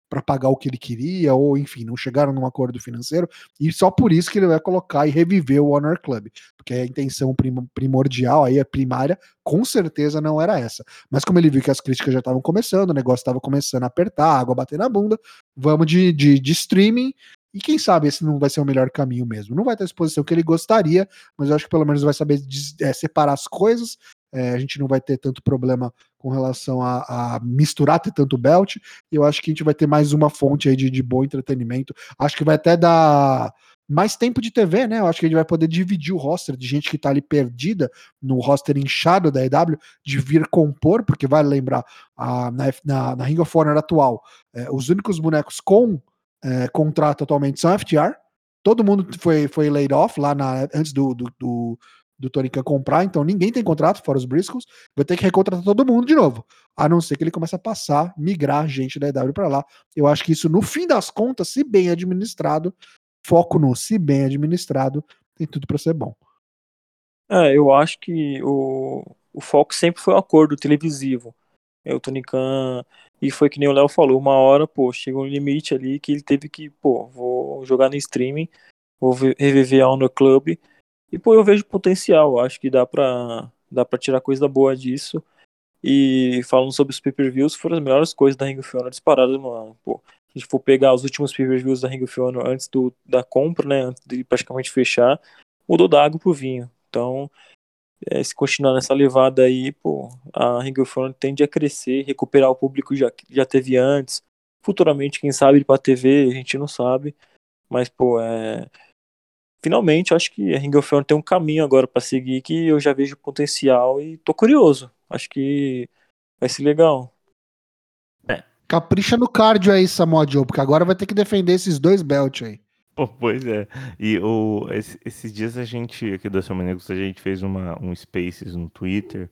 para pagar o que ele queria, ou enfim, não chegaram num acordo financeiro, e só por isso que ele vai colocar e reviver o Honor Club, porque a intenção primordial, aí a primária, com certeza não era essa. Mas como ele viu que as críticas já estavam começando, o negócio estava começando a apertar, a água bater na bunda, vamos de streaming, e quem sabe esse não vai ser o melhor caminho mesmo. Não vai ter a exposição que ele gostaria, mas eu acho que pelo menos vai saber separar as coisas. A gente não vai ter tanto problema com relação a misturar, ter tanto belt. E eu acho que a gente vai ter mais uma fonte aí de bom entretenimento. Acho que vai até dar mais tempo de TV, né? Eu acho que a gente vai poder dividir o roster de gente que tá ali perdida no roster inchado da EW, de vir compor, porque vale lembrar, na Ring of Honor atual, os únicos bonecos com contrato atualmente são FTR. Todo mundo foi laid off lá antes do Tony Khan comprar, então ninguém tem contrato, fora os Briscoes, vai ter que recontratar todo mundo de novo, a não ser que ele comece a passar, migrar gente da EW para lá. Eu acho que isso, no fim das contas, se bem administrado, foco no se bem administrado, tem tudo para ser bom. Eu acho que o foco sempre foi o acordo televisivo. O Tony Khan, e foi que nem o Léo falou, uma hora, pô, chegou um limite ali que ele teve que, pô, vou jogar no streaming, vou reviver a Honor Club, e pô, eu vejo potencial, acho que dá pra tirar coisa boa disso. E falando sobre os pay-per-views, foram as melhores coisas da Ring of Honor disparadas, mano. Pô, se a gente for pegar os últimos pay-per-views da Ring of Honor antes da compra, né, antes de praticamente fechar, mudou da água pro vinho. Então, se continuar nessa levada aí, pô, a Ring of Honor tende a crescer, recuperar o público que já teve antes. Futuramente, quem sabe, ir pra TV, a gente não sabe. Mas, pô, finalmente, eu acho que a Ring of Honor tem um caminho agora pra seguir que eu já vejo potencial e tô curioso. Acho que vai ser legal. Capricha no cardio aí, Samoa Joe, porque agora vai ter que defender esses 2 belts aí. Pô, pois é. E esses dias a gente, aqui do Astromaníacos, a gente fez um Spaces no Twitter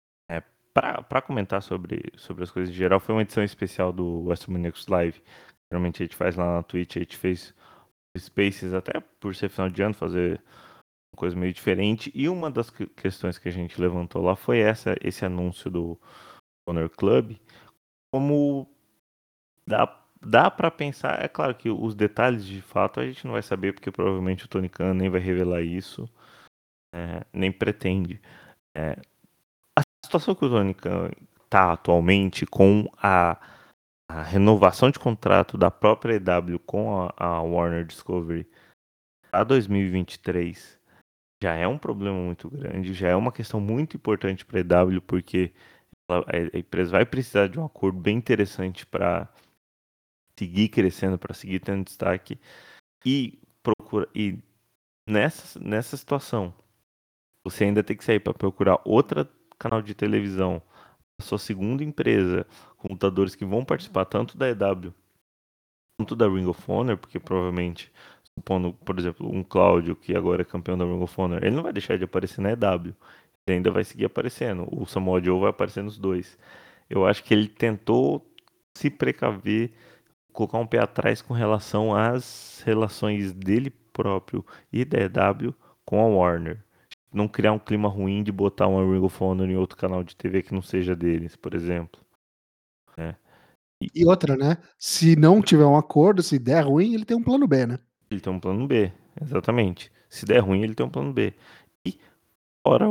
para comentar sobre as coisas em geral. Foi uma edição especial do Astromaníacos Live. Geralmente a gente faz lá na Twitch, a gente fez Spaces até por ser final de ano, fazer uma coisa meio diferente. E uma das questões que a gente levantou lá foi esse anúncio do Honor Club. Como dá para pensar, é claro que os detalhes de fato a gente não vai saber, porque provavelmente o Tony Khan nem vai revelar isso, nem pretende. A situação que o Tony Khan está atualmente com a renovação de contrato da própria EW com a Warner Discovery para 2023 já é um problema muito grande, já é uma questão muito importante para a EW, porque a empresa vai precisar de um acordo bem interessante para seguir crescendo, para seguir tendo destaque e nessa situação você ainda tem que sair para procurar outra canal de televisão, a sua segunda empresa, com lutadores que vão participar tanto da EW quanto da Ring of Honor, porque provavelmente, supondo, por exemplo, um Cláudio, que agora é campeão da Ring of Honor, ele não vai deixar de aparecer na EW, ele ainda vai seguir aparecendo, o Samoa Joe vai aparecer nos dois. Eu acho que ele tentou se precaver, colocar um pé atrás com relação às relações dele próprio e da EW com a Warner. Não criar um clima ruim de botar uma Ring of Honor em outro canal de TV que não seja deles, por exemplo. E outra, né? Se não tiver um acordo, se der ruim, ele tem um plano B, né? Ele tem um plano B, exatamente. Se der ruim, ele tem um plano B. E fora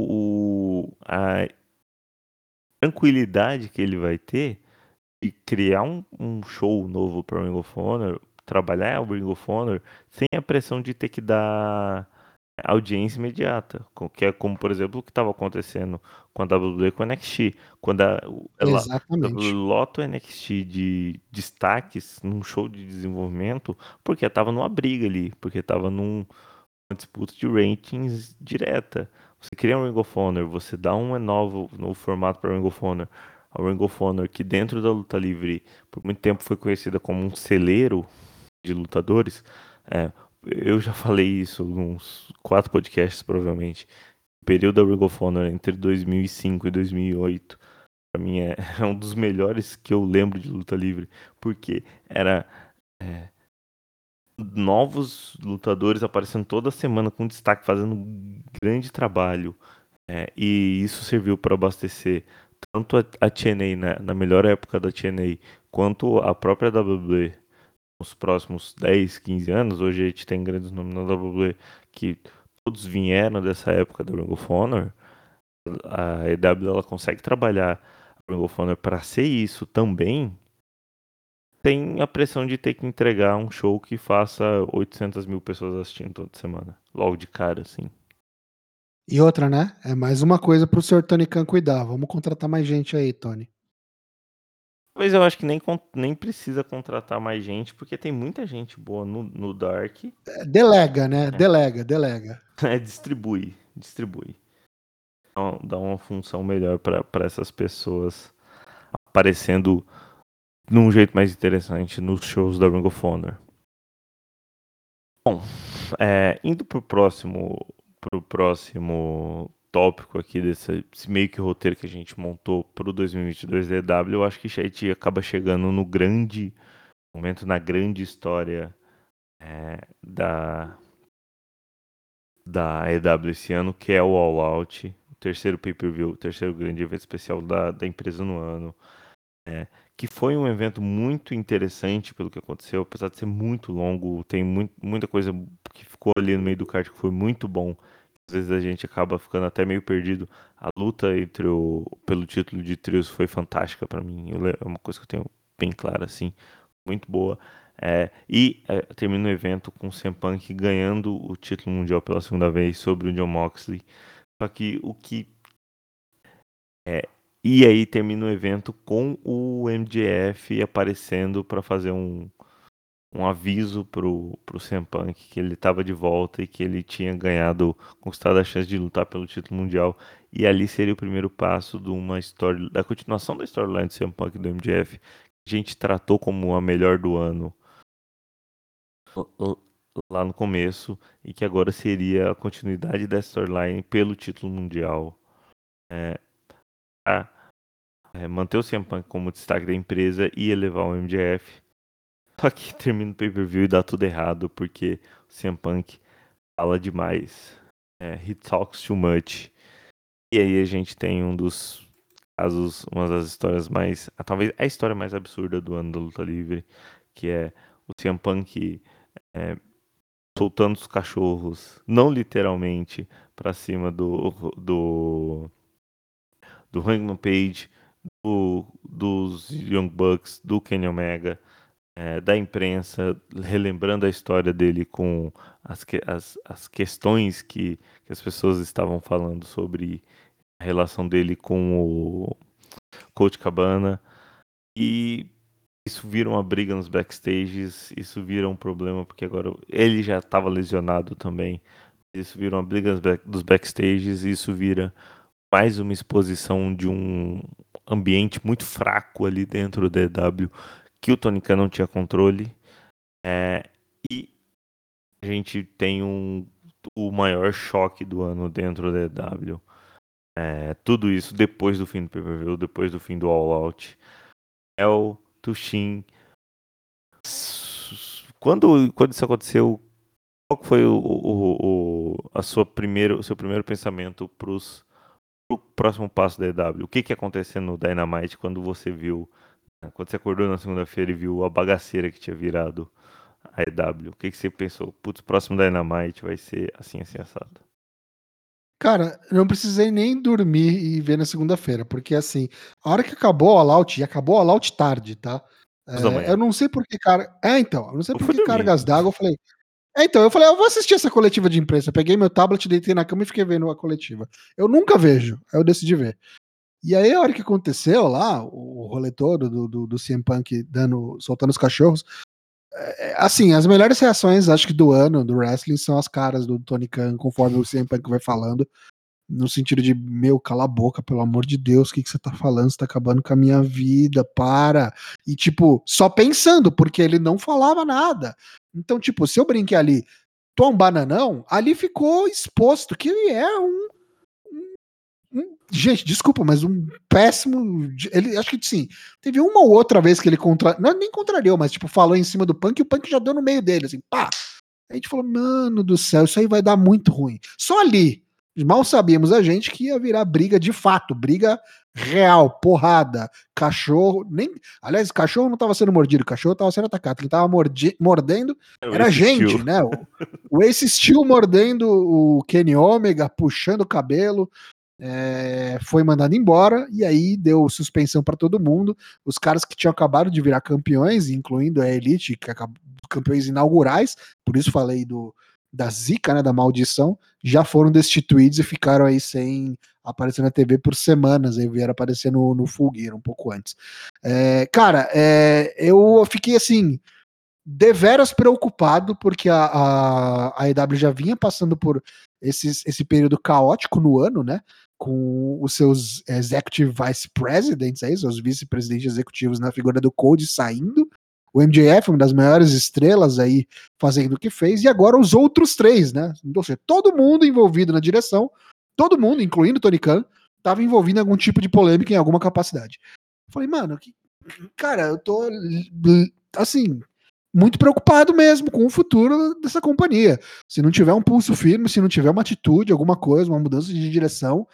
a tranquilidade que ele vai ter de criar um show novo para Ring of Honor, trabalhar o Ring of Honor sem a pressão de ter que dar audiência imediata, que é como, por exemplo, o que estava acontecendo com a WWE com a NXT. Quando ela Exatamente. lota o NXT de destaques num show de desenvolvimento, porque estava numa briga ali, porque estava numa disputa de ratings direta. Você cria um Ring of Honor, você dá um novo formato para Ring of Honor. A Ring of Honor, que dentro da luta livre por muito tempo foi conhecida como um celeiro de lutadores, eu já falei isso uns 4 podcasts, provavelmente. O período da Ring of Honor entre 2005 e 2008, pra mim é um dos melhores que eu lembro de luta livre, porque era novos lutadores aparecendo toda semana com destaque, fazendo um grande trabalho. E isso serviu para abastecer tanto a TNA, na melhor época da TNA, quanto a própria WWE nos próximos 10, 15 anos, hoje a gente tem grandes nomes na WWE que todos vieram dessa época do Ring of Honor, a EW ela consegue trabalhar o Ring of Honor para ser isso também, tem a pressão de ter que entregar um show que faça 800 mil pessoas assistindo toda semana, logo de cara, assim. E outra, né? É mais uma coisa pro Sr. Tony Khan cuidar. Vamos contratar mais gente aí, Tony. Talvez eu acho que nem precisa contratar mais gente, porque tem muita gente boa no Dark. Delega, né? Delega. Distribui. Dá uma função melhor para essas pessoas aparecendo num jeito mais interessante nos shows da Ring of Honor. Bom, indo pro próximo tópico aqui desse meio que roteiro que a gente montou pro 2022 da EW, eu acho que a gente acaba chegando no grande momento, na grande história da EW esse ano, que é o All Out, o terceiro pay-per-view, o terceiro grande evento especial da empresa no ano. Que foi um evento muito interessante pelo que aconteceu, apesar de ser muito longo, tem muita coisa que ficou ali no meio do card que foi muito bom. Às vezes a gente acaba ficando até meio perdido. A luta pelo título de trios foi fantástica pra mim. É uma coisa que eu tenho bem clara, assim, muito boa. Termina o evento com o CM Punk ganhando o título mundial pela segunda vez sobre o Jon Moxley. Só que E aí termina o evento com o MJF aparecendo para fazer um aviso pro CM Punk que ele estava de volta e que ele tinha conquistado a chance de lutar pelo título mundial. E ali seria o primeiro passo de uma história, da continuação da storyline do CM Punk e do MJF, que a gente tratou como a melhor do ano lá no começo, e que agora seria a continuidade da storyline pelo título mundial. Manter o CM Punk como destaque da empresa e elevar o MJF. Só que termina o pay-per-view e dá tudo errado, porque o CM Punk fala demais. He talks too much. E aí a gente tem um dos casos, uma das histórias mais... talvez a história mais absurda do ano da luta livre, que é o CM Punk soltando os cachorros, não literalmente, pra cima do Hangman Page, dos Young Bucks, do Kenny Omega, da imprensa, relembrando a história dele com as questões que as pessoas estavam falando sobre a relação dele com o Colt Cabana. E isso vira uma briga nos backstages, isso vira um problema, porque agora ele já estava lesionado também. Isso vira uma briga dos backstages, e isso vira mais uma exposição de um ambiente muito fraco ali dentro da EW, que o Tony Khan não tinha controle. E a gente tem o maior choque do ano dentro da EW. Tudo isso depois do fim do pay-per-view, depois do fim do All Out. El, Tushin. Quando isso aconteceu, qual foi o seu primeiro pensamento pro próximo passo da EW? O que ia acontecer no Dynamite quando você viu, quando você acordou na segunda-feira e viu a bagaceira que tinha virado a EW? O que você pensou? Putz, próximo Dynamite vai ser assim assado. Cara, eu não precisei nem dormir e ver na segunda-feira, porque assim, a hora que acabou o All Out, e acabou o All Out tarde, tá? Eu não sei por que, cara. Eu não sei por que cargas d'água. Eu falei, eu vou assistir essa coletiva de imprensa. Eu peguei meu tablet, deitei na cama e fiquei vendo a coletiva. Eu nunca vejo, aí eu decidi ver. E aí, a hora que aconteceu lá, o rolê todo do CM Punk soltando os cachorros, assim, as melhores reações, acho que do ano, do wrestling, são as caras do Tony Khan, conforme o CM Punk vai falando, no sentido de, cala a boca, pelo amor de Deus, o que você tá falando? Você tá acabando com a minha vida, para. E, tipo, só pensando, porque ele não falava nada. Então, tipo, se eu brinquei ali, tu é um bananão, ali ficou exposto que ele é gente, desculpa, mas um péssimo. Ele, acho que sim. Teve uma ou outra vez que ele nem contrariou, mas tipo, falou em cima do Punk e o Punk já deu no meio dele, assim, pá. A gente falou, mano do céu, isso aí vai dar muito ruim. Só ali. Mal sabíamos a gente que ia virar briga de fato, briga real, porrada, cachorro, nem, aliás, cachorro não estava sendo mordido, cachorro estava sendo atacado, quem estava mordendo era gente, né? O Ace Steel mordendo o Kenny Omega, puxando o cabelo, foi mandado embora, e aí deu suspensão para todo mundo. Os caras que tinham acabado de virar campeões, incluindo a Elite, campeões inaugurais, por isso falei da zica, né, da maldição, já foram destituídos e ficaram aí sem aparecer na TV por semanas, aí vieram aparecer no Full Gear um pouco antes. Cara, eu fiquei assim, deveras preocupado, porque a AEW já vinha passando por esse período caótico no ano, né? Com os seus Executive Vice Presidents, seus vice-presidentes executivos na figura do Cody saindo, o MJF, uma das maiores estrelas aí, fazendo o que fez, e agora os outros três, né? Ou seja, todo mundo envolvido na direção, todo mundo, incluindo o Tony Khan, estava envolvido em algum tipo de polêmica, em alguma capacidade. Eu falei, mano, cara, eu tô assim, muito preocupado mesmo com o futuro dessa companhia. Se não tiver um pulso firme, se não tiver uma atitude, alguma coisa, uma mudança de direção,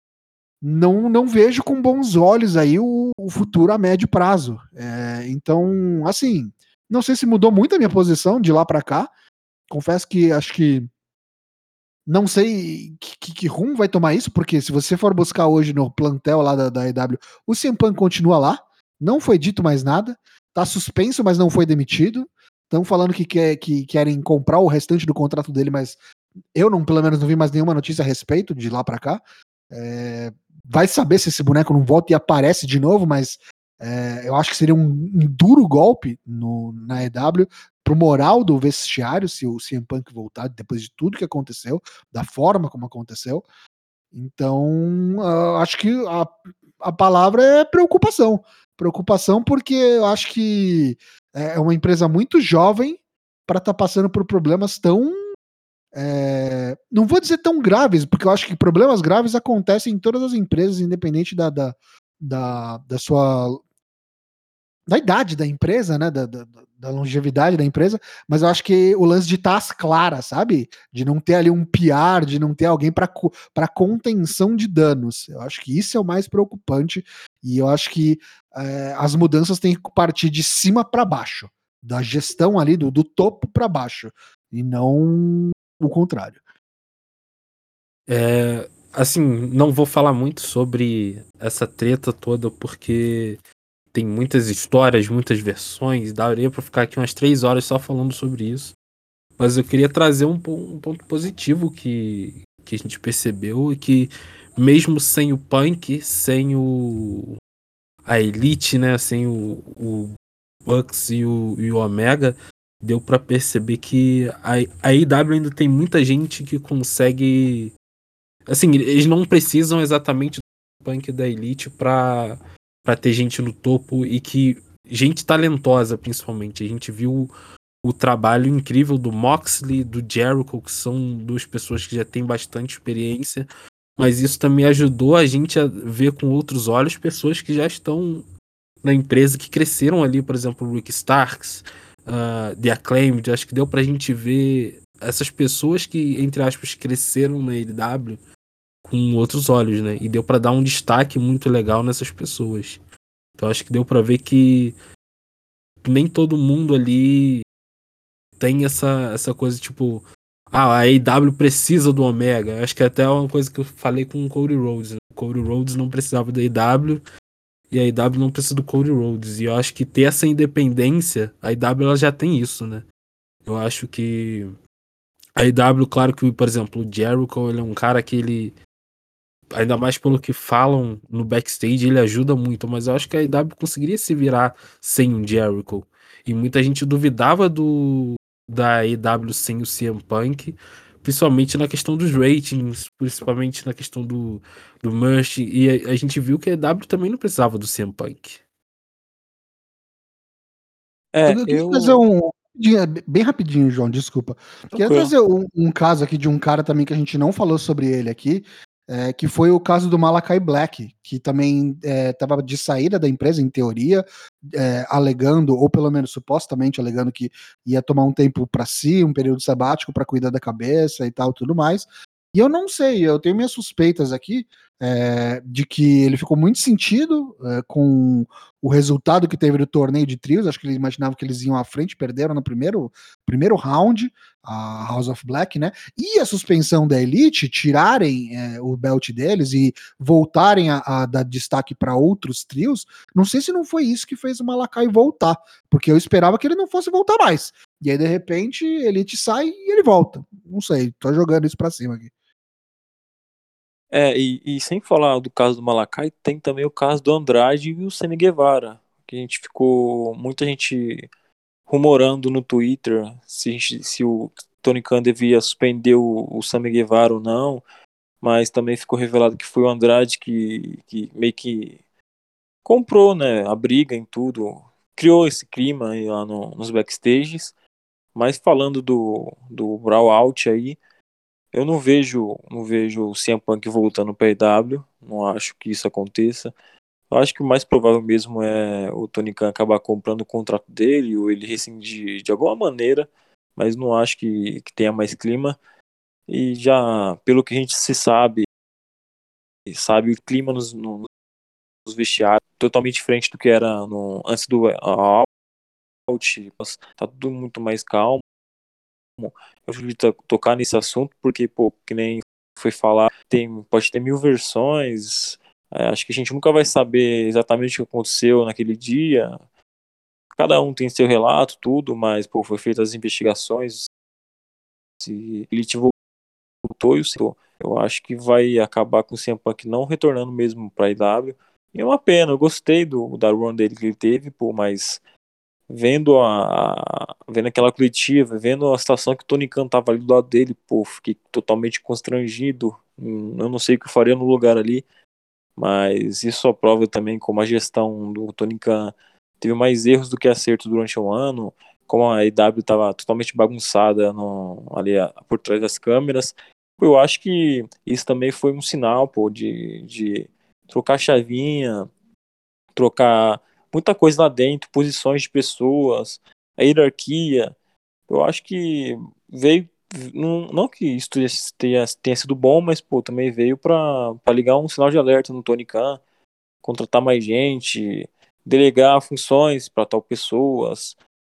não vejo com bons olhos aí o futuro a médio prazo. Então, assim, não sei se mudou muito a minha posição de lá para cá. Confesso que acho que não sei que rumo vai tomar isso, porque se você for buscar hoje no plantel lá da EW, o CM Punk continua lá, não foi dito mais nada, tá suspenso, mas não foi demitido. Estão falando que querem comprar o restante do contrato dele, mas eu não, pelo menos não vi mais nenhuma notícia a respeito de lá para cá. Vai saber se esse boneco não volta e aparece de novo, mas eu acho que seria um duro golpe na EW pro moral do vestiário se o CM Punk voltar depois de tudo que aconteceu, da forma como aconteceu. Então, acho que a palavra é preocupação. Preocupação porque eu acho que é uma empresa muito jovem para estar passando por problemas tão não vou dizer tão graves, porque eu acho que problemas graves acontecem em todas as empresas, independente da sua da idade da empresa, né, da longevidade da empresa, mas eu acho que o lance de estar às claras, sabe? De não ter ali um PR, de não ter alguém para contenção de danos. Eu acho que isso é o mais preocupante e eu acho que as mudanças têm que partir de cima para baixo, da gestão ali, do topo para baixo, e não o contrário. Assim, não vou falar muito sobre essa treta toda, porque tem muitas histórias, muitas versões, daria pra ficar aqui umas 3 horas só falando sobre isso. Mas eu queria trazer um ponto positivo que a gente percebeu, e que mesmo sem o Punk, sem a Elite, né, sem o Bucks e o Omega, deu pra perceber que a AEW ainda tem muita gente que consegue. Assim, eles não precisam exatamente do Punk e da Elite pra ter gente no topo, e que gente talentosa, principalmente. A gente viu o trabalho incrível do Moxley, do Jericho, que são duas pessoas que já têm bastante experiência, mas isso também ajudou a gente a ver com outros olhos pessoas que já estão na empresa, que cresceram ali, por exemplo, o Rick Starks, The Acclaimed. Acho que deu pra gente ver essas pessoas que, entre aspas, cresceram na AEW com outros olhos, né? E deu pra dar um destaque muito legal nessas pessoas. Então acho que deu pra ver que nem todo mundo ali tem essa coisa tipo, a AEW precisa do Omega. Acho que até é uma coisa que eu falei com o Cody Rhodes. O Cody Rhodes não precisava da AEW e a AEW não precisa do Cody Rhodes. E eu acho que ter essa independência, a AEW ela já tem isso, né? Eu acho que a AEW, claro que, por exemplo, o Jericho, ele é um cara que ele, ainda mais pelo que falam no backstage, ele ajuda muito, mas eu acho que a AEW conseguiria se virar sem o Jericho. E muita gente duvidava da AEW sem o CM Punk, principalmente na questão dos ratings, principalmente na questão do merch, e a gente viu que a AEW também não precisava do CM Punk. Eu queria trazer bem rapidinho, João, desculpa. Queria Tranquilo. trazer um caso aqui de um cara também que a gente não falou sobre ele aqui, que foi o caso do Malakai Black, que também estava de saída da empresa, em teoria, alegando, ou pelo menos supostamente alegando, que ia tomar um tempo para si, um período sabático para cuidar da cabeça e tal, tudo mais. E eu não sei, eu tenho minhas suspeitas aqui de que ele ficou muito sentido com o resultado que teve do torneio de trios. Acho que ele imaginava que eles iam à frente, perderam no primeiro round, a House of Black, né? E a suspensão da Elite, tirarem o belt deles e voltarem a dar destaque para outros trios. Não sei se não foi isso que fez o Malakai voltar, porque eu esperava que ele não fosse voltar mais. E aí, de repente, Elite sai e ele volta. Não sei, tô jogando isso pra cima aqui. E sem falar do caso do Malakai, tem também o caso do Andrade e o Sammy Guevara, que muita gente rumorando no Twitter se o Tony Khan devia suspender o Sammy Guevara ou não, mas também ficou revelado que foi o Andrade que meio que comprou, né, a briga em tudo, criou esse clima aí lá nos backstages. Mas falando do Brawl Out aí, eu não vejo o CM Punk voltando para AEW, não acho que isso aconteça. Eu acho que o mais provável mesmo é o Tony Khan acabar comprando o contrato dele ou ele rescindir de alguma maneira, mas não acho que tenha mais clima. E já, pelo que a gente sabe o clima nos vestiários totalmente diferente do que era antes do Out, tá tudo muito mais calmo. Eu prefiro tocar nesse assunto porque, pô, que nem foi falar, pode ter 1000 versões. Acho que a gente nunca vai saber exatamente o que aconteceu naquele dia. Cada um tem seu relato, tudo, mas, pô, foi feitas as investigações. Se ele te voltou e o seu, eu acho que vai acabar com o CM Punk não retornando mesmo pra IW. E é uma pena, eu gostei da run dele que ele teve, pô, mas vendo aquela coletiva, vendo a situação que o Tony Khan tava ali do lado dele, pô, fiquei totalmente constrangido. Eu não sei o que eu faria no lugar ali, mas isso só prova também como a gestão do Tony Khan teve mais erros do que acertos durante o ano, como a EW estava totalmente bagunçada ali por trás das câmeras. Eu acho que isso também foi um sinal, pô, de trocar a chavinha, trocar muita coisa lá dentro, posições de pessoas, a hierarquia. Eu acho que veio, não que isso tenha sido bom, mas pô, também veio para ligar um sinal de alerta no Tony Khan, contratar mais gente, delegar funções para tal pessoas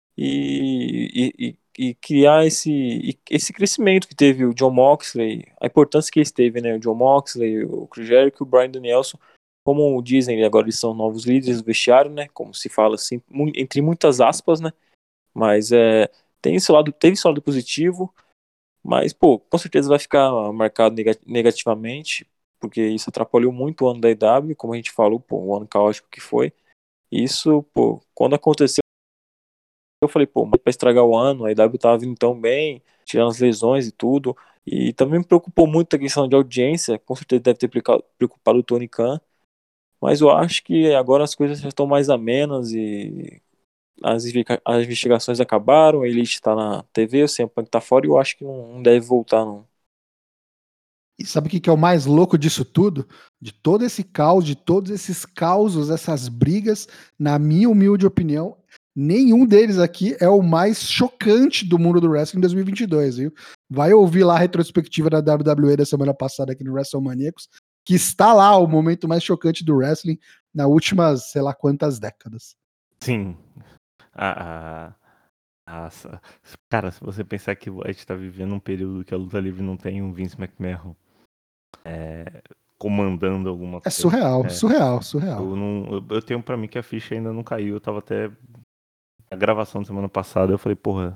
e criar esse crescimento que teve o John Moxley, a importância que eles teve, né? O John Moxley, o Chris Jericho e o Bryan Danielson, como dizem, agora eles são novos líderes do vestiário, né? Como se fala assim, entre muitas aspas, né? Mas teve esse lado positivo, mas pô, com certeza vai ficar marcado negativamente, porque isso atrapalhou muito o ano da EW, como a gente falou, pô, o ano caótico que foi. Isso, pô, quando aconteceu, eu falei, pô, mas pra estragar o ano, a EW tava vindo tão bem, tirando as lesões e tudo, e também me preocupou muito a questão de audiência, com certeza deve ter preocupado o Tony Khan, mas eu acho que agora as coisas já estão mais amenas e as investigações acabaram, a Elite está na TV, o CM Punk tá fora e eu acho que não deve voltar, não. E sabe o que é o mais louco disso tudo? De todo esse caos, de todos esses causos, essas brigas, na minha humilde opinião, nenhum deles aqui é o mais chocante do mundo do wrestling em 2022, viu? Vai ouvir lá a retrospectiva da WWE da semana passada aqui no WrestleManiacos, que está lá o momento mais chocante do wrestling nas últimas, sei lá quantas décadas. Sim. Cara, se você pensar que a gente tá vivendo um período que a luta livre não tem um Vince McMahon comandando alguma É coisa. surreal, surreal, surreal. Eu tenho pra mim que a ficha ainda não caiu. Eu tava até na gravação da semana passada, eu falei, porra.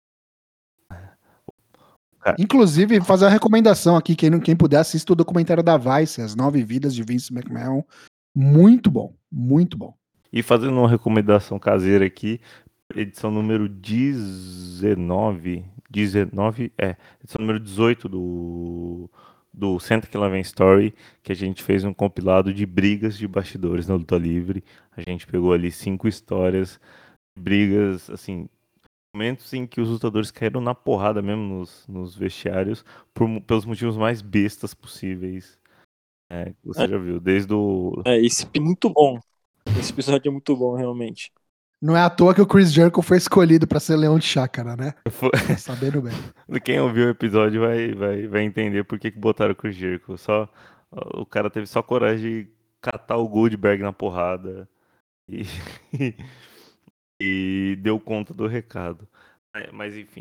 Inclusive, fazer uma recomendação aqui, quem puder, assista o documentário da Vice, As 9 Vidas de Vince McMahon. Muito bom, muito bom. E fazendo uma recomendação caseira aqui, edição número 19, edição número 18 do Senta Que Lá Vem Story, que a gente fez um compilado de brigas de bastidores na luta livre. A gente pegou ali 5 histórias, brigas, assim, momentos em que os lutadores caíram na porrada mesmo nos vestiários, pelos motivos mais bestas possíveis. Você já viu, desde o... Esse é muito bom. Esse episódio é muito bom, realmente. Não é à toa que o Chris Jericho foi escolhido pra ser Leão de Chácara, né? Foi- Tá sabendo bem. Quem ouviu o episódio vai entender por que botaram o Chris Jericho. O cara teve só coragem de catar o Goldberg na porrada e, e deu conta do recado. Mas enfim,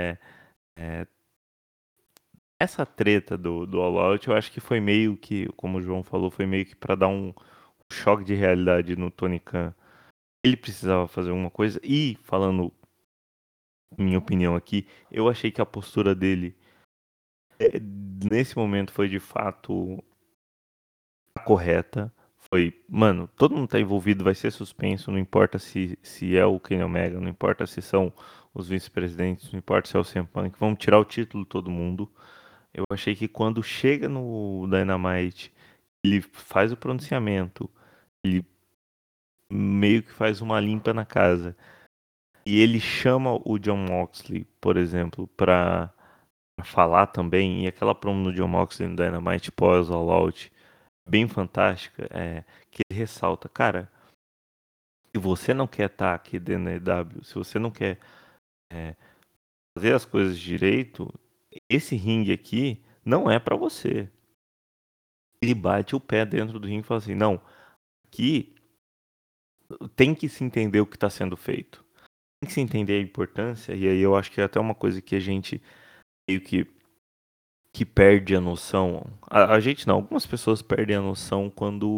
essa treta do All Out, eu acho que foi meio que, como o João falou, foi meio que pra dar um choque de realidade no Tony Khan. Ele precisava fazer uma coisa e, falando minha opinião aqui, eu achei que a postura dele nesse momento foi de fato a correta. Foi, mano, todo mundo tá envolvido, vai ser suspenso, não importa se é o Kenny Omega, não importa se são os vice-presidentes, não importa se é o CM Punk, vamos tirar o título de todo mundo. Eu achei que quando chega no Dynamite, ele faz o pronunciamento, ele meio que faz uma limpa na casa. E ele chama o Jon Moxley, por exemplo, pra falar também. E aquela promo do Jon Moxley no Dynamite pós All Out, bem fantástica, que ele ressalta, cara, se você não quer estar aqui dentro da EW, se você não quer fazer as coisas direito, esse ringue aqui não é pra você. Ele bate o pé dentro do ringue e fala assim, não, aqui tem que se entender o que está sendo feito. Tem que se entender a importância, e aí eu acho que é até uma coisa que a gente meio que perde a noção. A gente não, algumas pessoas perdem a noção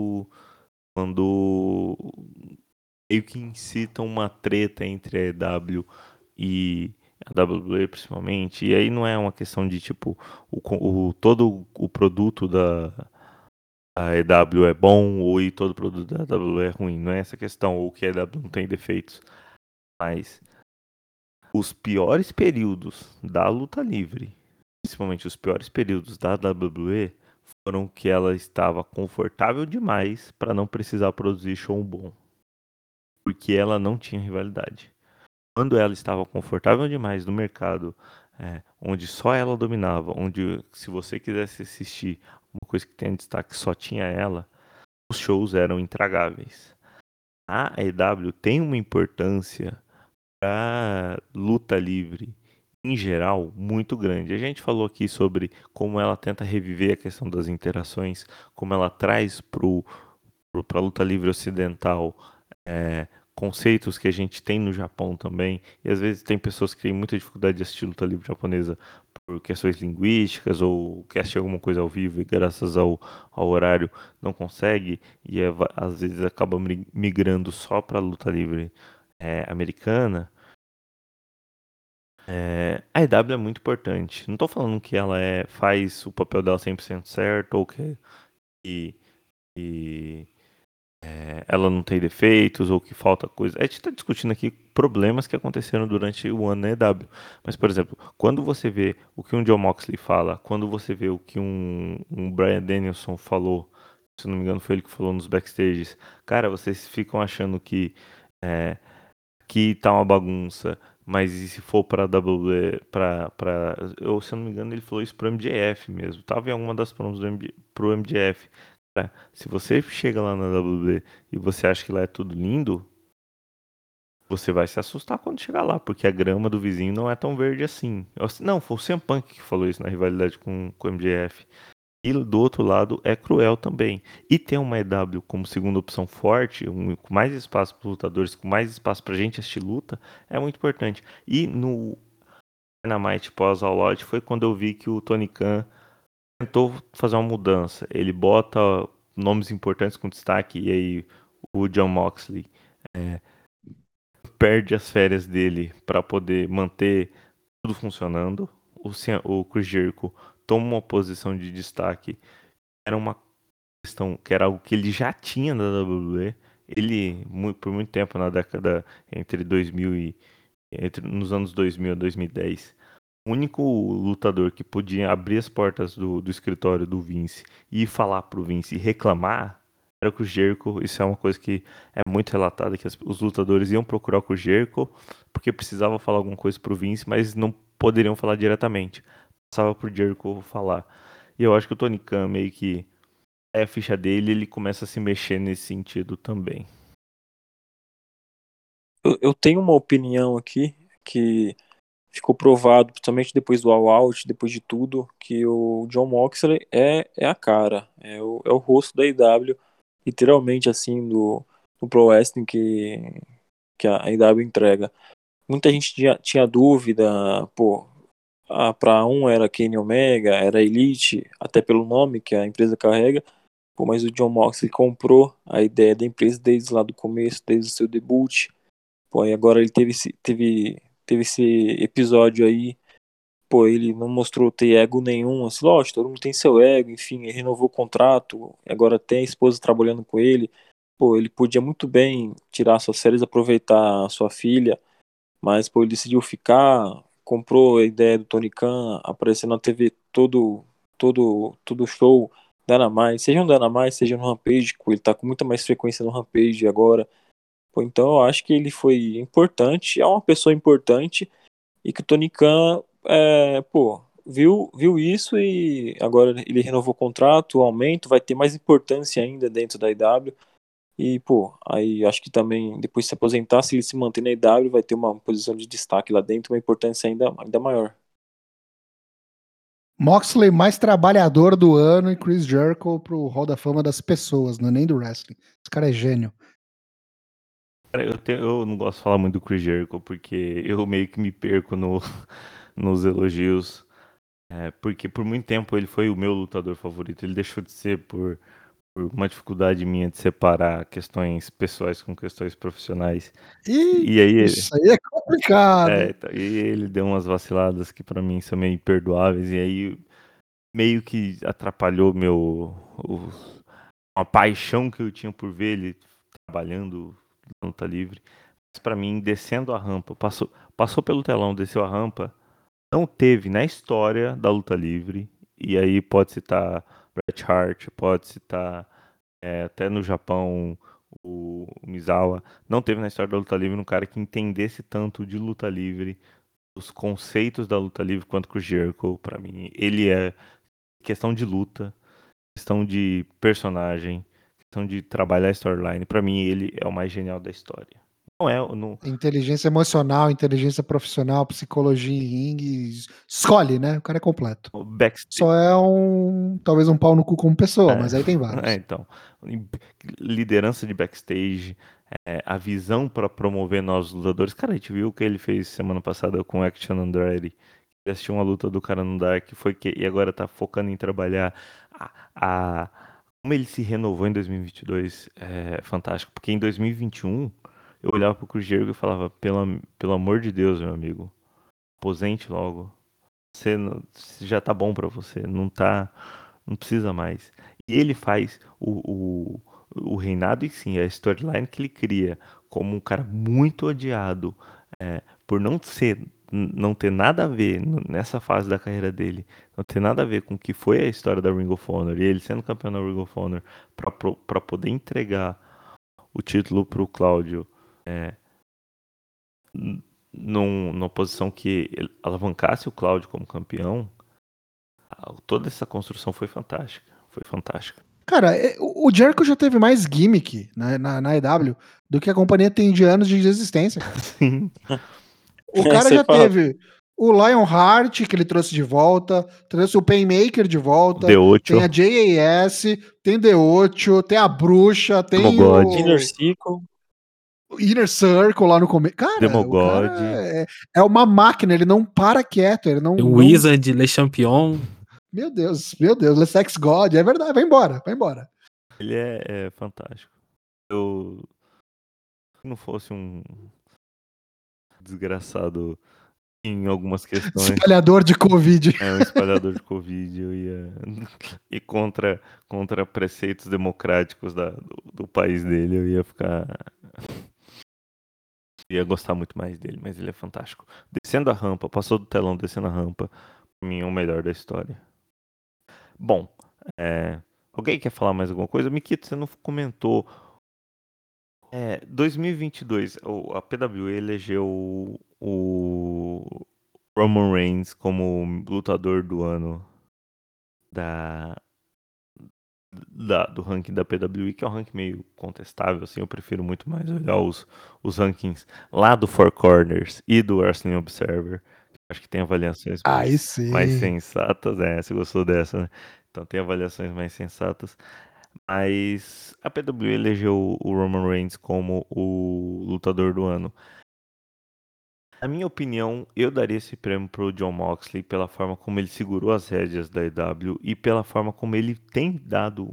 quando meio que incitam uma treta entre a EW e a WWE principalmente. E aí não é uma questão de tipo todo o produto da a EW é bom ou e todo produto da EW é ruim. Não é essa questão, ou que a EW não tem defeitos. Mas os piores períodos da luta livre, principalmente os piores períodos da WWE, foram que ela estava confortável demais para não precisar produzir show bom. Porque ela não tinha rivalidade. Quando ela estava confortável demais no mercado, onde só ela dominava, onde se você quisesse assistir uma coisa que tem destaque só tinha ela, os shows eram intragáveis. A EW tem uma importância para luta livre em geral muito grande. A gente falou aqui sobre como ela tenta reviver a questão das interações, como ela traz para a luta livre ocidental conceitos que a gente tem no Japão também. E às vezes tem pessoas que têm muita dificuldade de assistir luta livre japonesa por questões linguísticas ou quer assistir alguma coisa ao vivo e graças ao horário não consegue e às vezes acaba migrando só para a luta livre americana. A EW é muito importante. Não estou falando que ela faz o papel dela 100% certo ou que ela não tem defeitos ou que falta coisa. A gente está discutindo aqui problemas que aconteceram durante o ano na EW. Mas, por exemplo, quando você vê o que um Jon Moxley fala, quando você vê o que um Bryan Danielson falou, se não me engano foi ele que falou nos backstages, cara, vocês ficam achando que tá uma bagunça, mas e se for pra WWE, eu, se eu não me engano, ele falou isso pro MJF mesmo, tava em alguma das promos pro MJF. Cara, se você chega lá na WWE e você acha que lá é tudo lindo, você vai se assustar quando chegar lá, porque a grama do vizinho não é tão verde assim. Não, foi o CM Punk que falou isso na rivalidade com o MJF. E do outro lado é cruel também. E ter uma EW como segunda opção forte, com mais espaço para os lutadores, com mais espaço para a gente assistir luta, é muito importante. E no Dynamite pós All Out foi quando eu vi que o Tony Khan tentou fazer uma mudança. Ele bota nomes importantes com destaque, e aí o Jon Moxley perde as férias dele para poder manter tudo funcionando. O Chris Jericho toma uma posição de destaque. Era uma questão que era algo que ele já tinha na WWE. Ele, por muito tempo, na década entre 2000 nos anos 2000 a 2010, o único lutador que podia abrir as portas do escritório do Vince e falar pro Vince e reclamar era o Chris Jericho. Isso é uma coisa que é muito relatada, que os lutadores iam procurar o Chris Jericho porque precisava falar alguma coisa pro Vince, mas não poderiam falar diretamente. Passava pro Jericho falar. E eu acho que o Tony Khan meio que a ficha dele, ele começa a se mexer nesse sentido também. Eu tenho uma opinião aqui que ficou provado, principalmente depois do All Out, depois de tudo, que o Jon Moxley é a cara, é o rosto da IW, literalmente assim, do Pro Wrestling que a IW entrega. Muita gente tinha dúvida, pô, pra um era Kenny Omega, era Elite, até pelo nome que a empresa carrega, pô, mas o Jon Moxley comprou a ideia da empresa desde lá do começo, desde o seu debut, pô, e agora ele teve esse episódio aí. Pô, ele não mostrou ter ego nenhum, assim, lógico, todo mundo tem seu ego, enfim, ele renovou o contrato, agora tem a esposa trabalhando com ele. Pô, ele podia muito bem tirar suas férias, aproveitar a sua filha, mas, pô, ele decidiu ficar, comprou a ideia do Tony Khan, aparecendo na TV todo show, Dynamite, seja no Dynamite, seja no Rampage, pô, ele tá com muita mais frequência no Rampage agora. Pô, então eu acho que ele foi importante, é uma pessoa importante, e que o Tony Khan, pô, viu isso e agora ele renovou o contrato, o aumento, vai ter mais importância ainda dentro da IW. E, pô, aí acho que também, depois de se aposentar, se ele se manter na IW, vai ter uma posição de destaque lá dentro, uma importância ainda maior. Moxley mais trabalhador do ano e Chris Jericho pro Hall da Fama das pessoas, não é nem do wrestling. Esse cara é gênio. Cara, eu não gosto de falar muito do Chris Jericho, porque eu meio que me perco nos elogios. Porque por muito tempo ele foi o meu lutador favorito. Ele deixou de ser por uma dificuldade minha de separar questões pessoais com questões profissionais. E E aí, isso aí é complicado. então, e ele deu umas vaciladas que pra mim são meio imperdoáveis. E aí meio que atrapalhou uma paixão que eu tinha por ver ele trabalhando na luta livre. Mas pra mim, descendo a rampa, passou pelo telão, desceu a rampa, não teve na história da luta livre, e aí pode citar Bret Hart, pode citar até no Japão o Misawa, não teve na história da luta livre um cara que entendesse tanto de luta livre, os conceitos da luta livre quanto o Jericho. Pra mim, ele é questão de luta, questão de personagem, questão de trabalhar a storyline. Pra mim, ele é o mais genial da história. Não é, não, Inteligência emocional, inteligência profissional, psicologia em ringue. Escolhe, né? O cara é completo. o backstage. Só é talvez um pau no cu como pessoa, É, mas aí tem vários. então, liderança de backstage, a visão para promover novos lutadores. Cara, a gente viu o que ele fez semana passada com o Action Andretti. Ele assistiu uma luta do cara no Dark, e agora tá focando em trabalhar a, a- como ele se renovou em 2022 é fantástico, porque em 2021 eu olhava pro Chris Jericho e falava, pelo amor de Deus, meu amigo, aposente logo. Você já tá bom pra você, não precisa mais. E ele faz o reinado, e sim, a storyline que ele cria como um cara muito odiado, por não ter nada a ver nessa fase da carreira dele, não ter nada a ver com o que foi a história da Ring of Honor, e ele sendo campeão da Ring of Honor pra poder entregar o título pro Cláudio, numa posição que ele alavancasse o Cláudio como campeão. Toda essa construção foi fantástica. Foi fantástica. Cara, o Jericho já teve mais gimmick na EW do que a companhia tem de anos de existência, cara. Sim. O cara Isso é já fato. teve o Lionheart, que ele trouxe de volta, trouxe o Painmaker de volta, The tem Ocho, a JAS, tem The Ocho, tem a Bruxa, tem Demogod, Inner o Circle. Inner Circle lá no começo. Cara, o cara Demogod, é uma máquina, ele não para quieto, ele não, Tem o não... Wizard, Le Champion. Meu Deus, Le Sex God, é verdade, vai embora, vai embora. ele é fantástico. Eu, se não fosse um desgraçado em algumas questões, Espalhador de Covid. um espalhador de Covid, eu ia ir contra preceitos democráticos do país dele, eu ia ficar. Ia gostar muito mais dele, mas ele é fantástico. Descendo a rampa, passou do telão, descendo a rampa, pra mim é o melhor da história. Bom, alguém quer falar mais alguma coisa? Mikito, você não comentou. 2022, a PWE elegeu o Roman Reigns como lutador do ano da do ranking da PWI, que é um ranking meio contestável, assim, eu prefiro muito mais olhar os rankings lá do Four Corners e do Wrestling Observer. Acho que tem avaliações Aí mais sim. sensatas, né? Você gostou dessa, né? Então tem avaliações mais sensatas. Mas a PWI elegeu o Roman Reigns como o lutador do ano. Na minha opinião, eu daria esse prêmio pro Jon Moxley pela forma como ele segurou as rédeas da EW e pela forma como ele tem dado,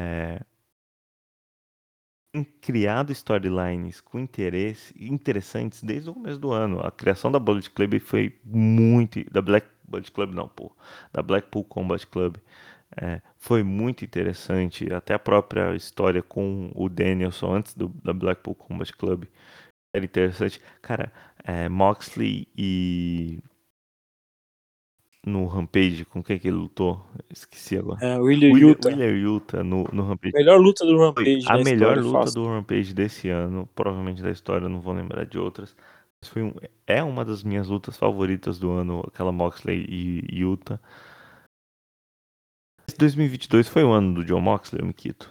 tem criado storylines com interesse, interessantes desde o começo do ano. A criação da Bullet Club foi muito, da Black Bullet Club não, pô, da Blackpool Combat Club. Foi muito interessante, até a própria história com o Danielson antes da Blackpool Combat Club era interessante. Cara, Moxley e no Rampage, com quem que ele lutou? Esqueci agora. O Wheeler Yuta. Wheeler Yuta no Rampage. Melhor luta do Foi Rampage a na melhor história, luta fácil. do Rampage desse ano, provavelmente da história, eu não vou lembrar de outras. Mas é uma das minhas lutas favoritas do ano, aquela Moxley e Yuta. Esse 2022 foi o ano do Jon Moxley, Mikito?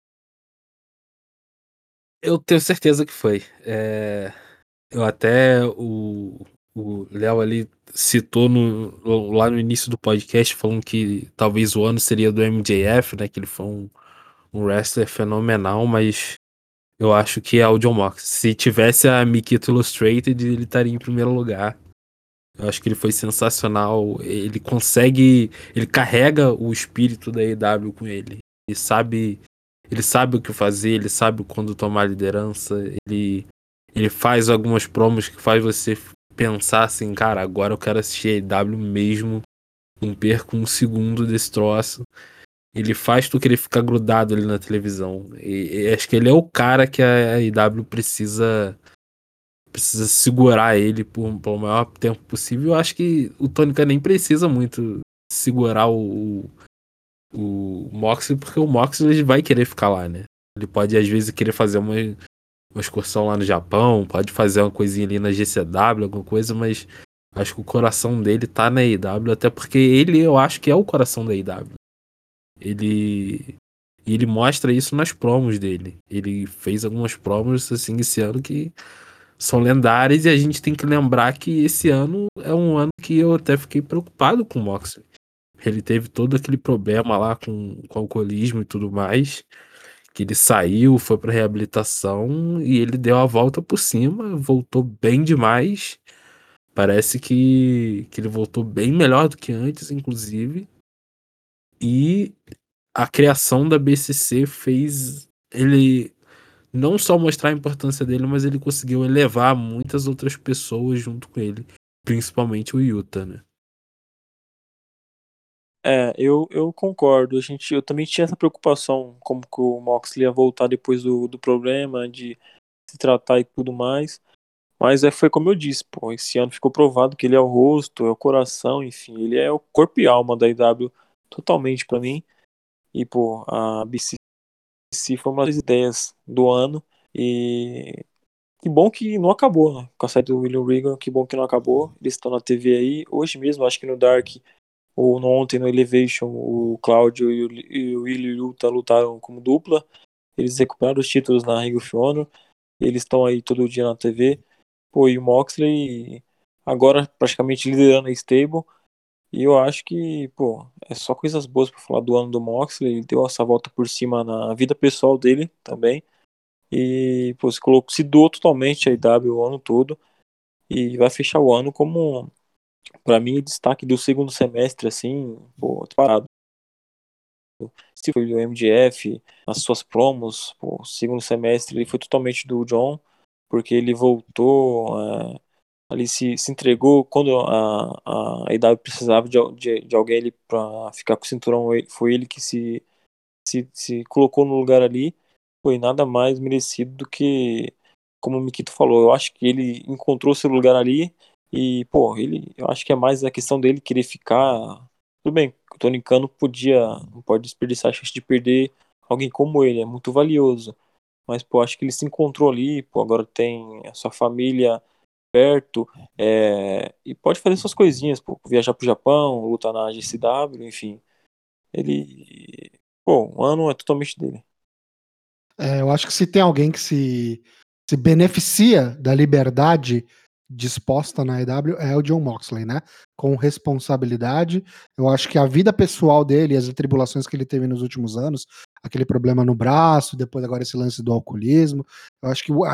Eu tenho certeza que foi. Eu até o Léo ali citou lá no início do podcast, falando que talvez o ano seria do MJF, né? Que ele foi um wrestler fenomenal, mas eu acho que é o Jon Moxley. Se tivesse a Mikito Illustrated, ele estaria em primeiro lugar. Eu acho que ele foi sensacional. Ele carrega o espírito da EW com ele. Ele sabe o que fazer, ele sabe quando tomar liderança, ele faz algumas promos que faz você pensar assim, cara, agora eu quero assistir a EW mesmo, não perco um segundo desse troço. Ele faz tu querer ficar grudado ali na televisão. E acho que ele é o cara que a EW precisa segurar ele por maior tempo possível. Eu acho que o Tony Khan nem precisa muito segurar o Moxley, porque o Moxley ele vai querer ficar lá, né? Ele pode, às vezes, querer fazer uma excursão lá no Japão, pode fazer uma coisinha ali na GCW, alguma coisa, mas acho que o coração dele tá na AEW, até porque eu acho que é o coração da AEW. Ele mostra isso nas promos dele. Ele fez algumas promos, assim, esse ano que são lendárias, e a gente tem que lembrar que esse ano é um ano que eu até fiquei preocupado com o Moxley. Ele teve todo aquele problema lá com alcoolismo e tudo mais, que ele saiu, foi para reabilitação e ele deu a volta por cima, voltou bem demais. Parece que ele voltou bem melhor do que antes, inclusive. E a criação da BCC fez ele não só mostrar a importância dele, mas ele conseguiu elevar muitas outras pessoas junto com ele, principalmente o Yuta, né? Eu concordo. Eu também tinha essa preocupação, como que o Moxley ia voltar depois do problema, de se tratar e tudo mais. Mas foi como eu disse, pô, esse ano ficou provado que ele é o rosto, é o coração, enfim, ele é o corpo e alma da IW totalmente pra mim. E, pô, a BCC foi uma das ideias do ano. E que bom que não acabou, né? Com a saída do William Regal, que bom que não acabou. Eles estão na TV aí. Hoje mesmo, acho que no Dark, ou ontem no Elevation, o Claudio e o Willie Yuta lutaram como dupla. Eles recuperaram os títulos na Ring of Honor. Eles estão aí todo dia na TV. Pô, e o Moxley agora praticamente liderando a stable. E eu acho que, pô, é só coisas boas pra falar do ano do Moxley. Ele deu essa volta por cima na vida pessoal dele também. E, pô, se doou totalmente a IW o ano todo. E vai fechar o ano como, pra mim, destaque do segundo semestre, assim, pô, parado. Se foi do MJF, nas suas promos, pô, segundo semestre ele foi totalmente do John, porque ele voltou, ali se entregou quando a IW precisava de alguém ali pra ficar com o cinturão, foi ele que se colocou no lugar ali, foi nada mais merecido do que, como o Mikito falou, eu acho que ele encontrou seu lugar ali e, pô, eu acho que é mais a questão dele querer ficar. Tudo bem, o Tony Khan não pode desperdiçar a chance de perder alguém como ele, é muito valioso. Mas, pô, acho que ele se encontrou ali, pô, agora tem a sua família perto, e pode fazer suas coisinhas, pô, viajar pro Japão, lutar na GCW, enfim. Ele Pô, o ano é totalmente dele. Eu acho que se tem alguém que se beneficia da liberdade disposta na EW é o John Moxley, né? Com responsabilidade. Eu acho que a vida pessoal dele, as atribulações que ele teve nos últimos anos, aquele problema no braço, depois agora esse lance do alcoolismo, eu acho que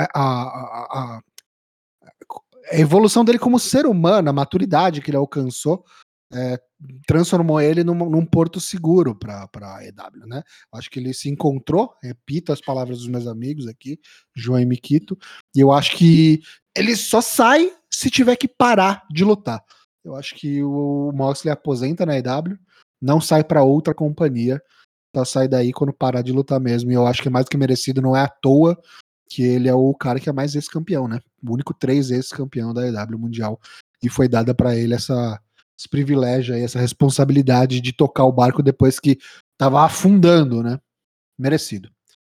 a evolução dele como ser humano, a maturidade que ele alcançou, é, transformou ele num porto seguro para a EW, né? Acho que ele se encontrou, repito as palavras dos meus amigos aqui, João e Mikito, e eu acho que ele só sai se tiver que parar de lutar. Eu acho que o Moxley aposenta na EW, não sai para outra companhia, só sai daí quando parar de lutar mesmo. E eu acho que é mais do que merecido, não é à toa que ele é o cara que é mais ex-campeão, né? O único 3 ex-campeão da EW Mundial. E foi dada para ele esse privilégio aí, essa responsabilidade de tocar o barco depois que tava afundando, né? Merecido.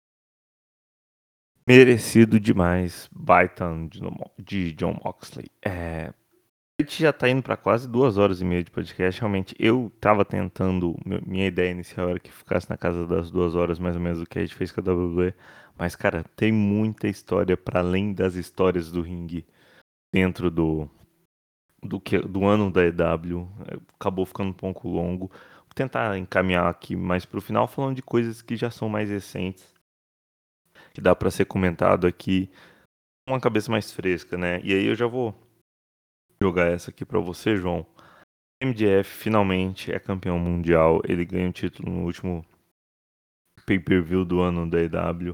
Merecido demais, baita ano de John Moxley. A gente já tá indo para quase 2 horas e meia de podcast. Realmente, eu tava tentando. Minha ideia inicial era que ficasse na casa das 2 horas, mais ou menos, do que a gente fez com a WWE. Mas, cara, tem muita história para além das histórias do ringue dentro do ano da EW. Acabou ficando um pouco longo. Vou tentar encaminhar aqui mais pro final, falando de coisas que já são mais recentes, que dá para ser comentado aqui, com uma cabeça mais fresca, né? E aí eu já vou jogar essa aqui para você, João. O MJF finalmente é campeão mundial. Ele ganha o título no último pay-per-view do ano da EW.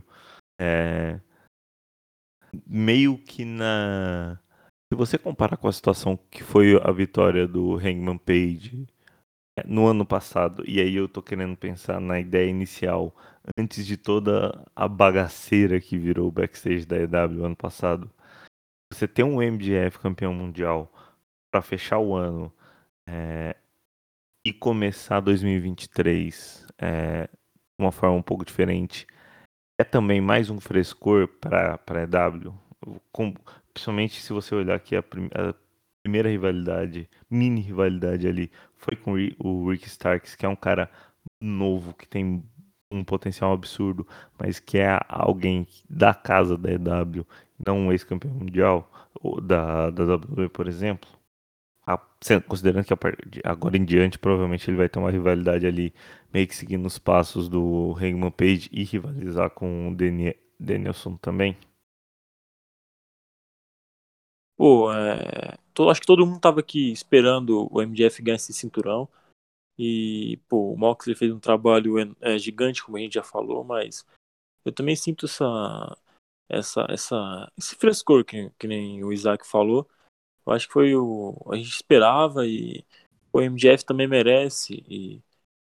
Meio que na. Se você comparar com a situação que foi a vitória do Hangman Page no ano passado, e aí eu tô querendo pensar na ideia inicial, antes de toda a bagaceira que virou o backstage da EW ano passado, você ter um MJF campeão mundial para fechar o ano e começar 2023 de uma forma um pouco diferente, é também mais um frescor para a EW, principalmente se você olhar que a primeira rivalidade, mini rivalidade ali, foi com o Rick Starks, que é um cara novo, que tem um potencial absurdo, mas que é alguém da casa da EW, não um ex-campeão mundial da WWE, por exemplo. Considerando que agora em diante provavelmente ele vai ter uma rivalidade ali, meio que seguindo os passos do Hangman Page e rivalizar com o Danielson também. Pô, acho que todo mundo tava aqui esperando o MJF ganhar esse cinturão. E, pô, o Moxley fez um trabalho gigante, como a gente já falou, mas eu também sinto esse frescor que nem o Isaac falou. Eu acho que foi a gente esperava e o MJF também merece. E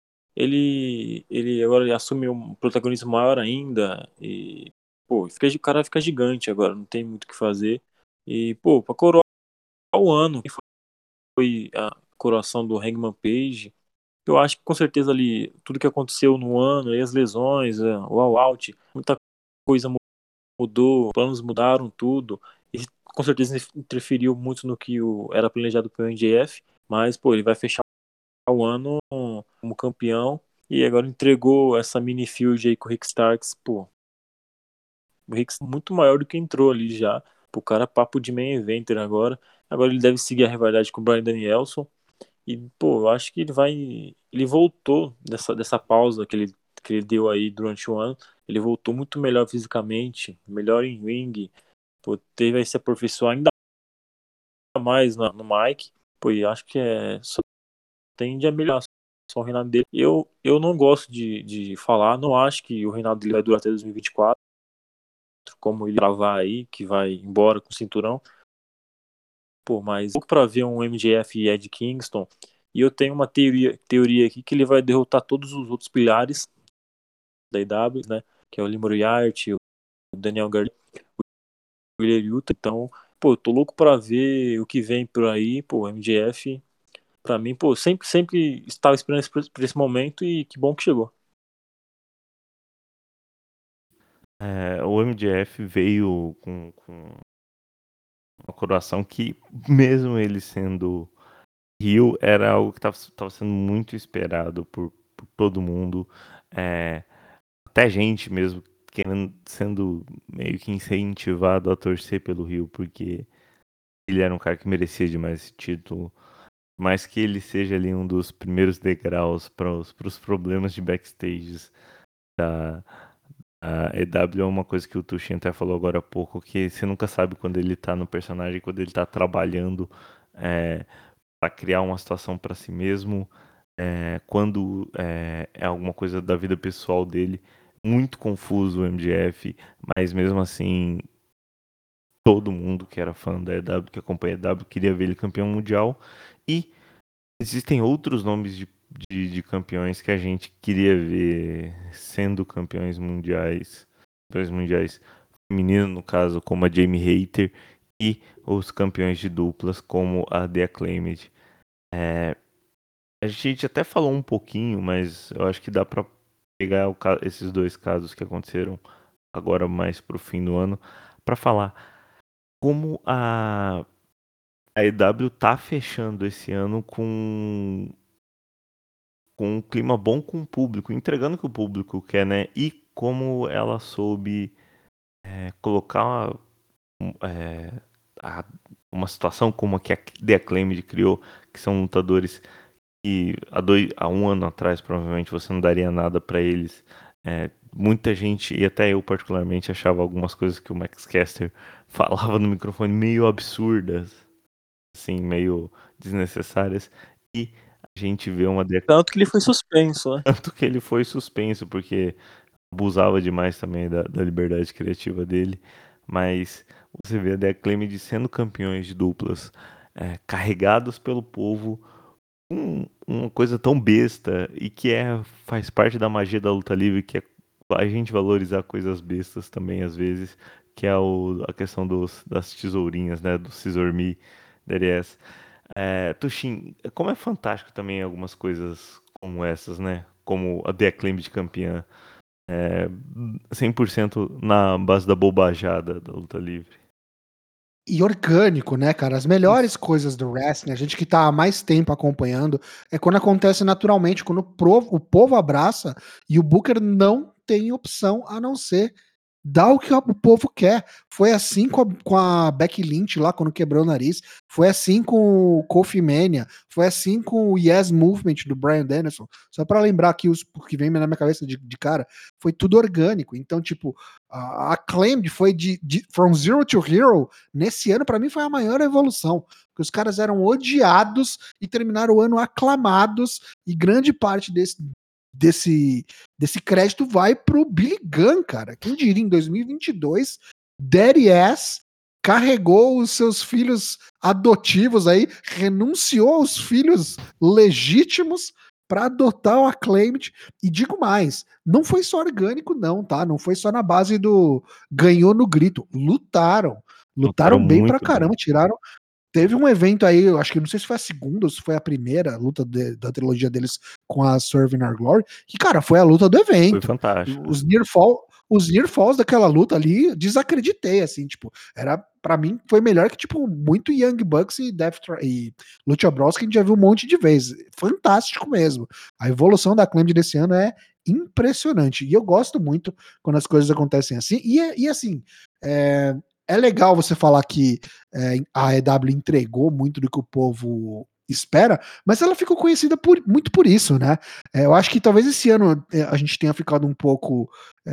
ele agora assume um protagonismo maior ainda. E, pô, o cara fica gigante agora, não tem muito o que fazer. E, pô, pra coroar o ano, que foi a coroação do Hangman Page. Eu acho que com certeza ali, tudo que aconteceu no ano, aí as lesões, o all out, muita coisa mudou, planos mudaram, tudo. E com certeza interferiu muito no que era planejado pelo NJF. Mas, pô, ele vai fechar o ano como campeão. E agora entregou essa mini field aí com o Rick Starks. Pô, o Rick muito maior do que entrou ali já. O cara papo de main eventer agora. Agora ele deve seguir a rivalidade com o Bryan Danielson. E, pô, eu acho que ele vai. Ele voltou dessa pausa que ele deu aí durante o ano. Ele voltou muito melhor fisicamente, melhor em ring. Pô, teve aí se aperfeiçoar ainda mais no mic. Pô, e acho que só tende a melhorar só o reinado dele. Eu não gosto de falar, não acho que o reinado dele vai durar até 2024, como ele gravar aí, que vai embora com o cinturão. Pô, mas pouco pra ver um MJF e Ed Kingston. E eu tenho uma teoria aqui que ele vai derrotar todos os outros pilares da IW, né? Que é o Lee Moriarty, o Daniel Garcia, o Wheeler Yuta. Então, pô, eu tô louco pra ver o que vem por aí. Pô, o MJF, pra mim, pô, sempre estava esperando por esse momento e que bom que chegou. O MJF veio com uma coroação que, mesmo ele sendo heel, era algo que estava sendo muito esperado por todo mundo. até gente mesmo sendo meio que incentivado a torcer pelo Rio, porque ele era um cara que merecia demais esse título. Mas que ele seja ali um dos primeiros degraus para os problemas de backstages da EW é uma coisa que o Tushin até falou agora há pouco, que você nunca sabe quando ele tá no personagem, quando ele tá trabalhando para criar uma situação para si mesmo, quando é alguma coisa da vida pessoal dele. Muito confuso o MJF, mas mesmo assim todo mundo que era fã da EW, que acompanha a EW, queria ver ele campeão mundial. E existem outros nomes de campeões que a gente queria ver sendo campeões mundiais feminino, no caso, como a Jamie Hayter, e os campeões de duplas, como a The Acclaimed. A gente até falou um pouquinho, mas eu acho que dá pra pegar esses dois casos que aconteceram agora mais pro fim do ano, pra falar como a EW tá fechando esse ano com um clima bom com o público, entregando o que o público quer, né? E como ela soube colocar uma situação como a que a The Acclaimed criou, que são lutadores que há um ano atrás provavelmente você não daria nada pra eles. Muita gente, e até eu particularmente, achava algumas coisas que o Max Caster falava no microfone meio absurdas, assim, meio desnecessárias. E a gente vê uma Tanto que ele foi suspenso, né? tanto que ele foi suspenso, porque abusava demais também da liberdade criativa dele. Mas você vê a The Acclaimed sendo campeões de duplas, carregados pelo povo, uma coisa tão besta e que faz parte da magia da luta livre, que é a gente valorizar coisas bestas também às vezes, que é a questão das tesourinhas, né, do Scissor Me, that is. Tushin, como é fantástico também algumas coisas como essas, né? Como a The Acclaimed campeã, 100% na base da bobajada da luta livre. E orgânico, né, cara? As melhores coisas do wrestling, a gente que tá há mais tempo acompanhando, é quando acontece naturalmente, quando o povo abraça e o Booker não tem opção a não ser dar o que o povo quer. Foi assim com a Becky Lynch lá, quando quebrou o nariz. Foi assim com o Kofi Mania. Foi assim com o Yes Movement do Bryan Danielson. Só pra lembrar aqui os que vem na minha cabeça de cara, foi tudo orgânico. Então, tipo, a Acclaimed foi de From Zero to Hero. Nesse ano, pra mim, foi a maior evolução. Porque os caras eram odiados e terminaram o ano aclamados. E grande parte desse crédito vai pro Billy Gunn, cara. Quem diria em 2022, Daddy Ass carregou os seus filhos adotivos aí, renunciou aos filhos legítimos para adotar o Acclaimed. E digo mais, não foi só orgânico não, tá? Não foi só na base do ganhou no grito, lutaram bem pra muito caramba, bem. tiraram. Teve um evento aí, eu acho que não sei se foi a segunda ou se foi a primeira luta da trilogia deles com a Serving Our Glory, que, cara, foi a luta do Foi evento. fantástico. Os near falls daquela luta ali, desacreditei, assim, tipo, pra mim, foi melhor que, tipo, muito Young Bucks e Lucha Bros que a gente já viu um monte de vezes. Fantástico mesmo. A evolução da Acclaimed desse ano é impressionante. E eu gosto muito quando as coisas acontecem assim. E assim, é legal você falar que a EW entregou muito do que o povo espera, mas ela ficou conhecida muito por isso, né? Eu acho que talvez esse ano a gente tenha ficado um pouco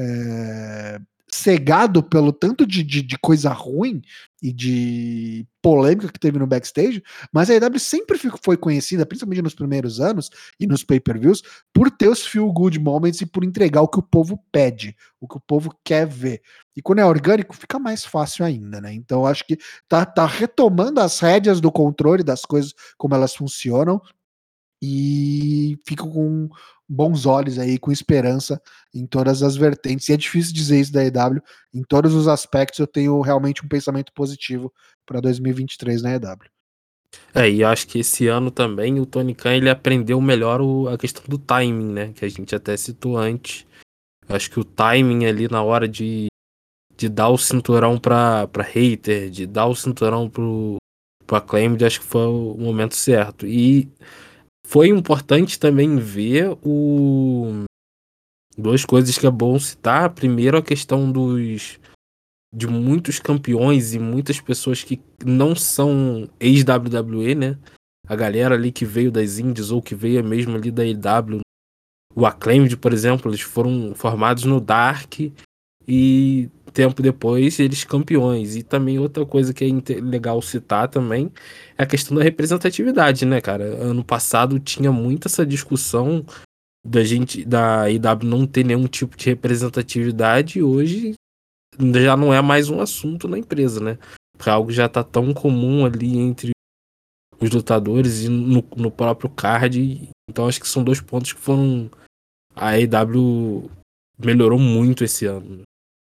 cegado pelo tanto de coisa ruim e de polêmica que teve no backstage, mas a EW sempre foi conhecida, principalmente nos primeiros anos e nos pay-per-views, por ter os feel good moments e por entregar o que o povo pede, o que o povo quer ver. E quando é orgânico, fica mais fácil ainda, né? Então, acho que tá retomando as rédeas do controle das coisas, como elas funcionam, e fico com bons olhos aí, com esperança em todas as vertentes. E é difícil dizer isso da EW, em todos os aspectos eu tenho realmente um pensamento positivo para 2023 na EW. E acho que esse ano também o Tony Khan ele aprendeu melhor a questão do timing, né? Que a gente até citou antes. Acho que o timing ali na hora de dar o cinturão pra hater, de dar o cinturão pro Acclaimed, acho que foi o momento certo. E foi importante também ver Duas coisas que é bom citar. Primeiro, a questão de muitos campeões e muitas pessoas que não são ex-WWE, né? A galera ali que veio das indies ou que veio mesmo ali da AEW. O Acclaimed, por exemplo, eles foram formados no Dark e tempo depois eles campeões. E também outra coisa que é legal citar também é a questão da representatividade, né, cara? Ano passado tinha muito essa discussão da AEW não ter nenhum tipo de representatividade e hoje já não é mais um assunto na empresa, né? Porque algo já tá tão comum ali entre os lutadores e no próprio card. Então acho que são dois pontos que foram. A AEW melhorou muito esse ano.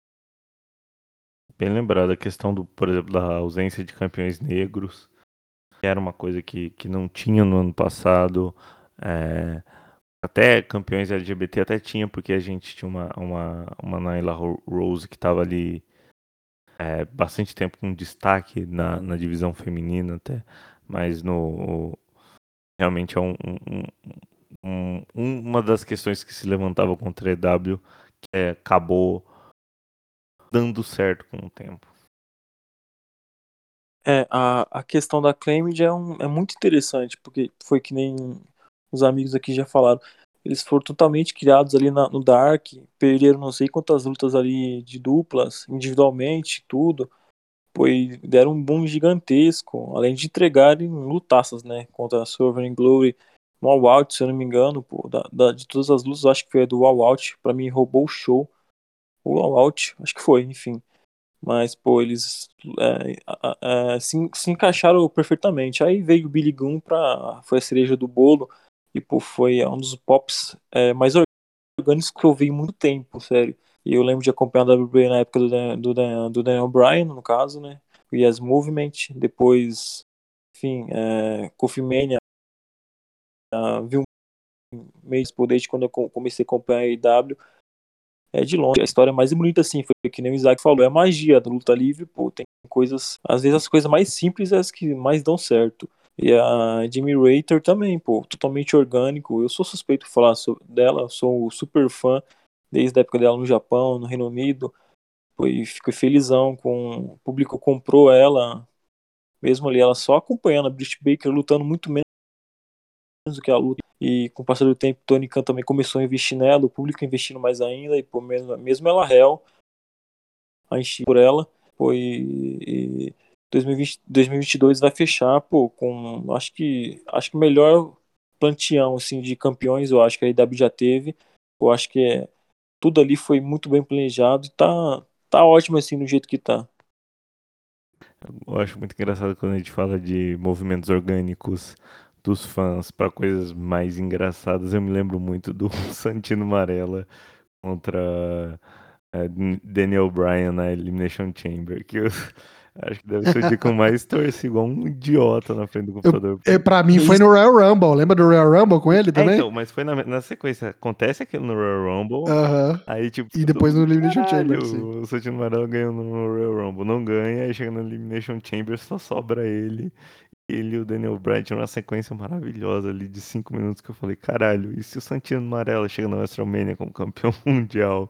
Bem lembrado a questão por exemplo, da ausência de campeões negros, que era uma coisa que não tinha no ano passado. É, até campeões LGBT até tinha, porque a gente tinha uma Nyla Rose que estava ali bastante tempo com destaque na divisão feminina até, mas realmente é uma das questões que se levantava contra a EW que acabou dando certo com o tempo. A questão da Claimed é muito interessante, porque foi que nem os amigos aqui já falaram. Eles foram totalmente criados ali no Dark, perderam não sei quantas lutas ali de duplas, individualmente, tudo. Foi, deram um boom gigantesco, além de entregarem lutaças, né? Contra a Sovereign Glory, no All Out, se eu não me engano, pô, de todas as lutas, eu acho que foi a do All Out, pra mim roubou o show. O All Out, acho que foi, enfim. Mas, pô, eles se encaixaram perfeitamente. Aí veio o Billy Gunn foi a cereja do bolo. E, pô, foi um dos pops mais orgânicos que eu vi em muito tempo, sério. E eu lembro de acompanhar a WWE na época do Daniel Bryan, no caso, né? O Yes Movement. Depois, enfim, Kofi Mania. Vi um mês por desde quando eu comecei a acompanhar a AEW. De longe, a história mais bonita, assim, foi que nem o Isaac falou, é a magia da luta livre, pô, tem coisas, às vezes as coisas mais simples é as que mais dão certo. E a Jimmy Rater também, pô, totalmente orgânico. Eu sou suspeito de falar dela, sou super fã desde a época dela no Japão, no Reino Unido. E fico felizão com o público comprou ela, mesmo ali, ela só acompanhando a Britt Baker lutando muito menos do que a luta. E com o passar do tempo, Tony Khan também começou a investir nela, o público investindo mais ainda, e pô, mesmo ela réu, a encher por ela, pô, e 2022 vai fechar, pô, com acho que o melhor planteão assim de campeões, eu acho que a IW já teve. Eu acho que tudo ali foi muito bem planejado e tá ótimo assim do jeito que tá. Eu acho muito engraçado quando a gente fala de movimentos orgânicos dos fãs para coisas mais engraçadas. Eu me lembro muito do Santino Marella contra Daniel Bryan na Elimination Chamber, que eu acho que deve ser o dia que eu mais torci igual um idiota na frente do computador. Pra mim foi no Royal Rumble. Lembra do Royal Rumble com ele também? Então, mas foi na sequência. Acontece aquilo no Royal Rumble, aí tipo... E depois no Elimination caralho, Chamber, sim. o Santino Marella ganhou no Royal Rumble. Não ganha, aí chega no Elimination Chamber, só sobra ele. Ele e o Daniel Bryan tinham uma sequência maravilhosa ali de 5 minutos que eu falei, caralho, e se o Santino Marella chega na WrestleMania como campeão mundial?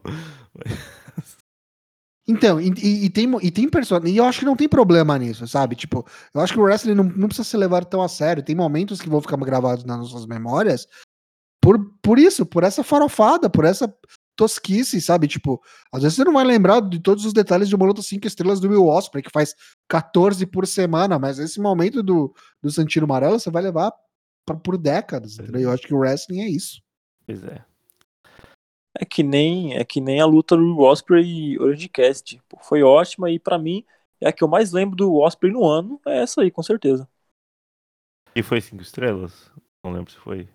Então, tem personagem. E eu acho que não tem problema nisso, sabe? Tipo, eu acho que o wrestling não precisa ser levado tão a sério. Tem momentos que vão ficar gravados nas nossas memórias por isso, por essa farofada, por essa tosquice, sabe? Tipo, às vezes você não vai lembrar de todos os detalhes de uma luta 5 estrelas do Will Ospreay, que faz 14 por semana, mas esse momento do Santino Marella você vai levar por décadas, entendeu? Eu acho que o wrestling é isso. Pois é. É que nem a luta do Osprey e Orange Cassidy. Pô, foi ótima e pra mim é a que eu mais lembro do Osprey no ano, é essa aí, com certeza. E foi 5 estrelas? Não lembro se foi.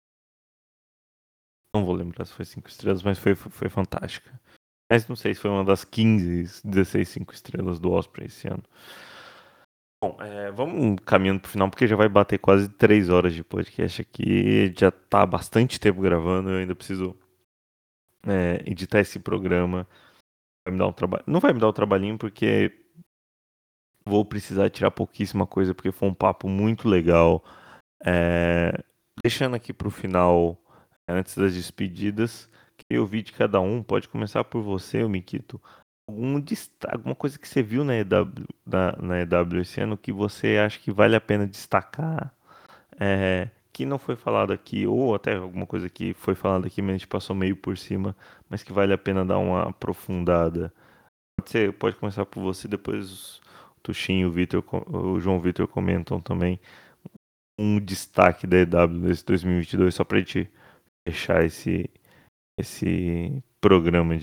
Não vou lembrar se foi 5 estrelas, mas foi fantástica. Mas não sei se foi uma das 15, 16 5 estrelas do Osprey esse ano. Bom, vamos caminhando pro final, porque já vai bater quase 3 horas de podcast aqui. Já tá há bastante tempo gravando, eu ainda preciso editar esse programa. Vai me dar um trabalho. Não vai me dar o trabalhinho, porque vou precisar tirar pouquíssima coisa, porque foi um papo muito legal. Deixando aqui pro final, antes das despedidas, queria ouvir de cada um. Pode começar por você, Miquito. Algum destaque, alguma coisa que você viu na EW, na EW esse ano que você acha que vale a pena destacar, que não foi falado aqui, ou até alguma coisa que foi falada aqui, mas a gente passou meio por cima, mas que vale a pena dar uma aprofundada. Pode começar por você, depois o Tuxinho, o João Vitor comentam também um destaque da EW nesse 2022, só pra gente fechar esse programa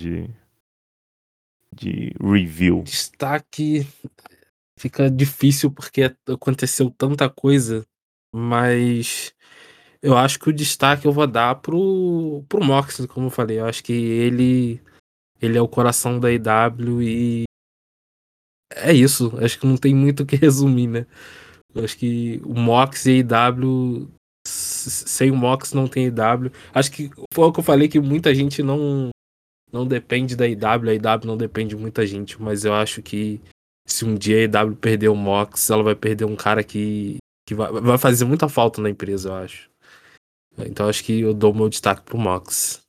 de review. Destaque fica difícil porque aconteceu tanta coisa, mas eu acho que o destaque eu vou dar pro Moxley, como eu falei. Eu acho que ele é o coração da EW e é isso. Acho que não tem muito o que resumir, né? Eu acho que o Mox e a EW, sem o Mox não tem EW. Acho que foi o que eu falei, que muita gente não depende da EW, a EW não depende de muita gente, mas eu acho que se um dia a EW perder o Mox, ela vai perder um cara que vai fazer muita falta na empresa, eu acho. Então acho que eu dou o meu destaque pro Mox.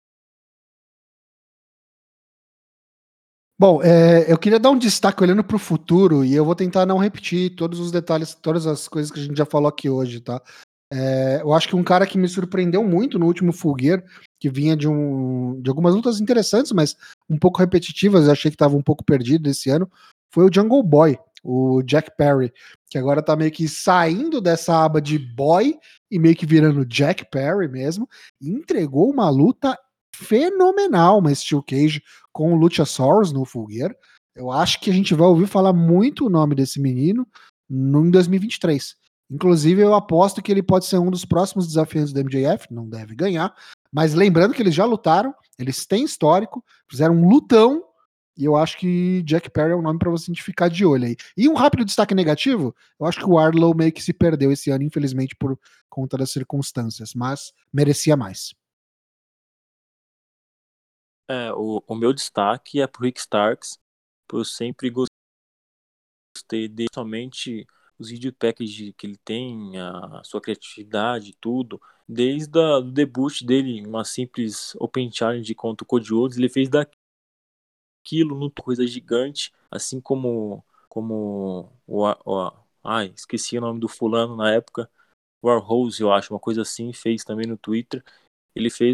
Bom, eu queria dar um destaque olhando para o futuro e eu vou tentar não repetir todos os detalhes, todas as coisas que a gente já falou aqui hoje, tá? Eu acho que um cara que me surpreendeu muito no último Full Gear, que vinha de algumas lutas interessantes, mas um pouco repetitivas, eu achei que estava um pouco perdido esse ano, foi o Jungle Boy, o Jack Perry, que agora tá meio que saindo dessa aba de boy e meio que virando Jack Perry mesmo, e entregou uma luta fenomenal, uma Steel Cage com o Luchasaurus no Full Gear. Eu acho que a gente vai ouvir falar muito o nome desse menino em 2023. Inclusive, eu aposto que ele pode ser um dos próximos desafiantes do MJF, não deve ganhar, mas lembrando que eles já lutaram, eles têm histórico, fizeram um lutão, e eu acho que Jack Perry é um nome para você ficar de olho aí. E um rápido destaque negativo, eu acho que o Wardlow meio que se perdeu esse ano, infelizmente, por conta das circunstâncias, mas merecia mais. O meu destaque é pro Rick Starks, por eu sempre gostei dele, somente os video package que ele tem, a sua criatividade e tudo. Desde o debut dele, uma simples Open Challenge contra o Cody Rhodes, ele fez daquilo uma coisa gigante, assim como esqueci o nome do fulano na época, Warhose, eu acho, uma coisa assim, fez também no Twitter. Ele fez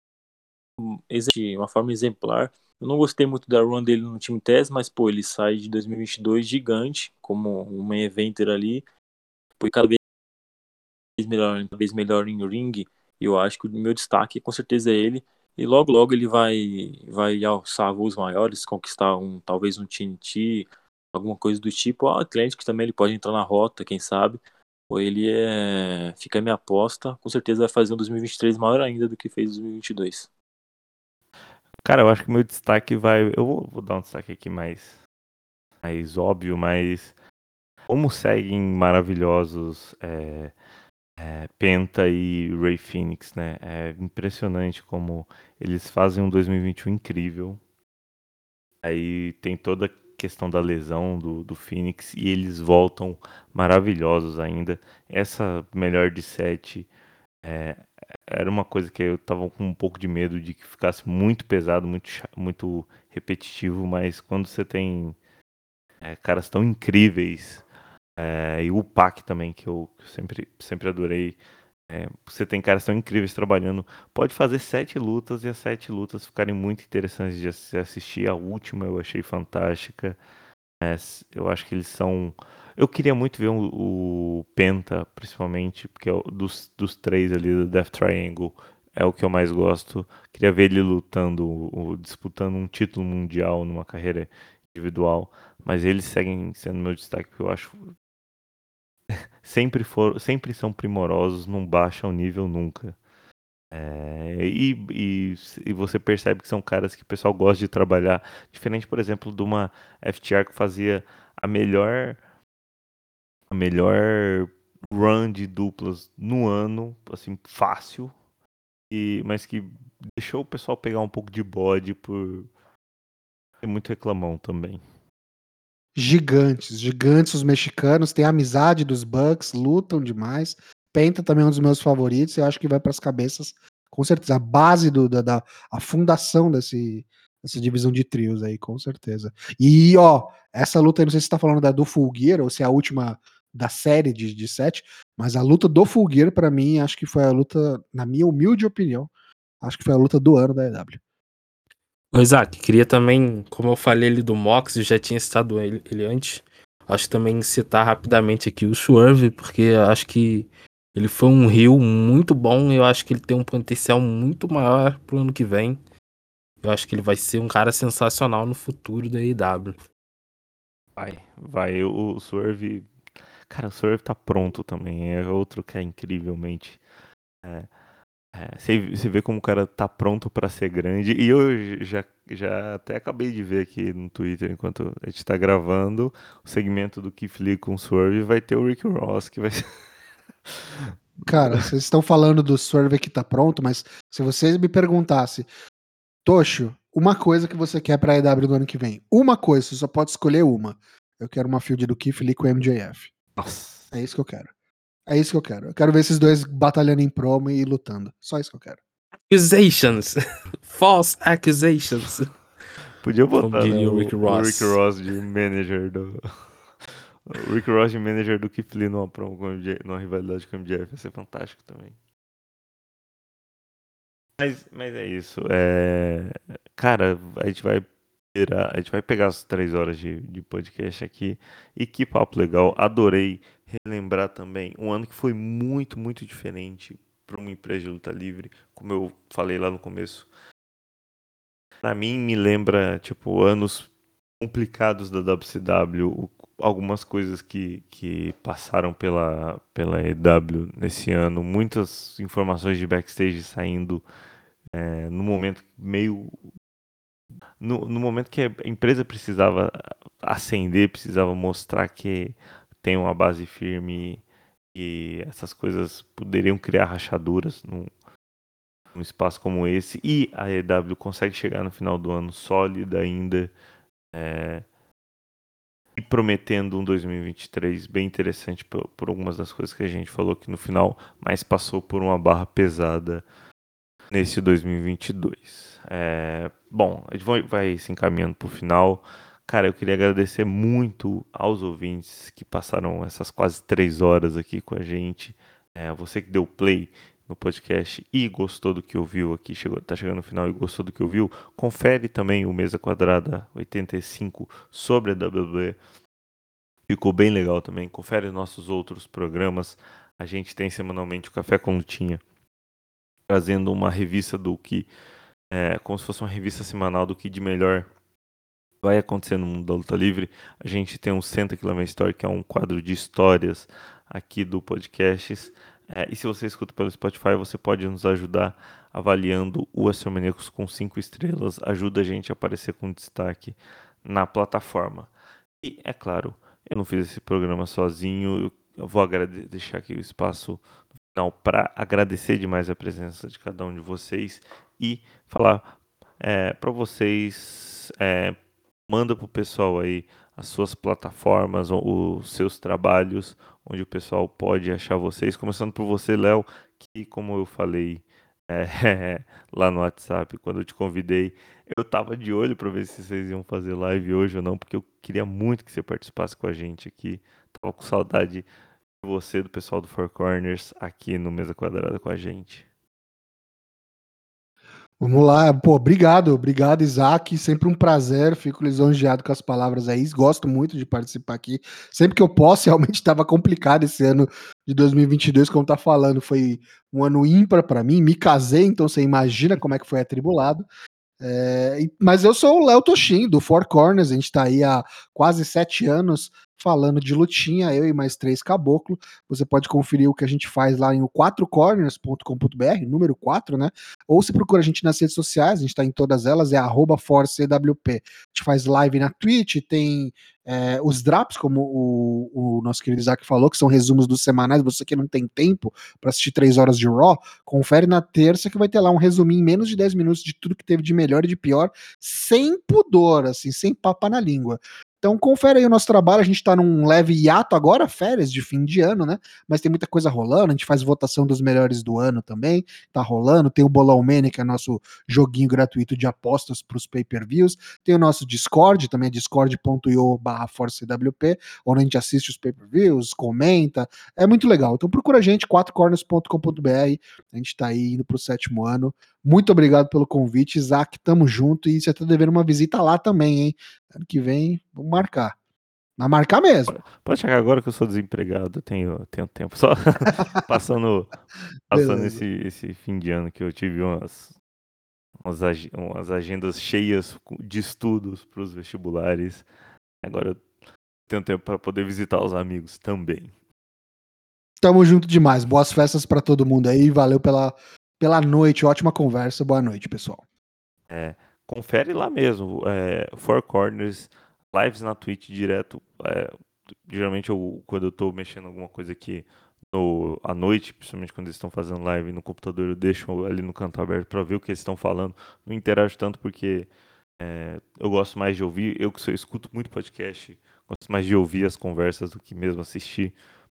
uma forma exemplar. Eu não gostei muito da run dele no time TES, mas pô, ele sai de 2022 gigante, como um main eventer ali, foi cada vez melhor em ringue, e eu acho que o meu destaque com certeza é ele, e logo logo ele vai alçar voos maiores, conquistar talvez um TNT, alguma coisa do tipo. O Atlético também ele pode entrar na rota, quem sabe. Ou ele fica a minha aposta, com certeza vai fazer um 2023 maior ainda do que fez 2022. Cara, eu acho que o meu destaque vai. Eu vou dar um destaque aqui mais óbvio, mas como seguem maravilhosos Penta e Ray Phoenix, né? É impressionante como eles fazem um 2021 incrível. Aí tem toda a questão da lesão do Phoenix e eles voltam maravilhosos ainda. Essa melhor de 7 era uma coisa que eu tava com um pouco de medo de que ficasse muito pesado, muito repetitivo, mas quando você tem caras tão incríveis, e o Pac também, que eu sempre adorei, você tem caras tão incríveis trabalhando, pode fazer 7 lutas e as 7 lutas ficarem muito interessantes de se assistir. A última eu achei fantástica. Eu acho que eles são. Eu queria muito ver o Penta, principalmente, porque dos três ali do Death Triangle é o que eu mais gosto. Queria ver ele lutando, disputando um título mundial numa carreira individual. Mas eles seguem sendo meu destaque, porque eu acho sempre são primorosos, não baixam o nível nunca. E você percebe que são caras que o pessoal gosta de trabalhar, diferente, por exemplo, de uma FTR que fazia a melhor run de duplas no ano, assim, fácil, mas que deixou o pessoal pegar um pouco de bode por ser muito reclamão também. Gigantes os mexicanos, tem a amizade dos Bucks, lutam demais. Penta também é um dos meus favoritos, eu acho que vai para as cabeças com certeza, a base a fundação dessa divisão de trios aí, com certeza. E, ó, essa luta aí, não sei se você tá falando da do Full Gear, ou se é a última da série de 7, mas a luta do Full Gear, pra mim, acho que foi a luta, na minha humilde opinião, acho que foi a luta do ano da EW. Ô, Isaac, queria também, como eu falei ali do Mox, eu já tinha citado ele antes, acho que também citar rapidamente aqui o Swerve, porque eu acho que ele foi um heel muito bom e eu acho que ele tem um potencial muito maior pro ano que vem. Eu acho que ele vai ser um cara sensacional no futuro da AEW. Vai, o Swerve. Cara, o Swerve tá pronto também. É outro que é incrivelmente. Você vê como o cara tá pronto pra ser grande. E eu já até acabei de ver aqui no Twitter, enquanto a gente tá gravando, o segmento do Keith Lee com o Swerve vai ter o Rick Ross, que vai ser. Cara, vocês estão falando do Swerve que tá pronto, mas se vocês me perguntassem, Tocho, uma coisa que você quer pra EW do ano que vem, uma coisa, você só pode escolher uma. Eu quero uma field do Keith Lee com o MJF. Nossa. É isso que eu quero. É isso que eu quero. Eu quero ver esses dois batalhando em promo e lutando. Só isso que eu quero. Accusations! False accusations! Podia Como botar, né, diria o o Rick Rick Ross. Ross de manager do. O Rick Ross de manager do Keith Lee numa promo com o MJ, numa rivalidade com o MJF, ia ser fantástico também. Mas é isso. Cara, a gente vai pegar as 3 horas de podcast aqui. E que papo legal. Adorei relembrar também um ano que foi muito, muito diferente para uma empresa de luta livre. Como eu falei lá no começo. Pra mim, me lembra, tipo, anos complicados da WCW. Algumas coisas que passaram pela EW nesse ano. Muitas informações de backstage saindo no momento meio. No momento que a empresa precisava ascender, precisava mostrar que tem uma base firme e essas coisas poderiam criar rachaduras num espaço como esse. E a EW consegue chegar no final do ano sólida ainda e prometendo um 2023 bem interessante por algumas das coisas que a gente falou aqui no final, mas passou por uma barra pesada nesse 2022. Bom, a gente vai se encaminhando para o final. Cara, eu queria agradecer muito aos ouvintes que passaram essas quase 3 horas aqui com a gente. Você que deu play no podcast e gostou do que ouviu aqui, tá chegando no final e gostou do que ouviu, confere também o Mesa Quadrada 85 sobre a WWE. Ficou bem legal também. Confere nossos outros programas. A gente tem semanalmente o Café com Lutinha, trazendo uma revista do que como se fosse uma revista semanal do que de melhor vai acontecer no mundo da luta livre. A gente tem um Senta que Lá Vem Story, que é um quadro de histórias aqui do Podcasts. E se você escuta pelo Spotify, você pode nos ajudar avaliando o Astromaníacos com 5 estrelas. Ajuda a gente a aparecer com destaque na plataforma. E, é claro, eu não fiz esse programa sozinho. Eu vou deixar aqui o espaço no final para agradecer demais a presença de cada um de vocês e falar para vocês, manda pro pessoal aí as suas plataformas, os seus trabalhos, onde o pessoal pode achar vocês. Começando por você, Léo, que como eu falei lá no WhatsApp, quando eu te convidei, eu tava de olho para ver se vocês iam fazer live hoje ou não, porque eu queria muito que você participasse com a gente aqui. Tava com saudade de você, do pessoal do Four Corners, aqui no Mesa Quadrada com a gente. Vamos lá, pô, obrigado, Isaac, sempre um prazer, fico lisonjeado com as palavras aí, gosto muito de participar aqui, sempre que eu posso, realmente estava complicado esse ano de 2022, como tá falando, foi um ano ímpar para mim, me casei, então você imagina como é que foi atribulado, mas eu sou o Léo Toshin, do Four Corners, a gente tá aí há quase 7 anos falando de lutinha, eu e mais 3 caboclo. Você pode conferir o que a gente faz lá em o 4corners.com.br, número 4, né? Ou se procura a gente nas redes sociais, a gente tá em todas elas, é @forcewp. A gente faz live na Twitch, tem os drops, como o nosso querido Isaac falou, que são resumos dos semanais. Você que não tem tempo para assistir 3 horas de Raw, confere na terça que vai ter lá um resuminho em menos de 10 minutos de tudo que teve de melhor e de pior, sem pudor, assim, sem papa na língua. Então confere aí o nosso trabalho, a gente tá num leve hiato agora, férias de fim de ano, né? Mas tem muita coisa rolando, a gente faz votação dos melhores do ano também, tá rolando, tem o Bolão Mania, que é nosso joguinho gratuito de apostas pros pay-per-views, tem o nosso Discord, também é discord.io/ForceWP, onde a gente assiste os pay-per-views, comenta, é muito legal. Então procura a gente, quatrocorners.com.br, a gente tá aí indo pro 7º ano. Muito obrigado pelo convite, Isaac, tamo junto, e você tá devendo uma visita lá também, hein? Ano que vem, vamos marcar. Mas marcar mesmo. Pode chegar agora que eu sou desempregado, tenho tempo. Só passando Beleza. esse fim de ano que eu tive umas agendas cheias de estudos para os vestibulares. Agora eu tenho tempo para poder visitar os amigos também. Tamo junto demais. Boas festas pra todo mundo aí. Valeu pela noite. Ótima conversa. Boa noite, pessoal. Confere lá mesmo. Four Corners, lives na Twitch direto. Geralmente quando eu tô mexendo alguma coisa aqui à noite, principalmente quando eles estão fazendo live no computador, eu deixo ali no canto aberto para ver o que eles estão falando. Não interajo tanto porque eu gosto mais de ouvir. Eu escuto muito podcast, gosto mais de ouvir as conversas do que mesmo assistir.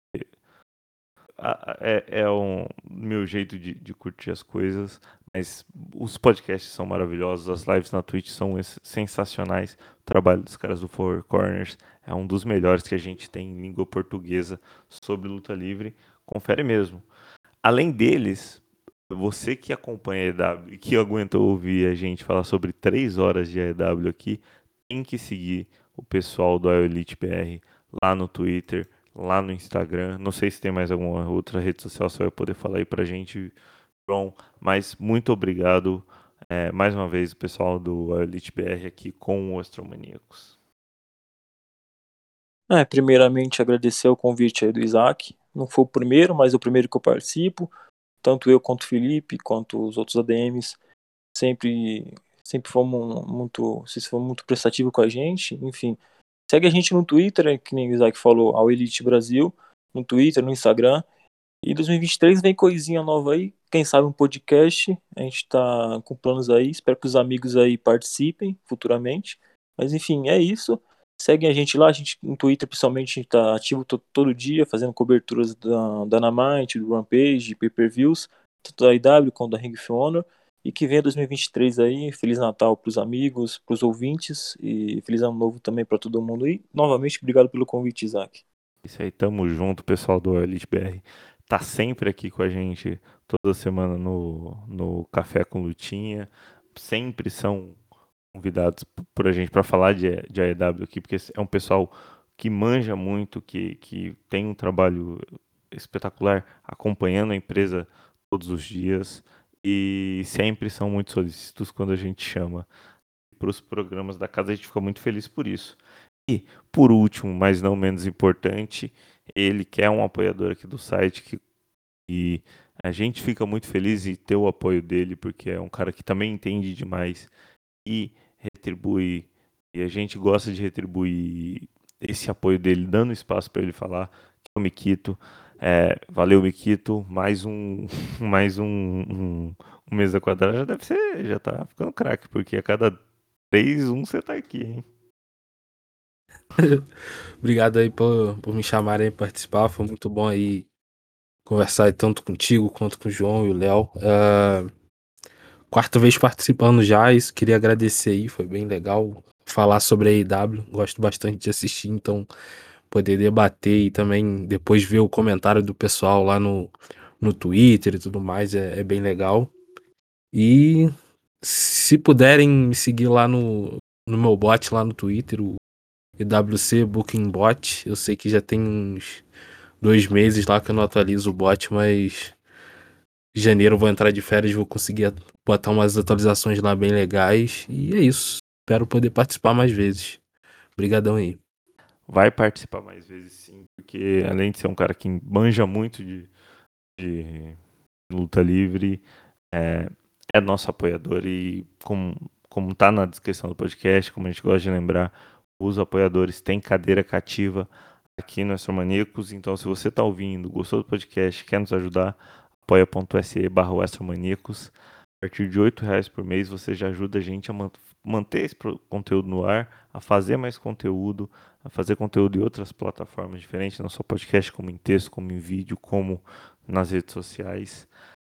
É o meu jeito de curtir as coisas, mas os podcasts são maravilhosos, as lives na Twitch são sensacionais. O trabalho dos caras do Four Corners é um dos melhores que a gente tem em língua portuguesa sobre luta livre. Confere mesmo. Além deles, você que acompanha a EW e que aguentou ouvir a gente falar sobre 3 horas de AEW aqui, tem que seguir o pessoal do Elite BR lá no Twitter, lá no Instagram. Não sei se tem mais alguma outra rede social, você vai poder falar aí pra gente, João. Mas muito obrigado mais uma vez, o pessoal do Elite BR aqui com o Astromaníacos. Primeiramente agradecer o convite aí do Isaac. Não foi o primeiro, mas o primeiro que eu participo. Tanto eu quanto o Felipe, quanto os outros ADMs, sempre fomos vocês foram muito prestativos com a gente. Enfim, segue a gente no Twitter, que nem o Isaac falou, ao Elite Brasil, no Twitter, no Instagram. E 2023 vem coisinha nova aí, quem sabe um podcast, a gente tá com planos aí, espero que os amigos aí participem futuramente. Mas enfim, é isso. Seguem a gente lá, a gente no Twitter principalmente, a gente tá ativo todo dia, fazendo coberturas da Dynamite, do Rampage, pay-per-views, tanto da IW quanto da Ring of Honor. E que venha 2023 aí, Feliz Natal pros amigos, pros ouvintes, e Feliz Ano Novo também pra todo mundo. E novamente, obrigado pelo convite, Isaac. Isso aí, tamo junto, pessoal do Elite BR. Tá sempre aqui com a gente toda semana no Café com Lutinha. Sempre são convidados por a gente para falar de AEW aqui, porque é um pessoal que manja muito, que tem um trabalho espetacular acompanhando a empresa todos os dias e sempre são muito solícitos quando a gente chama para os programas da casa. A gente fica muito feliz por isso. E, por último, mas não menos importante, ele que é um apoiador aqui do site, e a gente fica muito feliz em ter o apoio dele, porque é um cara que também entende demais e retribui, e a gente gosta de retribuir esse apoio dele, dando espaço para ele falar, que é o Miquito. Valeu, Miquito, mais um mesa quadrada já tá ficando craque, porque a cada 3, você tá aqui, hein? Obrigado aí por me chamarem para participar. Foi muito bom aí conversar aí tanto contigo quanto com o João e o Léo. 4ª vez participando já, isso queria agradecer aí, foi bem legal falar sobre a AEW. Gosto bastante de assistir, então poder debater e também depois ver o comentário do pessoal lá no Twitter e tudo mais é bem legal. E se puderem me seguir lá no meu bot lá no Twitter, o EWC Booking Bot. Eu sei que já tem uns 2 meses lá que eu não atualizo o bot, mas em janeiro eu vou entrar de férias e vou conseguir botar umas atualizações lá bem legais. E é isso. Espero poder participar mais vezes. Obrigadão aí. Vai participar mais vezes, sim, porque além de ser um cara que manja muito de luta livre, é nosso apoiador, e como tá na descrição do podcast, como a gente gosta de lembrar, os apoiadores têm cadeira cativa aqui no Astromaníacos. Então, se você tá ouvindo, gostou do podcast, quer nos ajudar, apoia.se/astromaníacos. A partir de R$8 por mês, você já ajuda a gente a manter esse conteúdo no ar, a fazer mais conteúdo, a fazer conteúdo em outras plataformas diferentes, não só podcast, como em texto, como em vídeo, como nas redes sociais.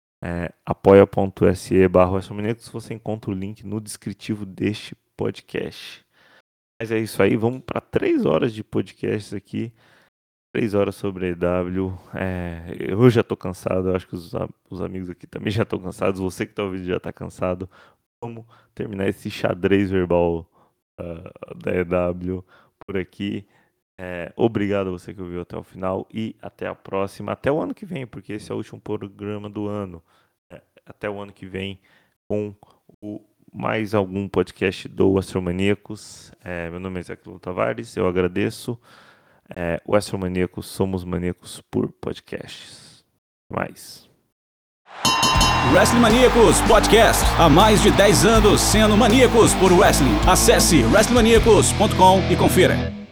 apoia.se/WrestlingManiacos, você encontra o link no descritivo deste podcast. Mas é isso aí, vamos para 3 horas de podcast aqui. 3 horas sobre EW. Eu já tô cansado, eu acho que os amigos aqui também já estão cansados. Você que tá ouvindo já tá cansado. Vamos terminar esse xadrez verbal da EW por aqui. Obrigado a você que ouviu até o final e até a próxima. Até o ano que vem, porque esse é o último programa do ano. Até o ano que vem com mais algum podcast do WrestleManiacos. Meu nome é Zaquilon Tavares, eu agradeço. O WrestleManiacos, somos maníacos por podcasts. Mais. WrestleManiacos Podcast. Há mais de 10 anos sendo maníacos por wrestling. Acesse wrestlingmaniacos.com e confira.